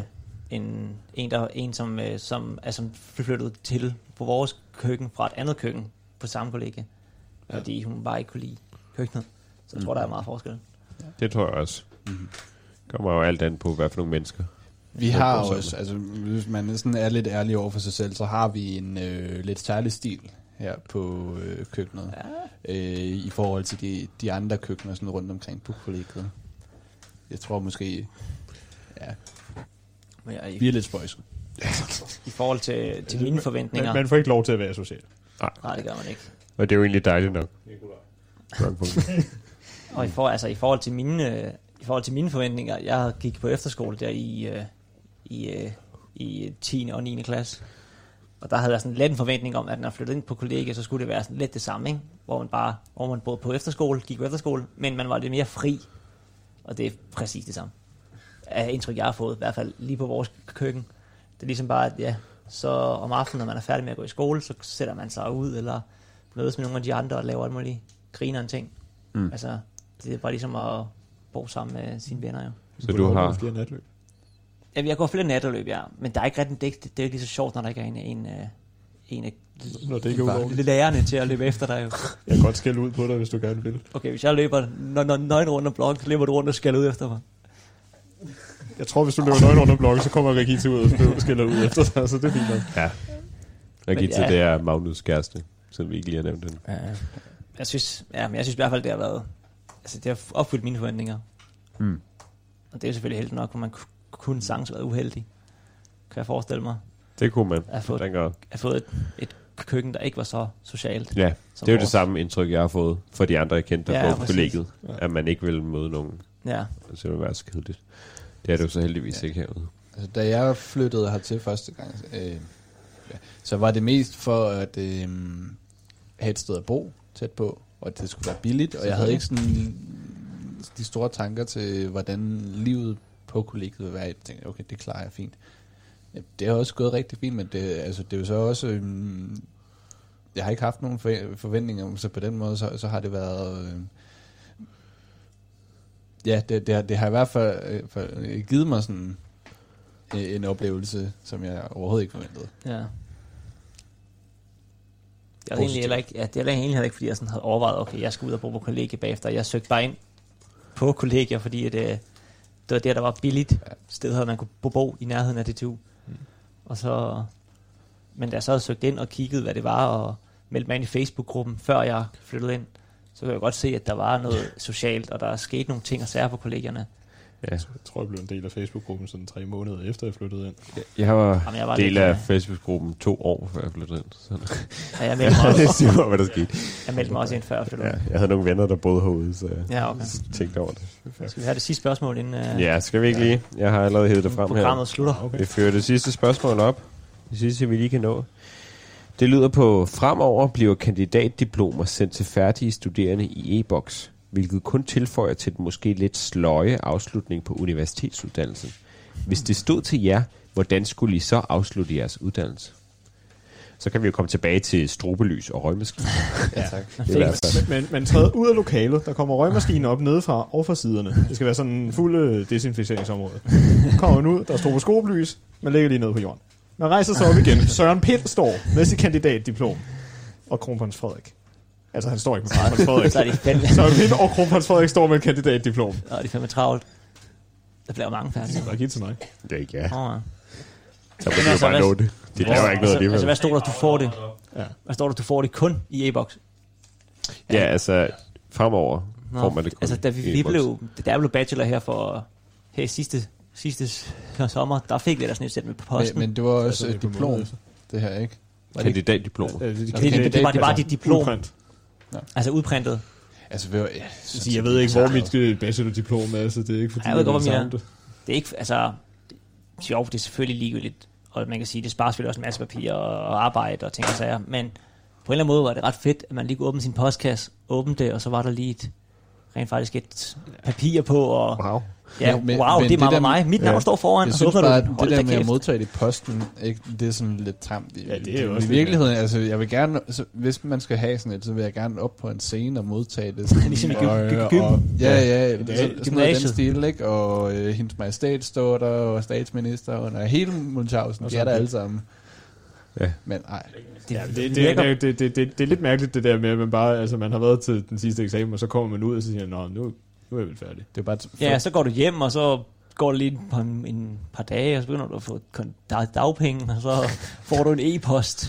en som flyttede til på vores køkken fra et andet køkken på samme kollega. Fordi hun bare ikke kunne lide køkkenet. Så jeg tror, der er meget forskel. fald. Det tror jeg også. Kommer jo alt andet på, hvad for nogle mennesker. Vi har også, altså hvis man næsten er lidt ærlig over for sig selv, så har vi en lidt særlig stil her på køkkenet. I forhold til de andre køkkener sådan rundt omkring på kollegiet. Jeg tror måske, Men vi er lidt spøjse. i forhold til mine forventninger. Man får ikke lov til at være social. Nej, det gør man ikke. Og det er jo egentlig dejligt nok. Og i forhold til mine forventninger, jeg gik på efterskole der i 10. og 9. klasse. Og der havde jeg sådan lidt en forventning om, at når jeg flyttede ind på kollegiet, så skulle det være sådan lidt det samme, ikke? Hvor man boede på efterskole, gik på efterskole, men man var lidt mere fri. Og det er præcis det samme. Af indtryk, jeg har fået, i hvert fald lige på vores køkken. Det er ligesom bare, at så om aftenen, når man er færdig med at gå i skole, så sætter man sig ud, eller mødes med nogle af de andre og laver alt muligt grineren ting. Altså, det er bare ligesom at bo sammen med sine venner, jo. Så du har... flere natløb. Ja, jeg går flere natterløb, ja. Men der er ikke rigtig, det er ikke lige så sjovt, når der ikke er en af Når det ikke er ulovligt. lærerne til at løbe efter dig, jo. Jeg kan godt skælde ud på dig, hvis du gerne vil. Okay, hvis jeg løber nøgen rundt om blokken, så løber du rundt og skælder ud efter mig. Jeg tror, hvis du løber nøgen under blokken, så kommer Regitze ud og skælder ud efter dig, så det er fint nok. Ja. Regitze, det er Magnus' kæreste, som vi ikke lige har nævnt den. Jeg synes i hvert fald, det har været... Altså, det har opfyldt mine forventninger. Og det er selvfølgelig heldigt nok, for man kunne sagtens været uheldig. Kan jeg forestille mig. Det kunne man. At have fået et køkken, der ikke var så socialt. Ja, det er jo det samme indtryk, jeg har fået fra de andre, jeg kendte, der på kollegiet. At man ikke vil møde nogen. Ja. Så det vil være skideligt. Det er det jo så heldigvis ikke herude. Altså, da jeg flyttede hertil første gang, så var det mest for at have et sted at bo tæt på, og at det skulle være billigt, og jeg havde ikke sådan de store tanker til, hvordan livet på kollegiet vil være. Jeg tænkte, okay, det klarer jeg fint. Det har også gået rigtig fint, men det er jo så også... jeg har ikke haft nogen forventninger, så på den måde, så har det været... det har i hvert fald givet mig sådan en oplevelse, som jeg overhovedet ikke forventede. Ja. Det er egentlig heller ikke, fordi jeg sådan havde overvejet, okay, jeg skal ud og bo på kollegie bagefter. Jeg søgte bare ind på kollegier, fordi det var der var billigt sted, hvor man kunne bo i nærheden af DTU. Og så, men da jeg så havde søgt ind og kigget, hvad det var, og meldte mig ind i Facebook-gruppen, før jeg flyttede ind, så kunne jeg godt se, at der var noget socialt, og der skete nogle ting og sager på kollegierne. Ja. Jeg tror, jeg blev en del af Facebook-gruppen sådan 3 måneder efter, jeg flyttede ind. Jeg var, jeg var del lidt, af Facebook-gruppen 2 år, før jeg flyttede ind. Så. Ja, jeg meldte mig også, det er hvad der skete. jeg meldte mig også ind, før jeg flyttede ind. Ja, jeg havde nogle venner, der boede herude, så jeg okay. tænkte over det. Skal vi have det sidste spørgsmål, inden ja, skal vi ikke lige? Jeg har allerede hævet det frem her. Programmet slutter. Okay. Vi fører det sidste spørgsmål op. Det sidste, vi lige kan nå. Det lyder på, fremover bliver kandidatdiplomer sendt til færdige studerende i e-boks, hvilket kun tilføjer til den måske lidt sløje afslutning på universitetsuddannelsen. Hvis det stod til jer, hvordan skulle I så afslutte jeres uddannelse? Så kan vi jo komme tilbage til strobelys og røgmaskiner. Ja, tak. I hvert fald. Man træder ud af lokalet, der kommer røgmaskiner op nedefra og fra siderne. Det skal være sådan en fuld desinficeringsområde. Kommer man ud, der er stroboskoplys, man lægger lige ned på jorden. Man rejser sig op igen. Søren Pind står med sit kandidatdiplom. Og kronprins Frederik. Altså, han står ikke med kronprins Frederik. Så er de fandme, Søren Pind og kronprins Frederik står med et kandidatdiplom. så er de fandme travlt. Der bliver mange færdige. Det er bare givet til mig. Det er ikke ja. Ja. Så må du bare nå det. Det laver ikke noget alligevel. Altså, hvad står der, du får det? Ja. Hvad står der, du får det kun i e-boks? Ja, altså, fremover får man det kun. Altså, da i e-boks. da jeg blev bachelor her for her sidste sommer, der fik vi da sådan et sæt med på posten. Men det var også Altså, et diplom, det her, ikke? Kandidatdiplomer. Det var dit diplom, Udprint. altså udprintet. Altså, Jeg ved ikke, hvor mit bachelordiplom er, så det er ikke fordi, Jeg ved godt, hvad savner det er ikke, altså, sjovt, det er selvfølgelig ligegyldigt, og man kan sige, det sparer selvfølgelig også en masse papir og arbejde og ting og sager, men på en eller anden måde var det ret fedt, at man lige kunne åbne sin postkasse, åbne det, og så var der lige rent faktisk et papir på, og Wow. ja, Men- wow, men det er meget det der- mig. Mit navn står foran, Jeg og så synes åbner bare, du at hold det der da med at kæft. modtage det i posten, ikke, det er sådan lidt tamt. Ja, det er jo også i lidt, virkeligheden, altså, jeg vil gerne, hvis man skal have sådan et, så vil jeg gerne op på en scene og modtage det. Sådan, Ligesom i og, gym. og, ja, er sådan noget af den gymnasiet. stil, ikke? Og hendes majestæt står der, og statsministeren, og hele Munchausen, de er der alle sammen. Ja. Men nej, Ja, det virker- det er lidt mærkeligt det der med, at man bare, altså man har været til den sidste eksamen, og så kommer man ud og så siger, nå, nu er jeg vel færdig. det er bare... Ja, så går du hjem, og så går det lige på en par dage, og så begynder du at få dagpenge, og så får du en e-post.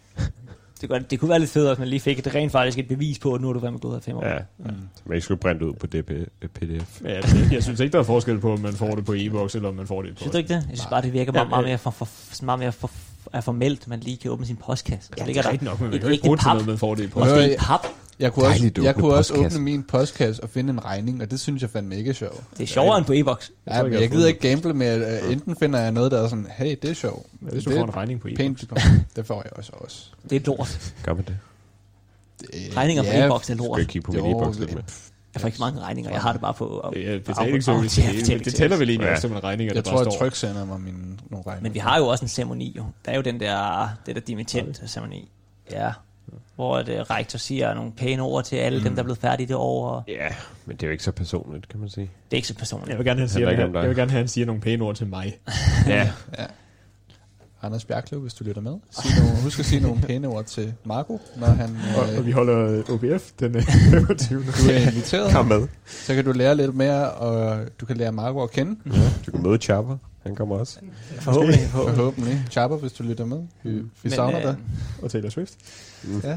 Det kunne være lidt fedt, hvis man lige fik det rent faktisk et bevis på, at nu har du været med gået af 5 år. Ja, så man ikke skulle brænde ud på PDF. Ja, jeg synes ikke, der er forskel på, om man får det på e-boks, eller om man får det i Synes post. du ikke det? Jeg synes bare, det virker meget mere formelt, man lige kan åbne sin postkasse. Ja, det er rigtigt nok, men man kan jo ikke ægte bruge det til pap. noget, man får det i post. Måske Hør, i pap. Jeg kunne også, Dejligt jeg åbne kunne også postkasse. åbne min postkasse og finde en regning, og det synes jeg fandme ikke er sjovt. Det er sjovere end på e-boks. Ja, tror men ikke, jeg jeg gider har ikke gamble med, at enten finder jeg noget, der er sådan, hey, det er sjovt. Hvis du det får er en regning på e-boks. pænt diplom. Det får jeg også. Det er lort. Gør man det? Regninger på e-boks er Skal lort. jeg kigge på min e-boks lidt med? Jeg får ikke så mange regninger. Jeg har det bare på... Det er betalingsservice. Det tæller vel egentlig også, som en regning, at Jeg det tror, bare at står. tryk sender mig nogle regninger. Men vi har jo også en ceremoni, jo. Der er jo det der dimittent-ceremoni. Ja. Hvor rektor siger nogle pæne ord til alle dem, der er blevet færdige det år. Og Ja, men det er jo ikke så personligt, kan man sige. det er ikke så personligt. Jeg vil gerne have, jeg vil gerne have, han siger nogle pæne ord til mig. Ja, Anders Bjerkløv, hvis du lytter med. Husk at sige nogle pæne ord til Marco, når han... Og vi holder OBF den 25. Du er inviteret. kom med. Så kan du lære lidt mere, og du kan lære Marco at kende. Du kan møde Chopper. Han kommer også. Forhåbentlig. Forhåbentlig. Chapper, hvis du lytter med. Vi savner dig. Og Taylor Swift. Ja.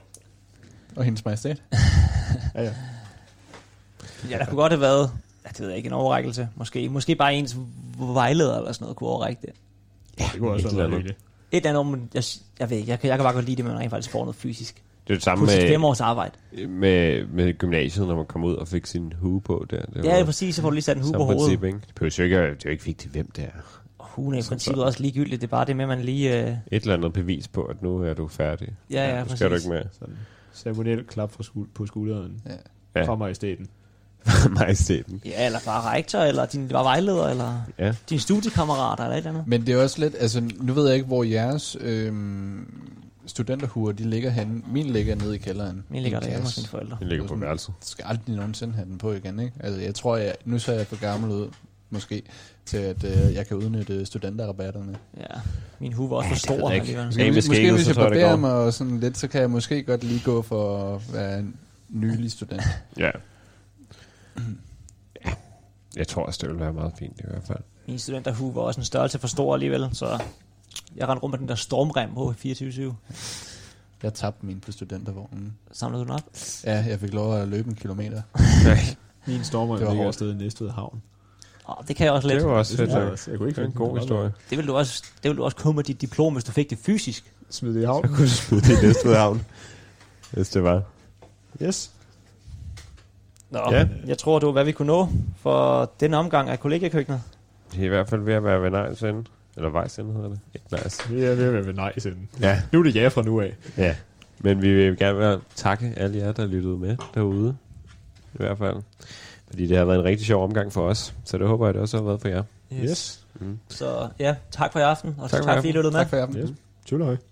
Og hendes majestæt. Ja, ja. Ja, der kunne godt have været, det ved jeg ikke, en overrækkelse. Måske bare ens vejleder eller sådan noget kunne overrække det. Det kunne også et være eller meget andet. hyggeligt. Et eller andet, men jeg ved ikke, jeg kan bare godt lide det, men man rent faktisk får noget fysisk. Det er det samme Plus 5 med, års arbejde. med gymnasiet, når man kom ud og fik sin hue på der. Det Ja, var præcis, så får du lige sat en hue på samme hovedet. princip, ikke? Det behøver jo ikke, det er jo ikke vigtigt, hvem det er. Og huen er i princippet også ligegyldigt, det er bare det med, at man lige... Et eller andet bevis på, at nu er du færdig. Ja, Nu skal du præcis. ikke mere. Sådan ceremoniel klap på skulderen. Ja. Fra majestæten. Majestæten. Ja, eller bare rektor, eller din vejleder, eller Ja. din studiekammerater, eller et eller andet. Men det er også lidt, altså nu ved jeg ikke, hvor jeres studenterhuer, de ligger henne. Min ligger nede i kælderen. Min ligger I en derhjemme hos kasse. mine forældre. Den ligger på værelset. Skal aldrig nogensinde have den på igen, ikke? Altså jeg tror, nu ser jeg for gammel ud, måske, til at jeg kan udnytte studenterrabatterne. Ja, min hue var også for det stor. ved jeg ikke. alligevel. Ja, med Måske skægget, hvis så jeg tror jeg, det barberer går. mig og sådan lidt, så kan jeg måske godt lige gå for at være en nylig student. Ja. Ja. Jeg tror også, det vil være meget fint i hvert fald. Min studenterhue var også en størrelse for stor alligevel, så jeg rendte rundt med den der stormrem på 24/7. Jeg tabte min på studentervognen. Samlede du den op? Ja, jeg fik lov at løbe 1 kilometer. Min stormer Det var ligger hårdt. afsted i Næstved Havn. Det kan jeg også lidt. Det var også Det synes jeg fedt. også. Jeg kunne ikke Det er en finde god den. historie. Det vil du også komme med dit diplom, hvis du fik det fysisk. Smid det i havn. Kunne du smide det i Næstved Havn, hvis det var. Yes. Nå, Ja. jeg tror, det var, hvad vi kunne nå for denne omgang af kollegiekøkkenet. Det er i hvert fald ved at være ved nejs ende. Eller vejsenden hedder det. Ikke nice. Vi er ved at være ved nej-senden. Ja. Nu er det ja fra nu af. Ja. Men vi vil gerne takke alle jer, der lyttede med derude. I hvert fald. Fordi det har været en rigtig sjov omgang for os. Så det håber jeg, det også har været for jer. Yes. Så ja, tak for i aften, og tak Tak for i fordi I aften. lyttede med. Tak for i aften. Yes. Tjulahøj.